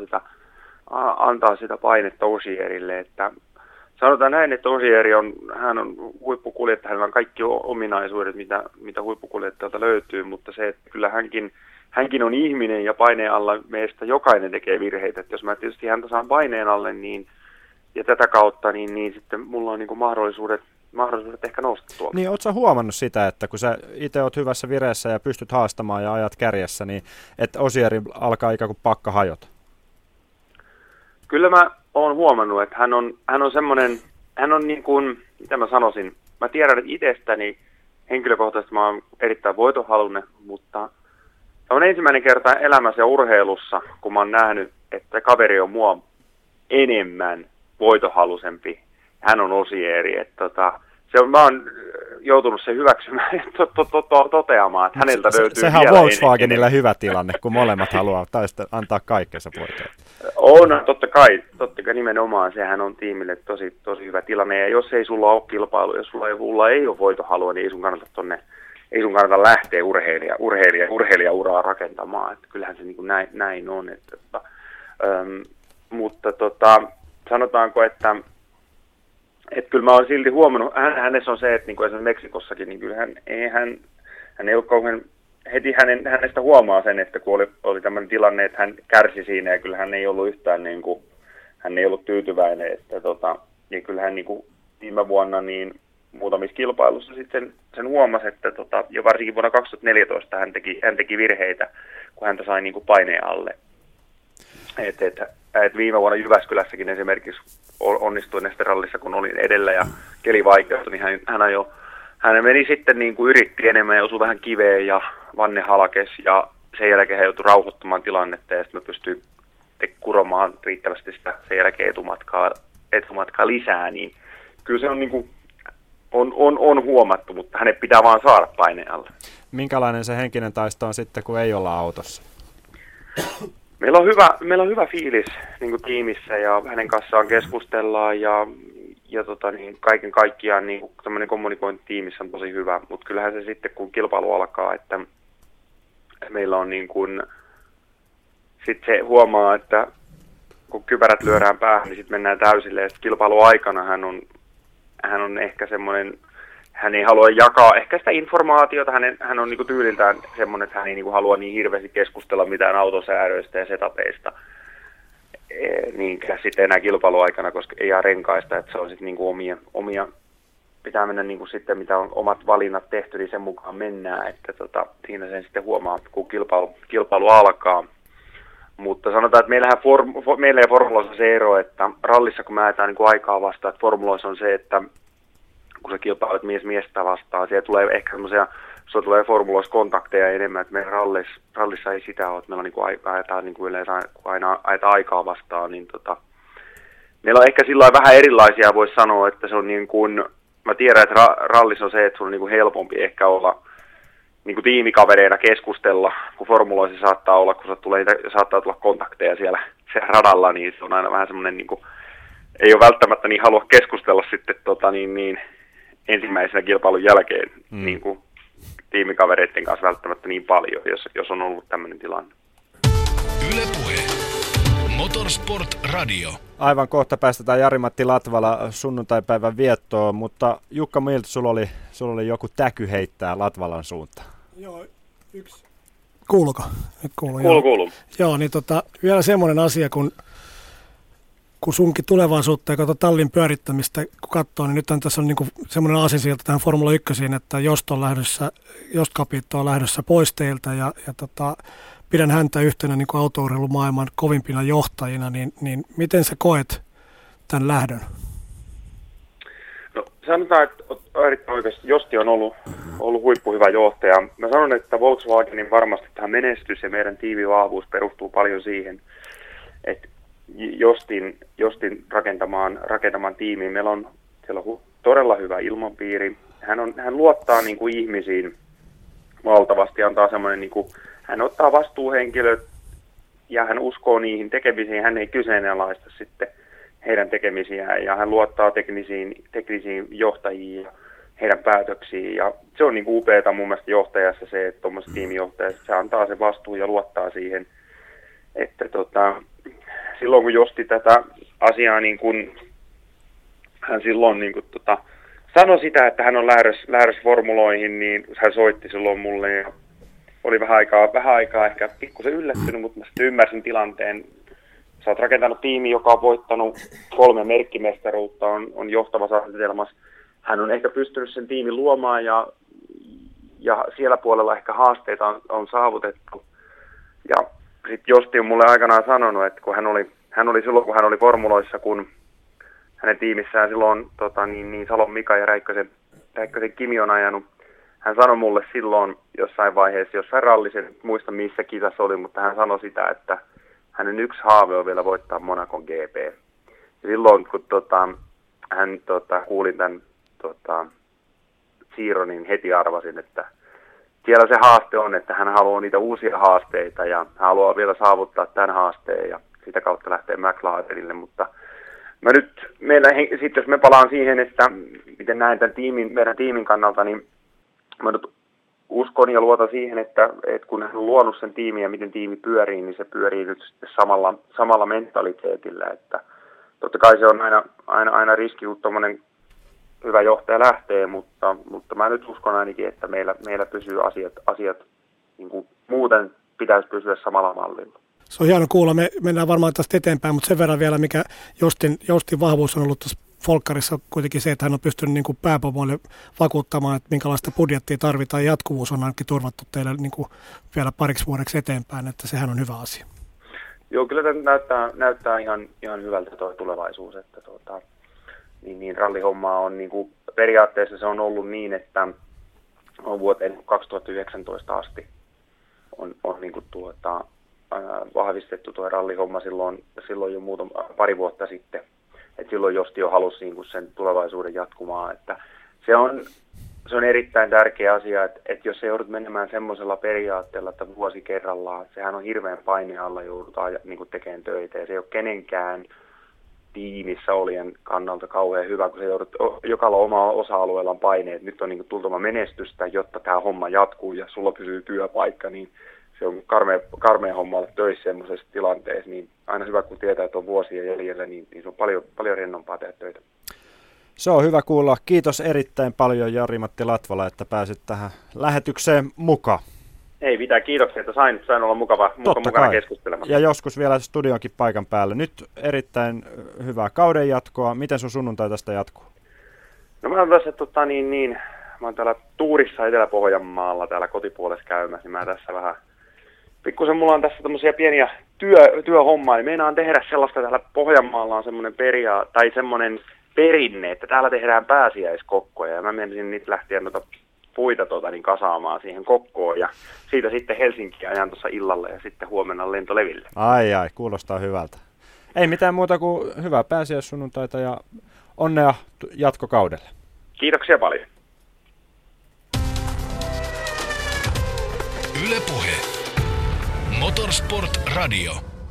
antaa sitä painetta Osierille. Että sanotaan näin, että Osieri hän on huippukuljettaja, hänellä on kaikki ominaisuudet, mitä huippukuljettajalta löytyy, mutta se, että kyllä hänkin on ihminen ja paineen alla meistä jokainen tekee virheitä. Että jos mä tietysti häntä saan paineen alle, niin, ja tätä kautta, niin sitten mulla on niin kuin mahdollisuudet ehkä nousta tuolta. Niin, ootko sä huomannut sitä, että kun sä itse oot hyvässä vireessä ja pystyt haastamaan ja ajat kärjessä, niin että Osieri alkaa ikään kuin pakka hajota? Kyllä mä oon huomannut, että hän on semmoinen, hän on niin kuin, mitä mä sanoisin, mä tiedän, että itsestäni henkilökohtaisesti mä oon erittäin voitohalunen, mutta on ensimmäinen kerta elämässä ja urheilussa, kun mä oon nähnyt, että kaveri on mua enemmän voitohalusempi. Hän on Osieri, että mä oon joutunut sen hyväksymään ja toteamaan, että häneltä löytyy sehän vielä on Volkswagenilla hyvä tilanne, kun molemmat haluaa antaa kaikkensa voittoon. On, totta kai nimenomaan, sehän on tiimille tosi hyvä tilanne, ja jos ei sulla ole kilpailu, jos sulla ei ole voitohalua, niin ei sun kannata lähteä urheilijauraa rakentamaan, että kyllähän se niin kuin näin on, mutta sanotaanko, että kyllä mä oon silti huomannut, hänessä on se, että niin kuin esimerkiksi Meksikossakin, niin kyllä hän ei ole kauhean, heti hänestä huomaa sen, että kun oli tämmöinen tilanne, että hän kärsi siinä ja kyllä hän ei ollut yhtään, niin kuin, hän ei ollut tyytyväinen, että ja kyllä hän niin kuin viime vuonna niin muutamissa kilpailussa sitten sen huomasi, että jo varsinkin vuonna 2014 hän teki virheitä, kun häntä sai niin kuin paineen alle. Et viime vuonna Jyväskylässäkin esimerkiksi onnistui Nesterallissa, kun olin edellä ja keli vaikeutui, niin hän meni sitten niin kuin yritti enemmän ja osui vähän kiveen ja vanne halkes ja sen jälkeen hän joutui rauhoittamaan tilannetta ja sitten me pystyi kuromaan riittävästi sitä sen jälkeen etumatkaa lisää, niin kyllä se on niin kuin on huomattu, mutta hänet pitää vaan saada paineen alle. Minkälainen se henkinen taisto on sitten, kun ei olla autossa? Meillä on hyvä fiilis niin kuin tiimissä ja hänen kanssaan keskustellaan ja niin kaiken kaikkiaan niin tämmöinen kommunikointi tiimissä on tosi hyvä, mutta kyllähän se sitten kun kilpailu alkaa, että meillä on niin kuin, sitten se huomaa, että kun kypärät lyödään päähän, niin sitten mennään täysille ja kilpailuaikana hän on ehkä semmoinen, hän ei halua jakaa ehkä sitä informaatiota, hän on niinku tyyliltään semmoinen, että hän ei niinku halua niin hirveästi keskustella mitään autosäädöistä ja setapeista niinkään sitten enää kilpailuaikana, koska ei jää renkaista, että se on sitten niinku omia pitää mennä niinku sitten, mitä on omat valinnat tehty, niin sen mukaan mennään, että siinä sen sitten huomaa, kun kilpailu alkaa. Mutta sanotaan, että meillä ei formuloissa se ero, että rallissa kun me ajetaan niin kuin aikaa vastaan, että formuloissa on se, että kun sä kilpailet miestä vastaan, siellä tulee ehkä semmoisia, sulla tulee formuloissa kontakteja enemmän, että meidän rallissa ei sitä ole, että meillä on niin kuin ajetaan niin kuin yleensä, kun aina ajetaan aikaa vastaan, niin meillä on ehkä sillä vähän erilaisia, voisi sanoa, että se on niin kuin, mä tiedän, että rallissa on se, että sulla on niin kuin helpompi ehkä olla niin kuin tiimikavereina keskustella, kun formuloissa saattaa olla, kun saattaa tulla kontakteja siellä radalla, niin se on aina vähän semmoinen, niin kuin, ei ole välttämättä niin halua keskustella sitten ensimmäisenä kilpailun jälkeen niin kuin tiimikavereiden kanssa välttämättä niin paljon, jos on ollut tämmöinen tilanne. Yle Puhe. Motorsport Radio. Aivan kohta päästetään Jari-Matti Latvala sunnuntaipäivän viettoon, mutta Jukka Miltä sulla oli joku täky heittää Latvalan suuntaan. Joo, yksi. Kuuluuko? Nyt kuuluu. Joo, niin vielä semmoinen asia, kun sunkin tulevaisuutta ja tallin pyörittämistä kun katsoo, niin nyt tässä on niinku semmoinen aasinsilta tähän Formula 1, että Jostkapit on lähdössä pois teiltä ja pidän häntä yhtenä niin kuin autourheilumaailman kovimpina johtajina, niin miten sä koet tämän lähdön? No sanotaan, että erittäin oikeasti Josti on ollut huippuhyvä johtaja. Mä sanon, että Volkswagenin varmasti tämä menestys ja meidän tiivivahvuus perustuu paljon siihen, että Jostin rakentamaan tiimiin. Siellä on todella hyvä ilmapiiri. Hän luottaa niin kuin ihmisiin valtavasti, antaa semmoinen, niin kuin, hän ottaa vastuuhenkilöt ja hän uskoo niihin tekemisiin. Hän ei kyseenalaista sitten heidän tekemisiään ja hän luottaa teknisiin johtajiin ja heidän päätöksiin. Ja se on niin kuin upeata mun mielestä johtajassa se, että tuommoisessa tiimijohtajassa se antaa sen vastuun ja luottaa siihen, että silloin kun Josti tätä asiaa niin kun, hän silloin niin kun, sanoi sitä, että hän on lähdössä formuloihin, niin hän soitti silloin mulle ja oli vähän aikaa ehkä pikkusen yllättynyt, mutta mä sitten ymmärsin tilanteen. Sä oot rakentanut tiimi, joka on voittanut 3 merkkimestaruutta, on johtavassa asetelmassa. Hän on ehkä pystynyt sen tiimin luomaan ja siellä puolella ehkä haasteita on saavutettu. Ja sitten Josti on mulle aikanaan sanonut, että kun hän oli silloin, kun hän oli formuloissa, kun hänen tiimissään silloin Salon Mika ja Räikkösen Kimi on ajanut, hän sanoi mulle silloin jossain vaiheessa, jossain rallissa, en muista missä kisassa oli, mutta hän sanoi sitä, että hänen yksi haave on vielä voittaa Monacon GP. Ja silloin kun hän kuulin tämän siirron, niin heti arvasin, että siellä se haaste on, että hän haluaa niitä uusia haasteita ja hän haluaa vielä saavuttaa tämän haasteen ja sitä kautta lähtee McLarenille, mutta sitten jos me palaan siihen, että miten näen tämän meidän tiimin kannalta, niin mä nyt uskon ja luotan siihen, että kun hän on luonut sen tiimin ja miten tiimi pyörii, niin se pyörii nyt sitten samalla mentaliteetillä, että totta kai se on aina riski, kun tommoinen hyvä johtaja lähtee, mutta mä nyt uskon ainakin, että meillä pysyy asiat niin kuin muuten pitäisi pysyä samalla mallilla. Se on hieno kuulla. Me mennään varmaan tästä eteenpäin, mutta sen verran vielä, mikä Jostin vahvuus on ollut tässä Folkkarissa kuitenkin se, että hän on pystynyt niin kuin pääpomoille vakuuttamaan, että minkälaista budjettia tarvitaan ja jatkuvuus on ainakin turvattu teille niin kuin vielä pariksi vuodeksi eteenpäin, että sehän on hyvä asia. Joo, kyllä tämä näyttää ihan hyvältä tuo tulevaisuus, että niin rallihommaa on niin kuin, periaatteessa se on ollut niin, että on vuoteen 2019 asti on niin kuin vahvistettu tuo rallihomma silloin jo pari vuotta sitten. Et silloin Josti jo halusi niin kuin sen tulevaisuuden jatkumaan. Että se on erittäin tärkeä asia, että jos se joudut menemään semmoisella periaatteella, että vuosi kerrallaan, sehän on hirveän paineen alla joudutaan niin kuin tekemään töitä. Ja se ei ole kenenkään tiimissä olien kannalta kauhean hyvä, kun se joudut jokalla omalla osa-alueellaan paineet. Nyt on niin kuin tultava menestystä, jotta tämä homma jatkuu ja sulla pysyy työpaikka, niin se on karmea homma olla töissä semmoisessa tilanteessa, niin aina hyvä, kun tietää, että on vuosia jäljellä, niin se on paljon rennompaa tehdä töitä. Se on hyvä kuulla. Kiitos erittäin paljon Jari-Matti Latvala, että pääsit tähän lähetykseen mukaan. Ei mitään, kiitoksia, että sain olla mukana keskustelemassa. Ja joskus vielä studionkin paikan päälle. Nyt erittäin hyvää kauden jatkoa. Miten sun sunnuntai tästä jatkuu? No mä oon tässä mä oon täällä tuurissa Etelä-Pohjanmaalla täällä kotipuolessa käymässä, niin mä tässä vähän pikkusen mulla on tässä tämmöisiä työhommaa, niin meinaan tehdä sellaista, täällä Pohjanmaalla on semmoinen semmoinen perinne, että täällä tehdään pääsiäiskokkoja, ja mä menisin niitä lähteä noita puita kasaamaan siihen kokkoon, ja siitä sitten Helsinkiin ajan tuossa illalla, ja sitten huomenna lentoleville. Ai, kuulostaa hyvältä. Ei mitään muuta kuin hyvää pääsiäissunnuntaita ja onnea jatkokaudelle. Kiitoksia paljon. Yle Puhe. Motorsport Radio.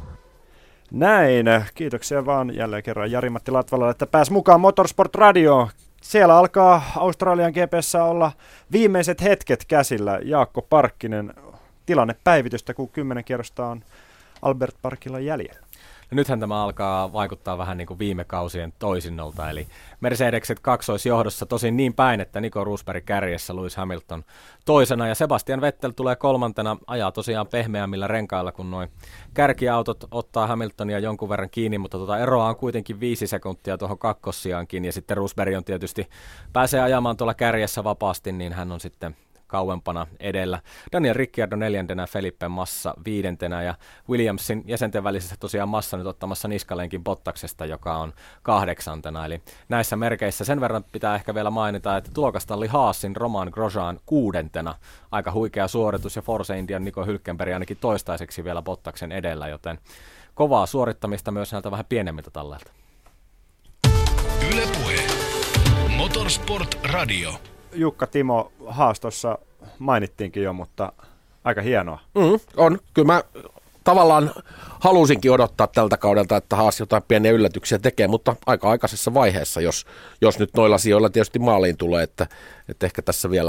Näin. Kiitoksia vaan jälleen kerran Jari-Matti Latvalalle, että pääsi mukaan Motorsport Radioon. Siellä alkaa Australian GP:ssä olla viimeiset hetket käsillä. Jaakko Parkkinen, tilannepäivitystä, kun 10 kierrosta on Albert Parkilla jäljellä. No nythän tämä alkaa vaikuttaa vähän niin kuin viime kausien toisinnolta, eli Mercedekset kaksoisjohdossa tosin niin päin, että Nico Rosberg kärjessä, Lewis Hamilton toisena ja Sebastian Vettel tulee kolmantena, ajaa tosiaan pehmeämmillä renkailla, kun noin kärkiautot ottaa Hamiltonia jonkun verran kiinni, mutta eroa on kuitenkin 5 sekuntia tuohon kakkossiaankin ja sitten Rosberg on tietysti, pääsee ajamaan tuolla kärjessä vapaasti, niin hän on sitten kauempana edellä. Daniel Ricciardo 4. Felipe Massa 5. ja Williamsin jäsenten välisessä tosiaan Massa nyt ottamassa niskalenkin Bottaksesta, joka on 8. Eli näissä merkeissä sen verran pitää ehkä vielä mainita, että tulokastalli Haasin Romain Grosjean 6. Aika huikea suoritus ja Force Indian Nico Hülkenberg ainakin toistaiseksi vielä Bottaksen edellä, joten kovaa suorittamista myös näiltä vähän pienemmiltä talleilta. Yle Puhe. Motorsport Radio. Jukka, Timo, haastossa mainittiinkin jo, mutta aika hienoa. On. Kyllä mä tavallaan halusinkin odottaa tältä kaudelta, että Haas jotain pieniä yllätyksiä tekee, mutta aika aikaisessa vaiheessa, jos nyt noilla sijoilla tietysti maaliin tulee, että ehkä tässä vielä,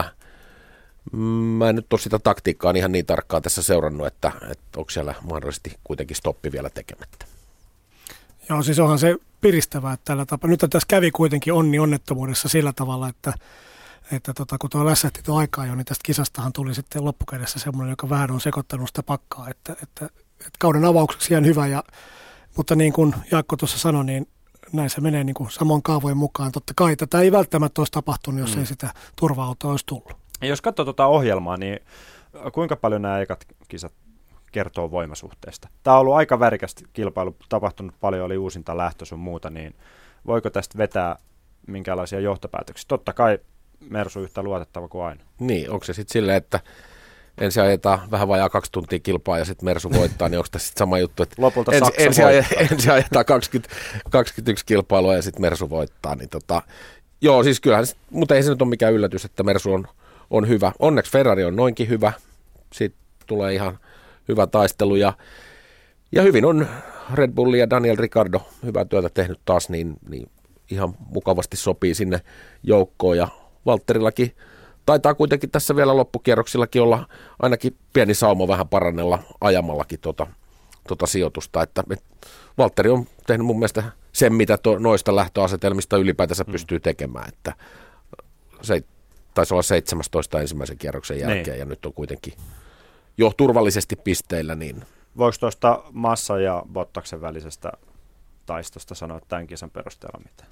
mä en nyt ole sitä taktiikkaa ihan niin tarkkaan tässä seurannut, että onko siellä mahdollisesti kuitenkin stoppi vielä tekemättä. Joo, siis onhan se piristävää, että tällä tapaa. Nyt tässä kävi kuitenkin onnettomuudessa sillä tavalla, että kun tuo lässähti tuo aikaa jo, niin tästä kisastahan tuli sitten loppukädessä semmoinen, joka vähän on sekoittanut sitä pakkaa, että kauden avaukseksi ihan hyvä, mutta niin kuin Jaakko tuossa sanoi, niin näin se menee niin kuin samoin kaavojen mukaan. Totta kai tätä ei välttämättä olisi tapahtunut, jos ei sitä turva-autoa olisi tullut. Ja jos katsoo tuota ohjelmaa, niin kuinka paljon nämä ekat kisat kertoo voimasuhteesta? Tämä on ollut aika värikäs kilpailu, tapahtunut paljon, oli uusinta lähtö sun muuta, niin voiko tästä vetää minkälaisia johtopäätöksiä? Totta kai Mersu yhtä luotettava kuin aina. Niin, onko se sitten silleen, että ensin ajetaan vähän vajaa 2 tuntia kilpaa ja sitten Mersu voittaa, niin onko tässä sitten sama juttu, että lopulta ensin ajetaan 21 kilpailua ja sitten Mersu voittaa. Niin joo, siis kyllähän, mutta ei se nyt ole mikään yllätys, että Mersu on hyvä. Onneksi Ferrari on noinkin hyvä, siitä tulee ihan hyvä taistelu ja hyvin on Red Bull ja Daniel Ricciardo hyvää työtä tehnyt taas, niin ihan mukavasti sopii sinne joukkoon ja Valtterillakin taitaa kuitenkin tässä vielä loppukierroksillakin olla ainakin pieni sauma vähän parannella ajamallakin tuota sijoitusta, että Valtteri on tehnyt mun mielestä sen, mitä noista lähtöasetelmista ylipäätänsä pystyy tekemään, että se taisi olla 17 ensimmäisen kierroksen jälkeen ja nyt on kuitenkin jo turvallisesti pisteillä. Niin. Voiko tuosta Massa ja Bottaksen välisestä taistosta sanoa tämän kisan perusteella mitään?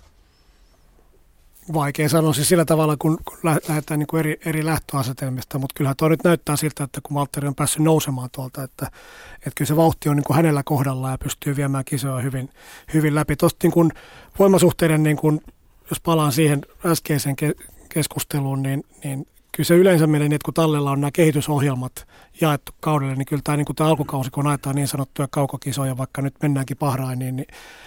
Vaikea sanoa siis sillä tavalla, kun lähdetään niin kuin eri lähtöasetelmista, mutta kyllähän tuo nyt näyttää siltä, että kun Valtteri on päässyt nousemaan tuolta, että kyllä se vauhti on niin kuin hänellä kohdalla ja pystyy viemään kisoja hyvin läpi. Tuosta niin kuin voimasuhteiden, niin kuin, jos palaan siihen äskeiseen keskusteluun, niin kyllä se yleensä menee niin, että kun tallella on nämä kehitysohjelmat jaettu kaudelle, niin kyllä tämä, niin kuin tämä alkukausi, kun ajetaan niin sanottuja kaukokisoja, vaikka nyt mennäänkin Bahrainiin,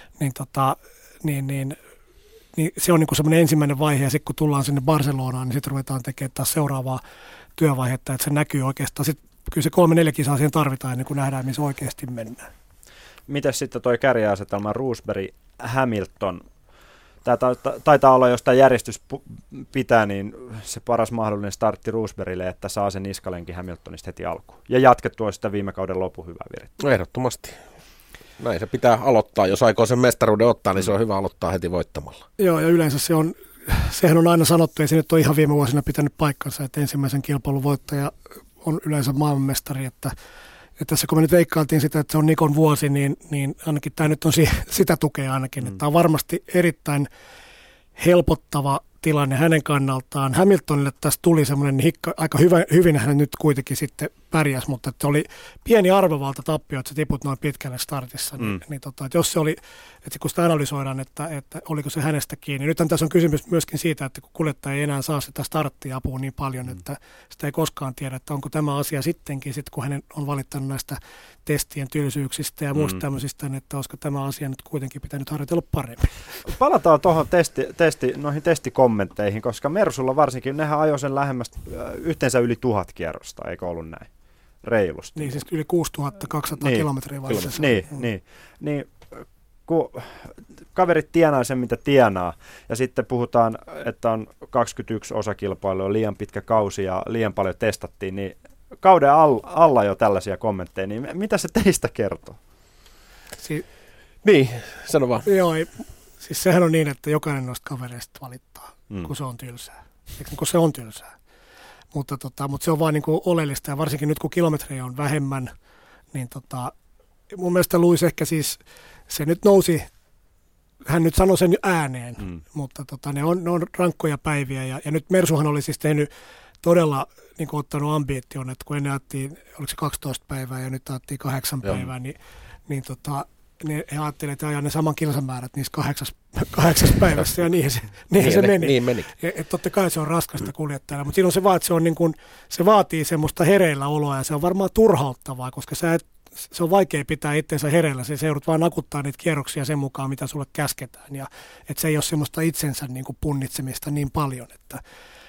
niin se on niin kuin semmoinen ensimmäinen vaihe, ja sitten kun tullaan sinne Barcelonaan, niin sitten ruvetaan tekemään taas seuraavaa työvaihetta, että se näkyy oikeastaan. Sitten kyllä se 3-4 kisaa siihen tarvitaan, ennen kuin nähdään, missä oikeasti mennään. Mites sitten toi kärjäasetelma Rosberg Hamilton? Tämä taitaa olla, jos tämä järjestys pitää, niin se paras mahdollinen startti Rosbergille, että saa sen niskalenkin Hamiltonista heti alkuun. Ja jatkettua sitä viime kauden lopun hyvää virettä. No ehdottomasti. Näin se pitää aloittaa. Jos aikoo sen mestaruuden ottaa, niin se on hyvä aloittaa heti voittamalla. Joo, ja yleensä sehän on aina sanottu, ei se nyt ole ihan viime vuosina pitänyt paikkansa, että ensimmäisen kilpailun voittaja on yleensä maailmanmestari, että tässä kun me nyt veikkailtiin sitä, että se on Nikon vuosi, niin ainakin tämä nyt on sitä tukea ainakin, että tämä on varmasti erittäin helpottava tilanne hänen kannaltaan. Hamiltonille tässä tuli semmoinen aika hyvin hän nyt kuitenkin sitten pärjäs, mutta että oli pieni arvovalta tappio, että sä tiput noin pitkälle startissa. Että jos se oli, että kun sitä analysoidaan, että oliko se hänestä kiinni. Nythän tässä on kysymys myöskin siitä, että kun kuljettaja ei enää saa sitä starttiapua niin paljon, että sitä ei koskaan tiedä, että onko tämä asia sittenkin, kun hänen on valittanut näistä testien tylsyyksistä ja muista tämmöisistä, että olisiko tämä asia nyt kuitenkin pitänyt harjoitella paremmin. Palataan tuohon noihin testikommentteihin, koska Mersulla varsinkin, nehän ajoi sen lähemmästä yhteensä yli 1000 kierrosta, eikö ollut näin? Reilusti. Niin, siis yli 6200 kilometriä vaiheessa. Niin, kun kaverit tienaa sen, mitä tienaa, ja sitten puhutaan, että on 21 osakilpailua, liian pitkä kausi ja liian paljon testattiin, niin kauden alla jo tällaisia kommentteja, niin mitä se teistä kertoo? Niin, sano vaan. Joo, siis sehän on niin, että jokainen noista kavereista valittaa, kun se on tylsää. Kun se on tylsää. Mutta se on vaan niin kuin oleellista, ja varsinkin nyt kun kilometrejä on vähemmän, niin mun mielestä Luis ehkä siis, se nyt nousi, hän nyt sanoi sen ääneen, mutta ne on rankkoja päiviä, ja nyt Mersuhan oli siis tehnyt todella niin kuin ottanut ambition, että kun ennen ajattiin, oliko se 12 päivää ja nyt ajattiin 8 päivää, niin he ajattelivat, että ajaa ne saman kilsamäärät niissä 8 päivässä, ja niihin se meni. Niin meni. Ja totta kai se on raskasta kuljettajalla, mutta siinä on se vaan, että se, on niin kuin, se vaatii semmoista hereillä oloa, ja se on varmaan turhauttavaa, koska se on vaikea pitää itsensä hereillä, se joudut vaan nakuttaa niitä kierroksia sen mukaan, mitä sulle käsketään, ja että se ei ole semmoista itsensä niin kuin punnitsemista niin paljon, että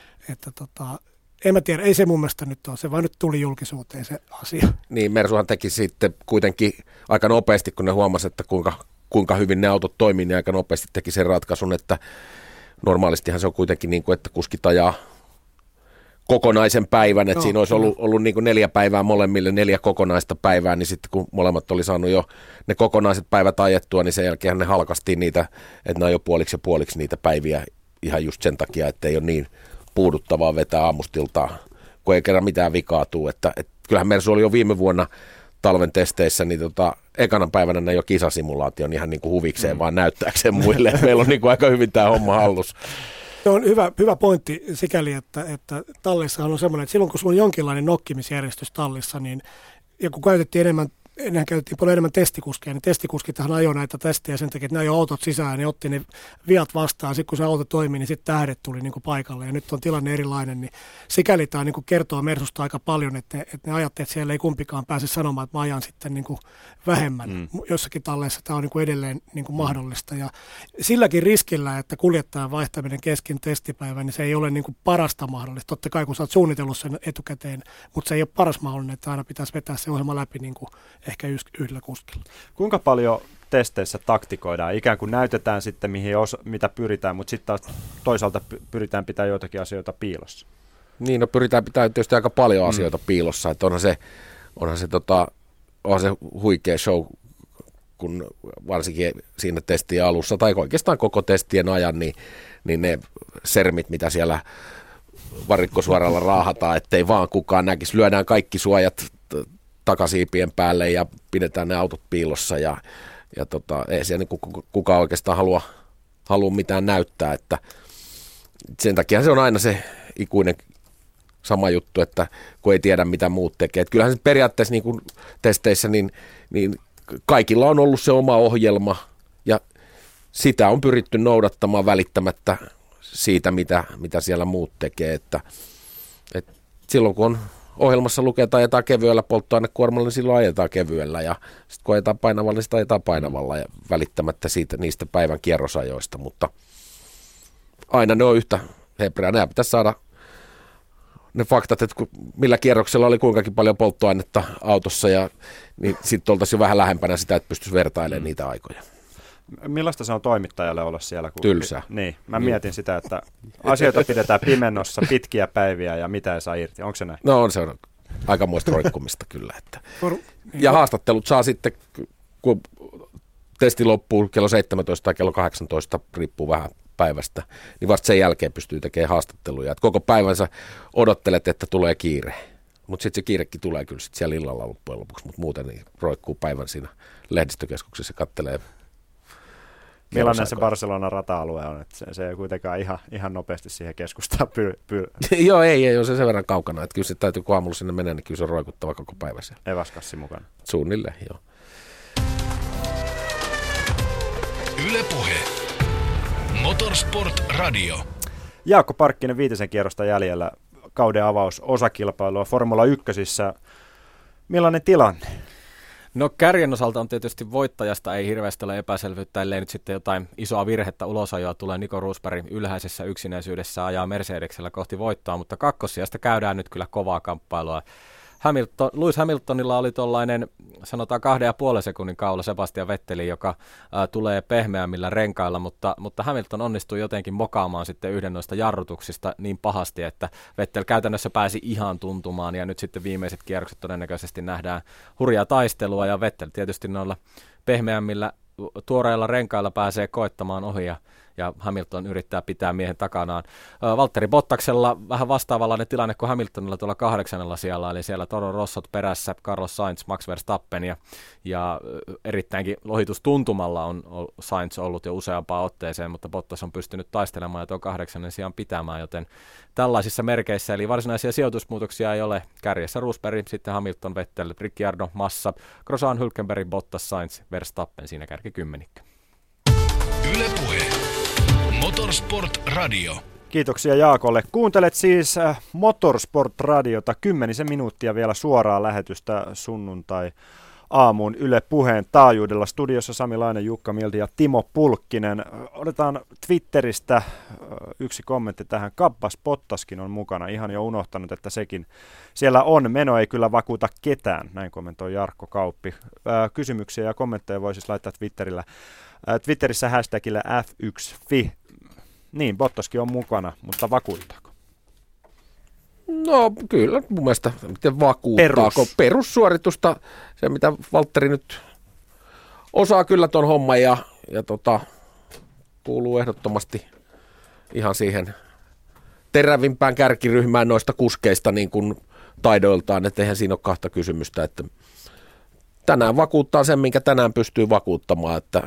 en mä tiedä, ei se mun mielestä nyt ole, se vaan nyt tuli julkisuuteen se asia. Niin, Mersuhan teki sitten kuitenkin aika nopeasti, kun ne huomasi, että kuinka hyvin ne autot toimii, niin aika nopeasti teki sen ratkaisun, että normaalistihan se on kuitenkin niin kuin, että kuskit ajaa kokonaisen päivän, että siinä olisi ollut niin kuin 4 päivää molemmille, 4 kokonaista päivää, niin sitten kun molemmat oli saanut jo ne kokonaiset päivät ajettua, niin sen jälkeen ne halkastiin niitä, että ne on jo puoliksi niitä päiviä ihan just sen takia, että ei ole niin puuduttavaa vetää aamustiltaan, kun ei kerran mitään vikaa tule. Että kyllähän Mersu oli jo viime vuonna talven testeissä, niin ekana päivänä ne jo kisasimulaation ihan niin kuin huvikseen, vaan näyttääkseen muille. Meillä on niin kuin aika hyvin tämä homma hallussa. Se on hyvä pointti sikäli, että tallissahan on semmoinen, että silloin kun sulla on jonkinlainen nokkimisjärjestys tallissa, niin ja kun ennenhän käytettiin paljon enemmän testikuskeja, niin testikuskithan ajoi näitä testejä sen takia, että ne ajoi autot sisään ja ne otti ne viat vastaan. Sitten kun se auto toimii, niin sitten tähdet tuli niin kuin paikalle ja nyt on tilanne erilainen. Niin sikäli tämä niin kuin kertoo Mersusta aika paljon, että ne ajatteet, että siellä ei kumpikaan pääse sanomaan, että mä ajan sitten niin kuin vähemmän. Jossakin talleissa tämä on niin kuin edelleen niin kuin mahdollista. Ja silläkin riskillä, että kuljettajan vaihtaminen kesken testipäivän, niin se ei ole niin kuin parasta mahdollista. Totta kai kun sä oot suunnitellut sen etukäteen, mutta se ei ole paras mahdollinen, että aina pitäisi vetää se ohjelma läpi niin kuin ehkä yhdellä kuskilla. Kuinka paljon testeissä taktikoidaan? Ikään kuin näytetään sitten, mitä pyritään, mutta sitten taas toisaalta pyritään pitämään joitakin asioita piilossa. Niin, no pyritään pitämään tietysti aika paljon asioita piilossa. Että onhan se huikea show, kun varsinkin siinä testien alussa, tai oikeastaan koko testien ajan, niin ne sermit, mitä siellä varikkosuoralla raahataan, ettei vaan kukaan näkisi. Lyödään kaikki suojat takasiipien päälle ja pidetään ne autot piilossa ja ei siellä niin kukaan oikeastaan halua mitään näyttää, että sen takia se on aina se ikuinen sama juttu, että kun ei tiedä mitä muut tekee. Että kyllähän se periaatteessa niin kuin testeissä niin kaikilla on ollut se oma ohjelma ja sitä on pyritty noudattamaan välittämättä siitä, mitä siellä muut tekee, että silloin kun on ohjelmassa lukee, että ajetaan kevyellä polttoainekuormalla, niin silloin ajetaan kevyellä. Ja sitten kun ajetaan painavalla, niin sitä ajetaan painavalla ja välittämättä niistä päivän kierrosajoista. Mutta aina ne on yhtä hepreää. Nämä pitäisi saada ne faktat, että millä kierroksella oli kuinkakin paljon polttoainetta autossa. Ja niin sitten oltaisiin jo vähän lähempänä sitä, että pystyisi vertailemaan niitä aikoja. Millaista se on toimittajalle olla siellä? Tylsää. Niin, mä mietin sitä, että asioita pidetään pimennossa pitkiä päiviä ja mitä ei saa irti. Onko se näin? No on se aikamoista roikkumista kyllä. Ja haastattelut saa sitten, kun testi loppuu kello 17 tai kello 18, riippuu vähän päivästä, niin vasta sen jälkeen pystyy tekemään haastatteluja. Et koko päivänsä odottelet, että tulee kiire. Mutta sitten se kiirekin tulee kyllä sit siellä illalla loppujen lopuksi, mutta muuten niin roikkuu päivän siinä lehdistökeskuksessa ja kattelee Millainen se Barcelonan rata-alue on? Että se ei kuitenkaan ihan nopeasti siihen keskustaan Joo, ei ole se sen verran kaukana. Että kyllä se täytyy, kun aamulla sinne menee, niin kyllä se on roikuttava koko päivä siellä. Evaskassi mukana. Suunnilleen, joo. Yle Puhe. Motorsport Radio. Jaakko Parkkinen, 5 kierrosta jäljellä, kauden avaus osakilpailua Formula 1:ssä. Millainen tilanne? No kärjen osalta on tietysti voittajasta ei hirveästi ole epäselvyyttä, ellei nyt sitten jotain isoa virhettä ulosajoa tulee. Nico Rosberg ylhäisessä yksinäisyydessä ajaa Mercedeksellä kohti voittoa, mutta kakkossijasta käydään nyt kyllä kovaa kamppailua. Lewis Hamiltonilla oli tuollainen, sanotaan 2,5 sekunnin kaula Sebastian Vettelin, joka tulee pehmeämmillä renkailla, mutta Hamilton onnistui jotenkin mokaamaan sitten yhden noista jarrutuksista niin pahasti, että Vettel käytännössä pääsi ihan tuntumaan, ja nyt sitten viimeiset kierrokset todennäköisesti nähdään hurjaa taistelua, ja Vettel tietysti noilla pehmeämmillä tuoreilla renkailla pääsee koettamaan ohi, ja Hamilton yrittää pitää miehen takanaan. Valtteri Bottaksella vähän vastaavanlainen tilanne kuin Hamiltonilla tuolla 8. sijalla, eli siellä Toro Rossot perässä, Carlos Sainz, Max Verstappen, ja erittäinkin lohitustuntumalla on Sainz ollut jo useampaan otteeseen, mutta Bottas on pystynyt taistelemaan ja tuon 8. sijan pitämään, joten tällaisissa merkeissä, eli varsinaisia sijoitusmuutoksia ei ole. Kärjessä Rosberg, sitten Hamilton, Vettel, Ricciardo, Massa, Grosjean, Hülkenberg, Bottas, Sainz, Verstappen, siinä kärkikymmenikkö. Yle Puhe. Motorsport Radio. Kiitoksia Jaakolle. Kuuntelet siis Motorsport Radiota 10 minuuttia vielä suoraa lähetystä sunnuntai aamuun Yle Puheen taajuudella. Studiossa Sami Laine, Jukka Milti ja Timo Pulkkinen. Otetaan Twitteristä yksi kommentti tähän. Kappes Bottaskin on mukana. Ihan jo unohtanut, että sekin siellä on. Meno ei kyllä vakuuta ketään. Näin kommentoi Jarkko Kauppi. Kysymyksiä ja kommentteja voi siis laittaa Twitterissä hashtagillä F1FI. Niin, Bottaskin on mukana, mutta vakuuttaako? No kyllä, mun mielestä miten vakuuttaako. Perussuoritusta, se mitä Valtteri nyt osaa kyllä ton homman ja kuuluu ehdottomasti ihan siihen terävimpään kärkiryhmään noista kuskeista niin kuin taidoiltaan, että eihän siinä ole kahta kysymystä, että tänään vakuuttaa sen, minkä tänään pystyy vakuuttamaan, että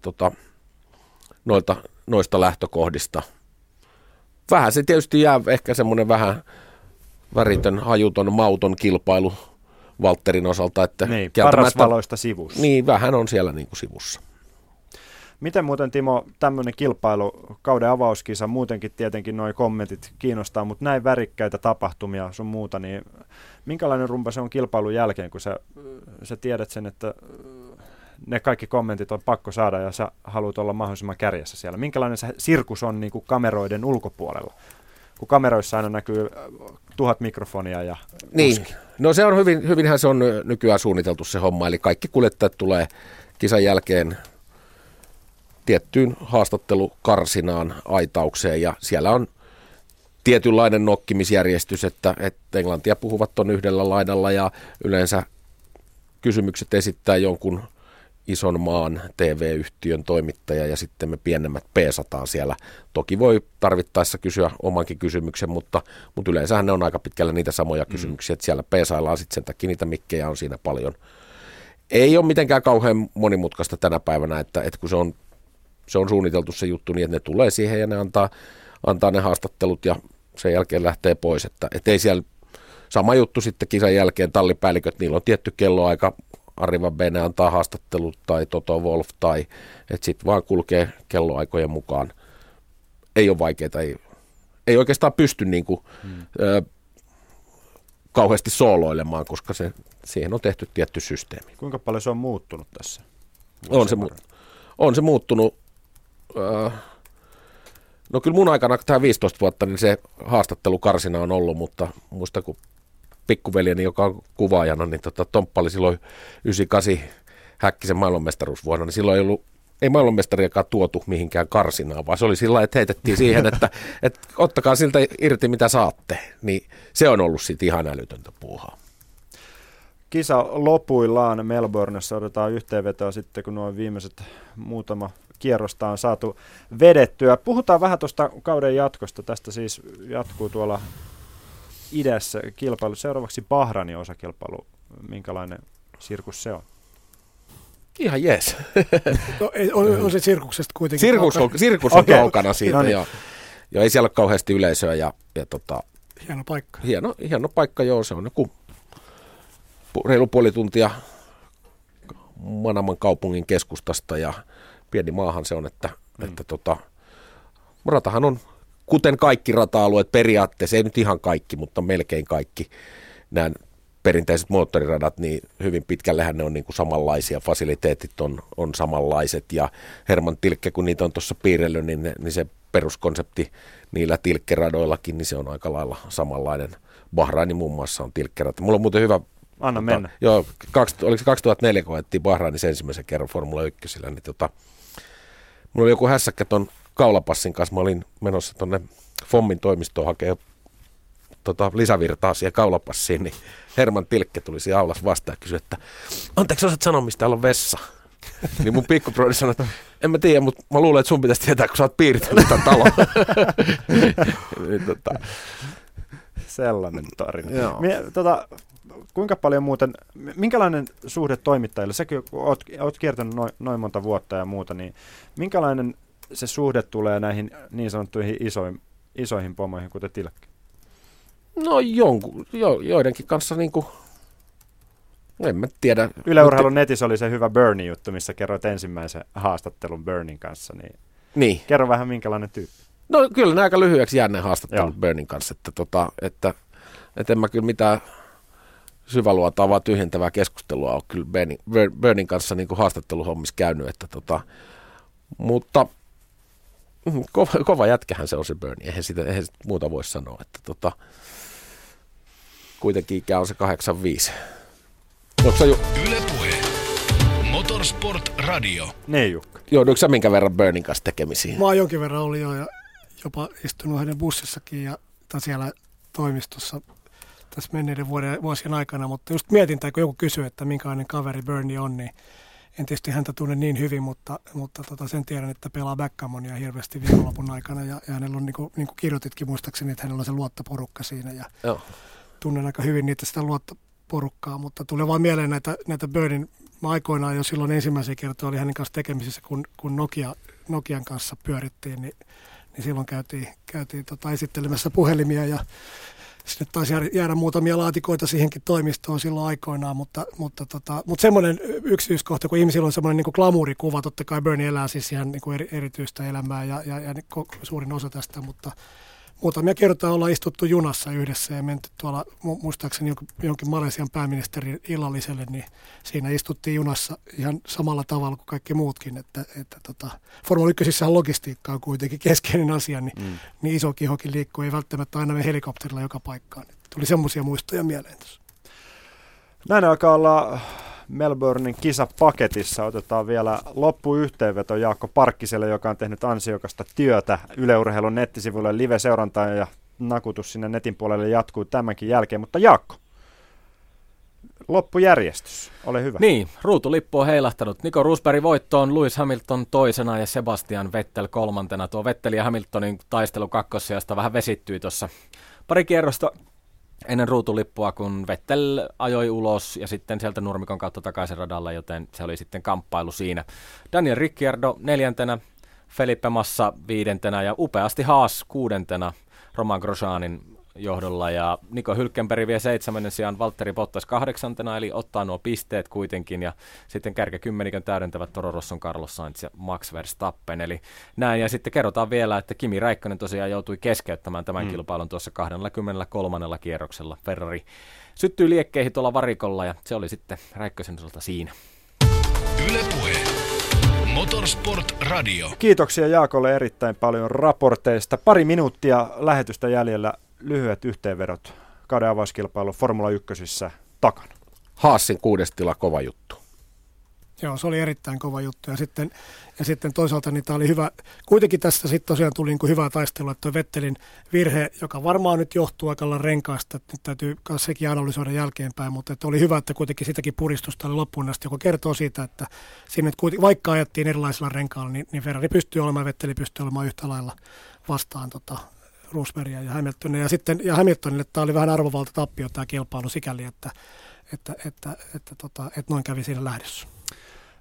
noista lähtökohdista. Vähän se tietysti jää ehkä semmoinen vähän väritön, hajuton, mauton kilpailu Valtterin osalta. Että niin, parasvaloista sivussa. Niin, vähän on siellä niin kuin sivussa. Miten muuten, Timo, tämmöinen kilpailu, kauden avauskisa, muutenkin tietenkin nuo kommentit kiinnostaa, mutta näin värikkäitä tapahtumia sun muuta, niin minkälainen rumpa se on kilpailun jälkeen, kun sä tiedät sen, että ne kaikki kommentit on pakko saada ja sä haluat olla mahdollisimman kärjessä siellä. Minkälainen se sirkus on niin kuin kameroiden ulkopuolella? Kun kameroissa aina näkyy 1000 mikrofonia ja niin. No se on hyvinhän se on nykyään suunniteltu se homma, eli kaikki kuljettajat tulee kisan jälkeen tiettyyn haastattelukarsinaan, aitaukseen, ja siellä on tietynlainen nokkimisjärjestys, että englantia puhuvat on yhdellä laidalla, ja yleensä kysymykset esittää jonkun ison maan TV-yhtiön toimittaja, ja sitten me pienemmät peesataan siellä. Toki voi tarvittaessa kysyä omankin kysymyksen, mutta yleensähän ne on aika pitkällä niitä samoja kysymyksiä, että siellä peesaillaan sitten sen takia, niitä mikkejä on siinä paljon. Ei ole mitenkään kauhean monimutkaista tänä päivänä, että kun se on suunniteltu se juttu niin, että ne tulee siihen ja ne antaa ne haastattelut ja sen jälkeen lähtee pois. Että ei siellä sama juttu sitten kisan jälkeen tallipäälliköt, niillä on tietty kelloaika, Arriva Bene antaa haastattelut tai Toto Wolff tai että sitten vaan kulkee kelloaikojen mukaan. Ei ole vaikeaa, ei oikeastaan pysty niinku, kauheasti sooloilemaan, koska siihen on tehty tietty systeemi. Kuinka paljon se on muuttunut tässä? On se muuttunut. No kyllä mun aikana tämä 15 vuotta, niin se haastattelukarsina on ollut, mutta muista kun pikkuveljeni, joka on kuvaajana, niin Tomppa oli silloin 98 Häkkisen maailmanmestaruusvuonna, niin silloin ei maailmanmestariakaan tuotu mihinkään karsinaan, vaan se oli sillä lailla, että heitettiin siihen, että ottakaa siltä irti mitä saatte, niin se on ollut sitten ihan älytöntä puuhaa. Kisa lopuillaan Melbournessa, otetaan yhteenvetoa sitten, kun nuo viimeiset muutama kierrosta on saatu vedettyä. Puhutaan vähän tuosta kauden jatkosta. Tästä siis jatkuu tuolla idässä kilpailu. Seuraavaksi Bahrainin osakilpailu. Minkälainen sirkus se on? Ihan jees. No, on se sirkuksesta kuitenkin. Sirkus on kaukana siitä, joo. Ei siellä ole kauheasti yleisöä. Hieno paikka. Hieno paikka, joo. Se on joku reilu puoli tuntia Manaman kaupungin keskustasta ja pieni maahan se on, että ratahan on, kuten kaikki rata-alueet periaatteessa, ei nyt ihan kaikki, mutta melkein kaikki nämä perinteiset moottoriradat, niin hyvin pitkällehän ne on niin kuin samanlaisia, fasiliteetit on samanlaiset ja Herman Tilke, kun niitä on tuossa piirrellyt, niin se peruskonsepti niillä tilkkeradoillakin, niin se on aika lailla samanlainen. Bahraini muun muassa on tilkkerata. Mulla on muuten hyvä... Anna mennä. Joo, oliko se 2004, kun ajettiin Bahrainissa ensimmäisen kerran Formula 1, niin mulla oli joku hässäkkä ton kaulapassin kanssa. Mä olin menossa tonne Fommin toimistoon hakemaan lisävirtaa siihen kaulapassiin, niin Herman Tilkke tuli siinä aulassa vastaan ja kysyi, että anteeksi, osaat sanoa, mistä täällä on vessa? Niin mun pikkubrodi sanoi, että en mä tiedä, mutta mä luulen, että sun pitäisi tietää, kun sä oot piirtänyt tätä taloa. Sellainen tarina. Kuinka paljon muuten, minkälainen suhde toimittajille, säkin oot kiertänyt noin monta vuotta ja muuta, niin minkälainen se suhde tulee näihin niin sanottuihin isoihin pomoihin, kuten Tilkki? No joidenkin kanssa niinku, en mä tiedä. Yle Urheilun netissä oli se hyvä Bernie-juttu, missä kerroit ensimmäisen haastattelun Bernin kanssa, niin kerro vähän minkälainen tyyppi. No kyllä ne aika lyhyeksi jää ne haastattelut Bernin kanssa, että en mä kyllä mitään syväluotaavaa tyhjentävää keskustelua ole kyllä Bernin kanssa niin kuin haastatteluhommissa käynyt, mutta kova jätkähän se on se Bernie, eihän sitä muuta voi sanoa, että kuitenkin ikä on se 85. Yle Puhe. Motorsport Radio. Ne Jukka. Jouduiko sä minkä verran Bernin kanssa tekemisiin? Mä oon jonkin verran ollut jo ja jopa istunut hänen bussissakin tai siellä toimistossa tässä menneiden vuosien aikana, mutta just mietin, kun joku kysyy, että minkälainen kaveri Bernie on, niin en tietysti häntä tunne niin hyvin, mutta sen tiedän, että pelaa backgammonia hirveästi viikonlopun aikana ja hänellä on, niin kuin kirjoititkin muistaakseni, että hänellä on se luottoporukka siinä ja tunnen aika hyvin niitä sitä luottoporukkaa, mutta tulee vaan mieleen näitä Bernien, mä aikoinaan jo silloin ensimmäisen kertaa oli hänen kanssa tekemisissä, kun Nokian kanssa pyörittiin, niin silloin käytiin esittelemässä puhelimia ja sinne taisi jäädä muutamia laatikoita siihenkin toimistoon silloin aikoinaan, mutta semmoinen yksityiskohta, kun ihmisillä on semmoinen niin kuin glamourikuva, totta kai Bernie elää siis ihan niin kuin erityistä elämää ja suurin osa tästä, mutta muutamia kertaa ollaan istuttu junassa yhdessä ja menty tuolla, muistaakseni jonkin Malesian pääministerin illalliselle, niin siinä istuttiin junassa ihan samalla tavalla kuin kaikki muutkin, että Formula 1:ssähän logistiikka on kuitenkin keskeinen asia, niin iso kihokin liikkuu, ei välttämättä aina mene helikopterilla joka paikkaan. Tuli semmoisia muistoja mieleen tuossa. Näin alkaa olla Melbournen kisapaketissa. Otetaan vielä loppuyhteenveto Jaakko Parkkiselle, joka on tehnyt ansiokasta työtä Yle Urheilun nettisivuille. Live-seurantaa ja nakutus sinne netin puolelle jatkuu tämänkin jälkeen. Mutta Jaakko, loppujärjestys, ole hyvä. Niin, ruutulippu on heilahtanut. Nico Rosberg voittoon, Lewis Hamilton toisena ja Sebastian Vettel kolmantena. Tuo Vettel ja Hamiltonin taistelu kakkossijasta vähän vesittyi tuossa pari kierrosta ennen ruutulippua, kun Vettel ajoi ulos ja sitten sieltä nurmikon kautta takaisin radalla, joten se oli sitten kamppailu siinä. Daniel Ricciardo neljäntenä, Felipe Massa viidentenä ja upeasti Haas kuudentena Romain Grosjeanin johdolla ja Nico Hülkenberg vie 7. sijaan, Valtteri Bottas 8. eli ottaa nuo pisteet kuitenkin ja sitten kärkikymmenikön täydentävät Toro Rosson, Carlos Sainz ja Max Verstappen, eli näin ja sitten kerrotaan vielä, että Kimi Räikkönen tosiaan joutui keskeyttämään tämän kilpailun tuossa 23. kierroksella. Ferrari syttyi liekkeihin tuolla varikolla ja se oli sitten Räikkösen osalta siinä. Yle Puhe. Motorsport Radio. Kiitoksia Jaakolle erittäin paljon raporteista. Pari minuuttia lähetystä jäljellä. Lyhyet yhteenvedot kauden avauskilpailu Formula 1:ssä takana. Haasin 6. tila, kova juttu. Joo, se oli erittäin kova juttu. Ja sitten toisaalta niin tämä oli hyvä. Kuitenkin tässä sitten tosiaan tuli niin kuin hyvää taistelua, että tuo Vettelin virhe, joka varmaan nyt johtuu aika lailla renkaasta, että nyt täytyy myös sekin analysoida jälkeenpäin, mutta että oli hyvä, että kuitenkin sitäkin puristusta oli loppuun asti, joka kertoo siitä, että siinä vaikka ajettiin erilaisilla renkailla, niin Ferrari pystyy olemaan ja Vetteli pystyy olemaan yhtä lailla vastaan Rosbergia ja Hamiltonia. Ja Hamiltonille tämä oli vähän arvovalta tappio tämä kilpailu sikäli, että noin kävi siinä lähdössä.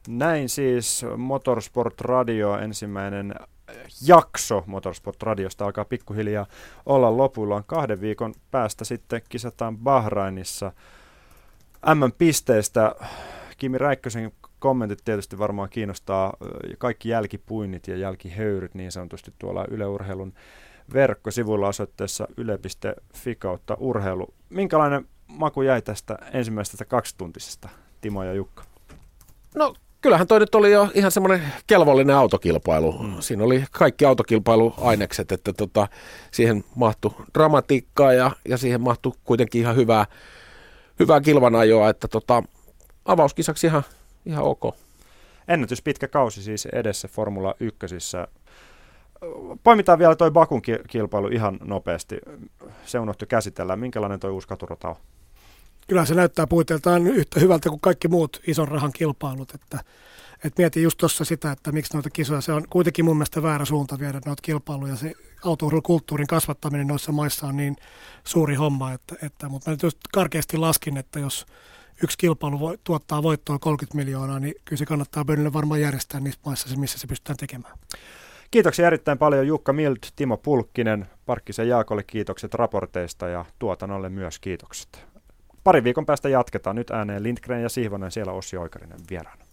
Näin siis Motorsport Radio, ensimmäinen jakso Motorsport Radiosta alkaa pikkuhiljaa olla lopuillaan. 2 viikon päästä sitten kisataan Bahrainissa MM-pisteistä. Kimi Räikkösen kommentit tietysti varmaan kiinnostaa, kaikki jälkipuinnit ja jälkihöyryt niin sanotusti tuolla Yle Urheilun verkkosivuilla osoitteessa yle.fi/urheilu. Minkälainen maku jäi tästä ensimmäisestä 2-tuntisesta, Timo ja Jukka? No kyllähän toi nyt oli jo ihan semmoinen kelvollinen autokilpailu. Siinä oli kaikki autokilpailuainekset, että siihen mahtui dramatiikkaa ja siihen mahtui kuitenkin ihan hyvää kilvanajoa, että avauskisaksi ihan ok. Ennätys pitkä kausi siis edessä Formula 1:ssä. Poimitaan vielä toi Bakun kilpailu ihan nopeasti. Se unohtui käsitellä. Minkälainen toi uusi katurata on? Kyllä se näyttää puiteltaan yhtä hyvältä kuin kaikki muut ison rahan kilpailut. Että mietin just tuossa sitä, että miksi noita kisoja, se on kuitenkin mun mielestä väärä suunta viedä noita kilpailuja. Se autourheilukulttuurin kasvattaminen noissa maissa on niin suuri homma, mutta mä nyt just karkeasti laskin, että jos yksi kilpailu tuottaa voittoa 30 miljoonaa, niin kyllä se kannattaa Bönnille varmaan järjestää niissä maissa, missä se pystytään tekemään. Kiitoksia erittäin paljon Jukka Mild, Timo Pulkkinen, Parkkisen Jaakolle kiitokset raporteista ja tuotannolle myös kiitokset. 2 viikon päästä jatketaan. Nyt ääneen Lindgren ja Sihvonen, siellä Ossi Oikarinen vieraana.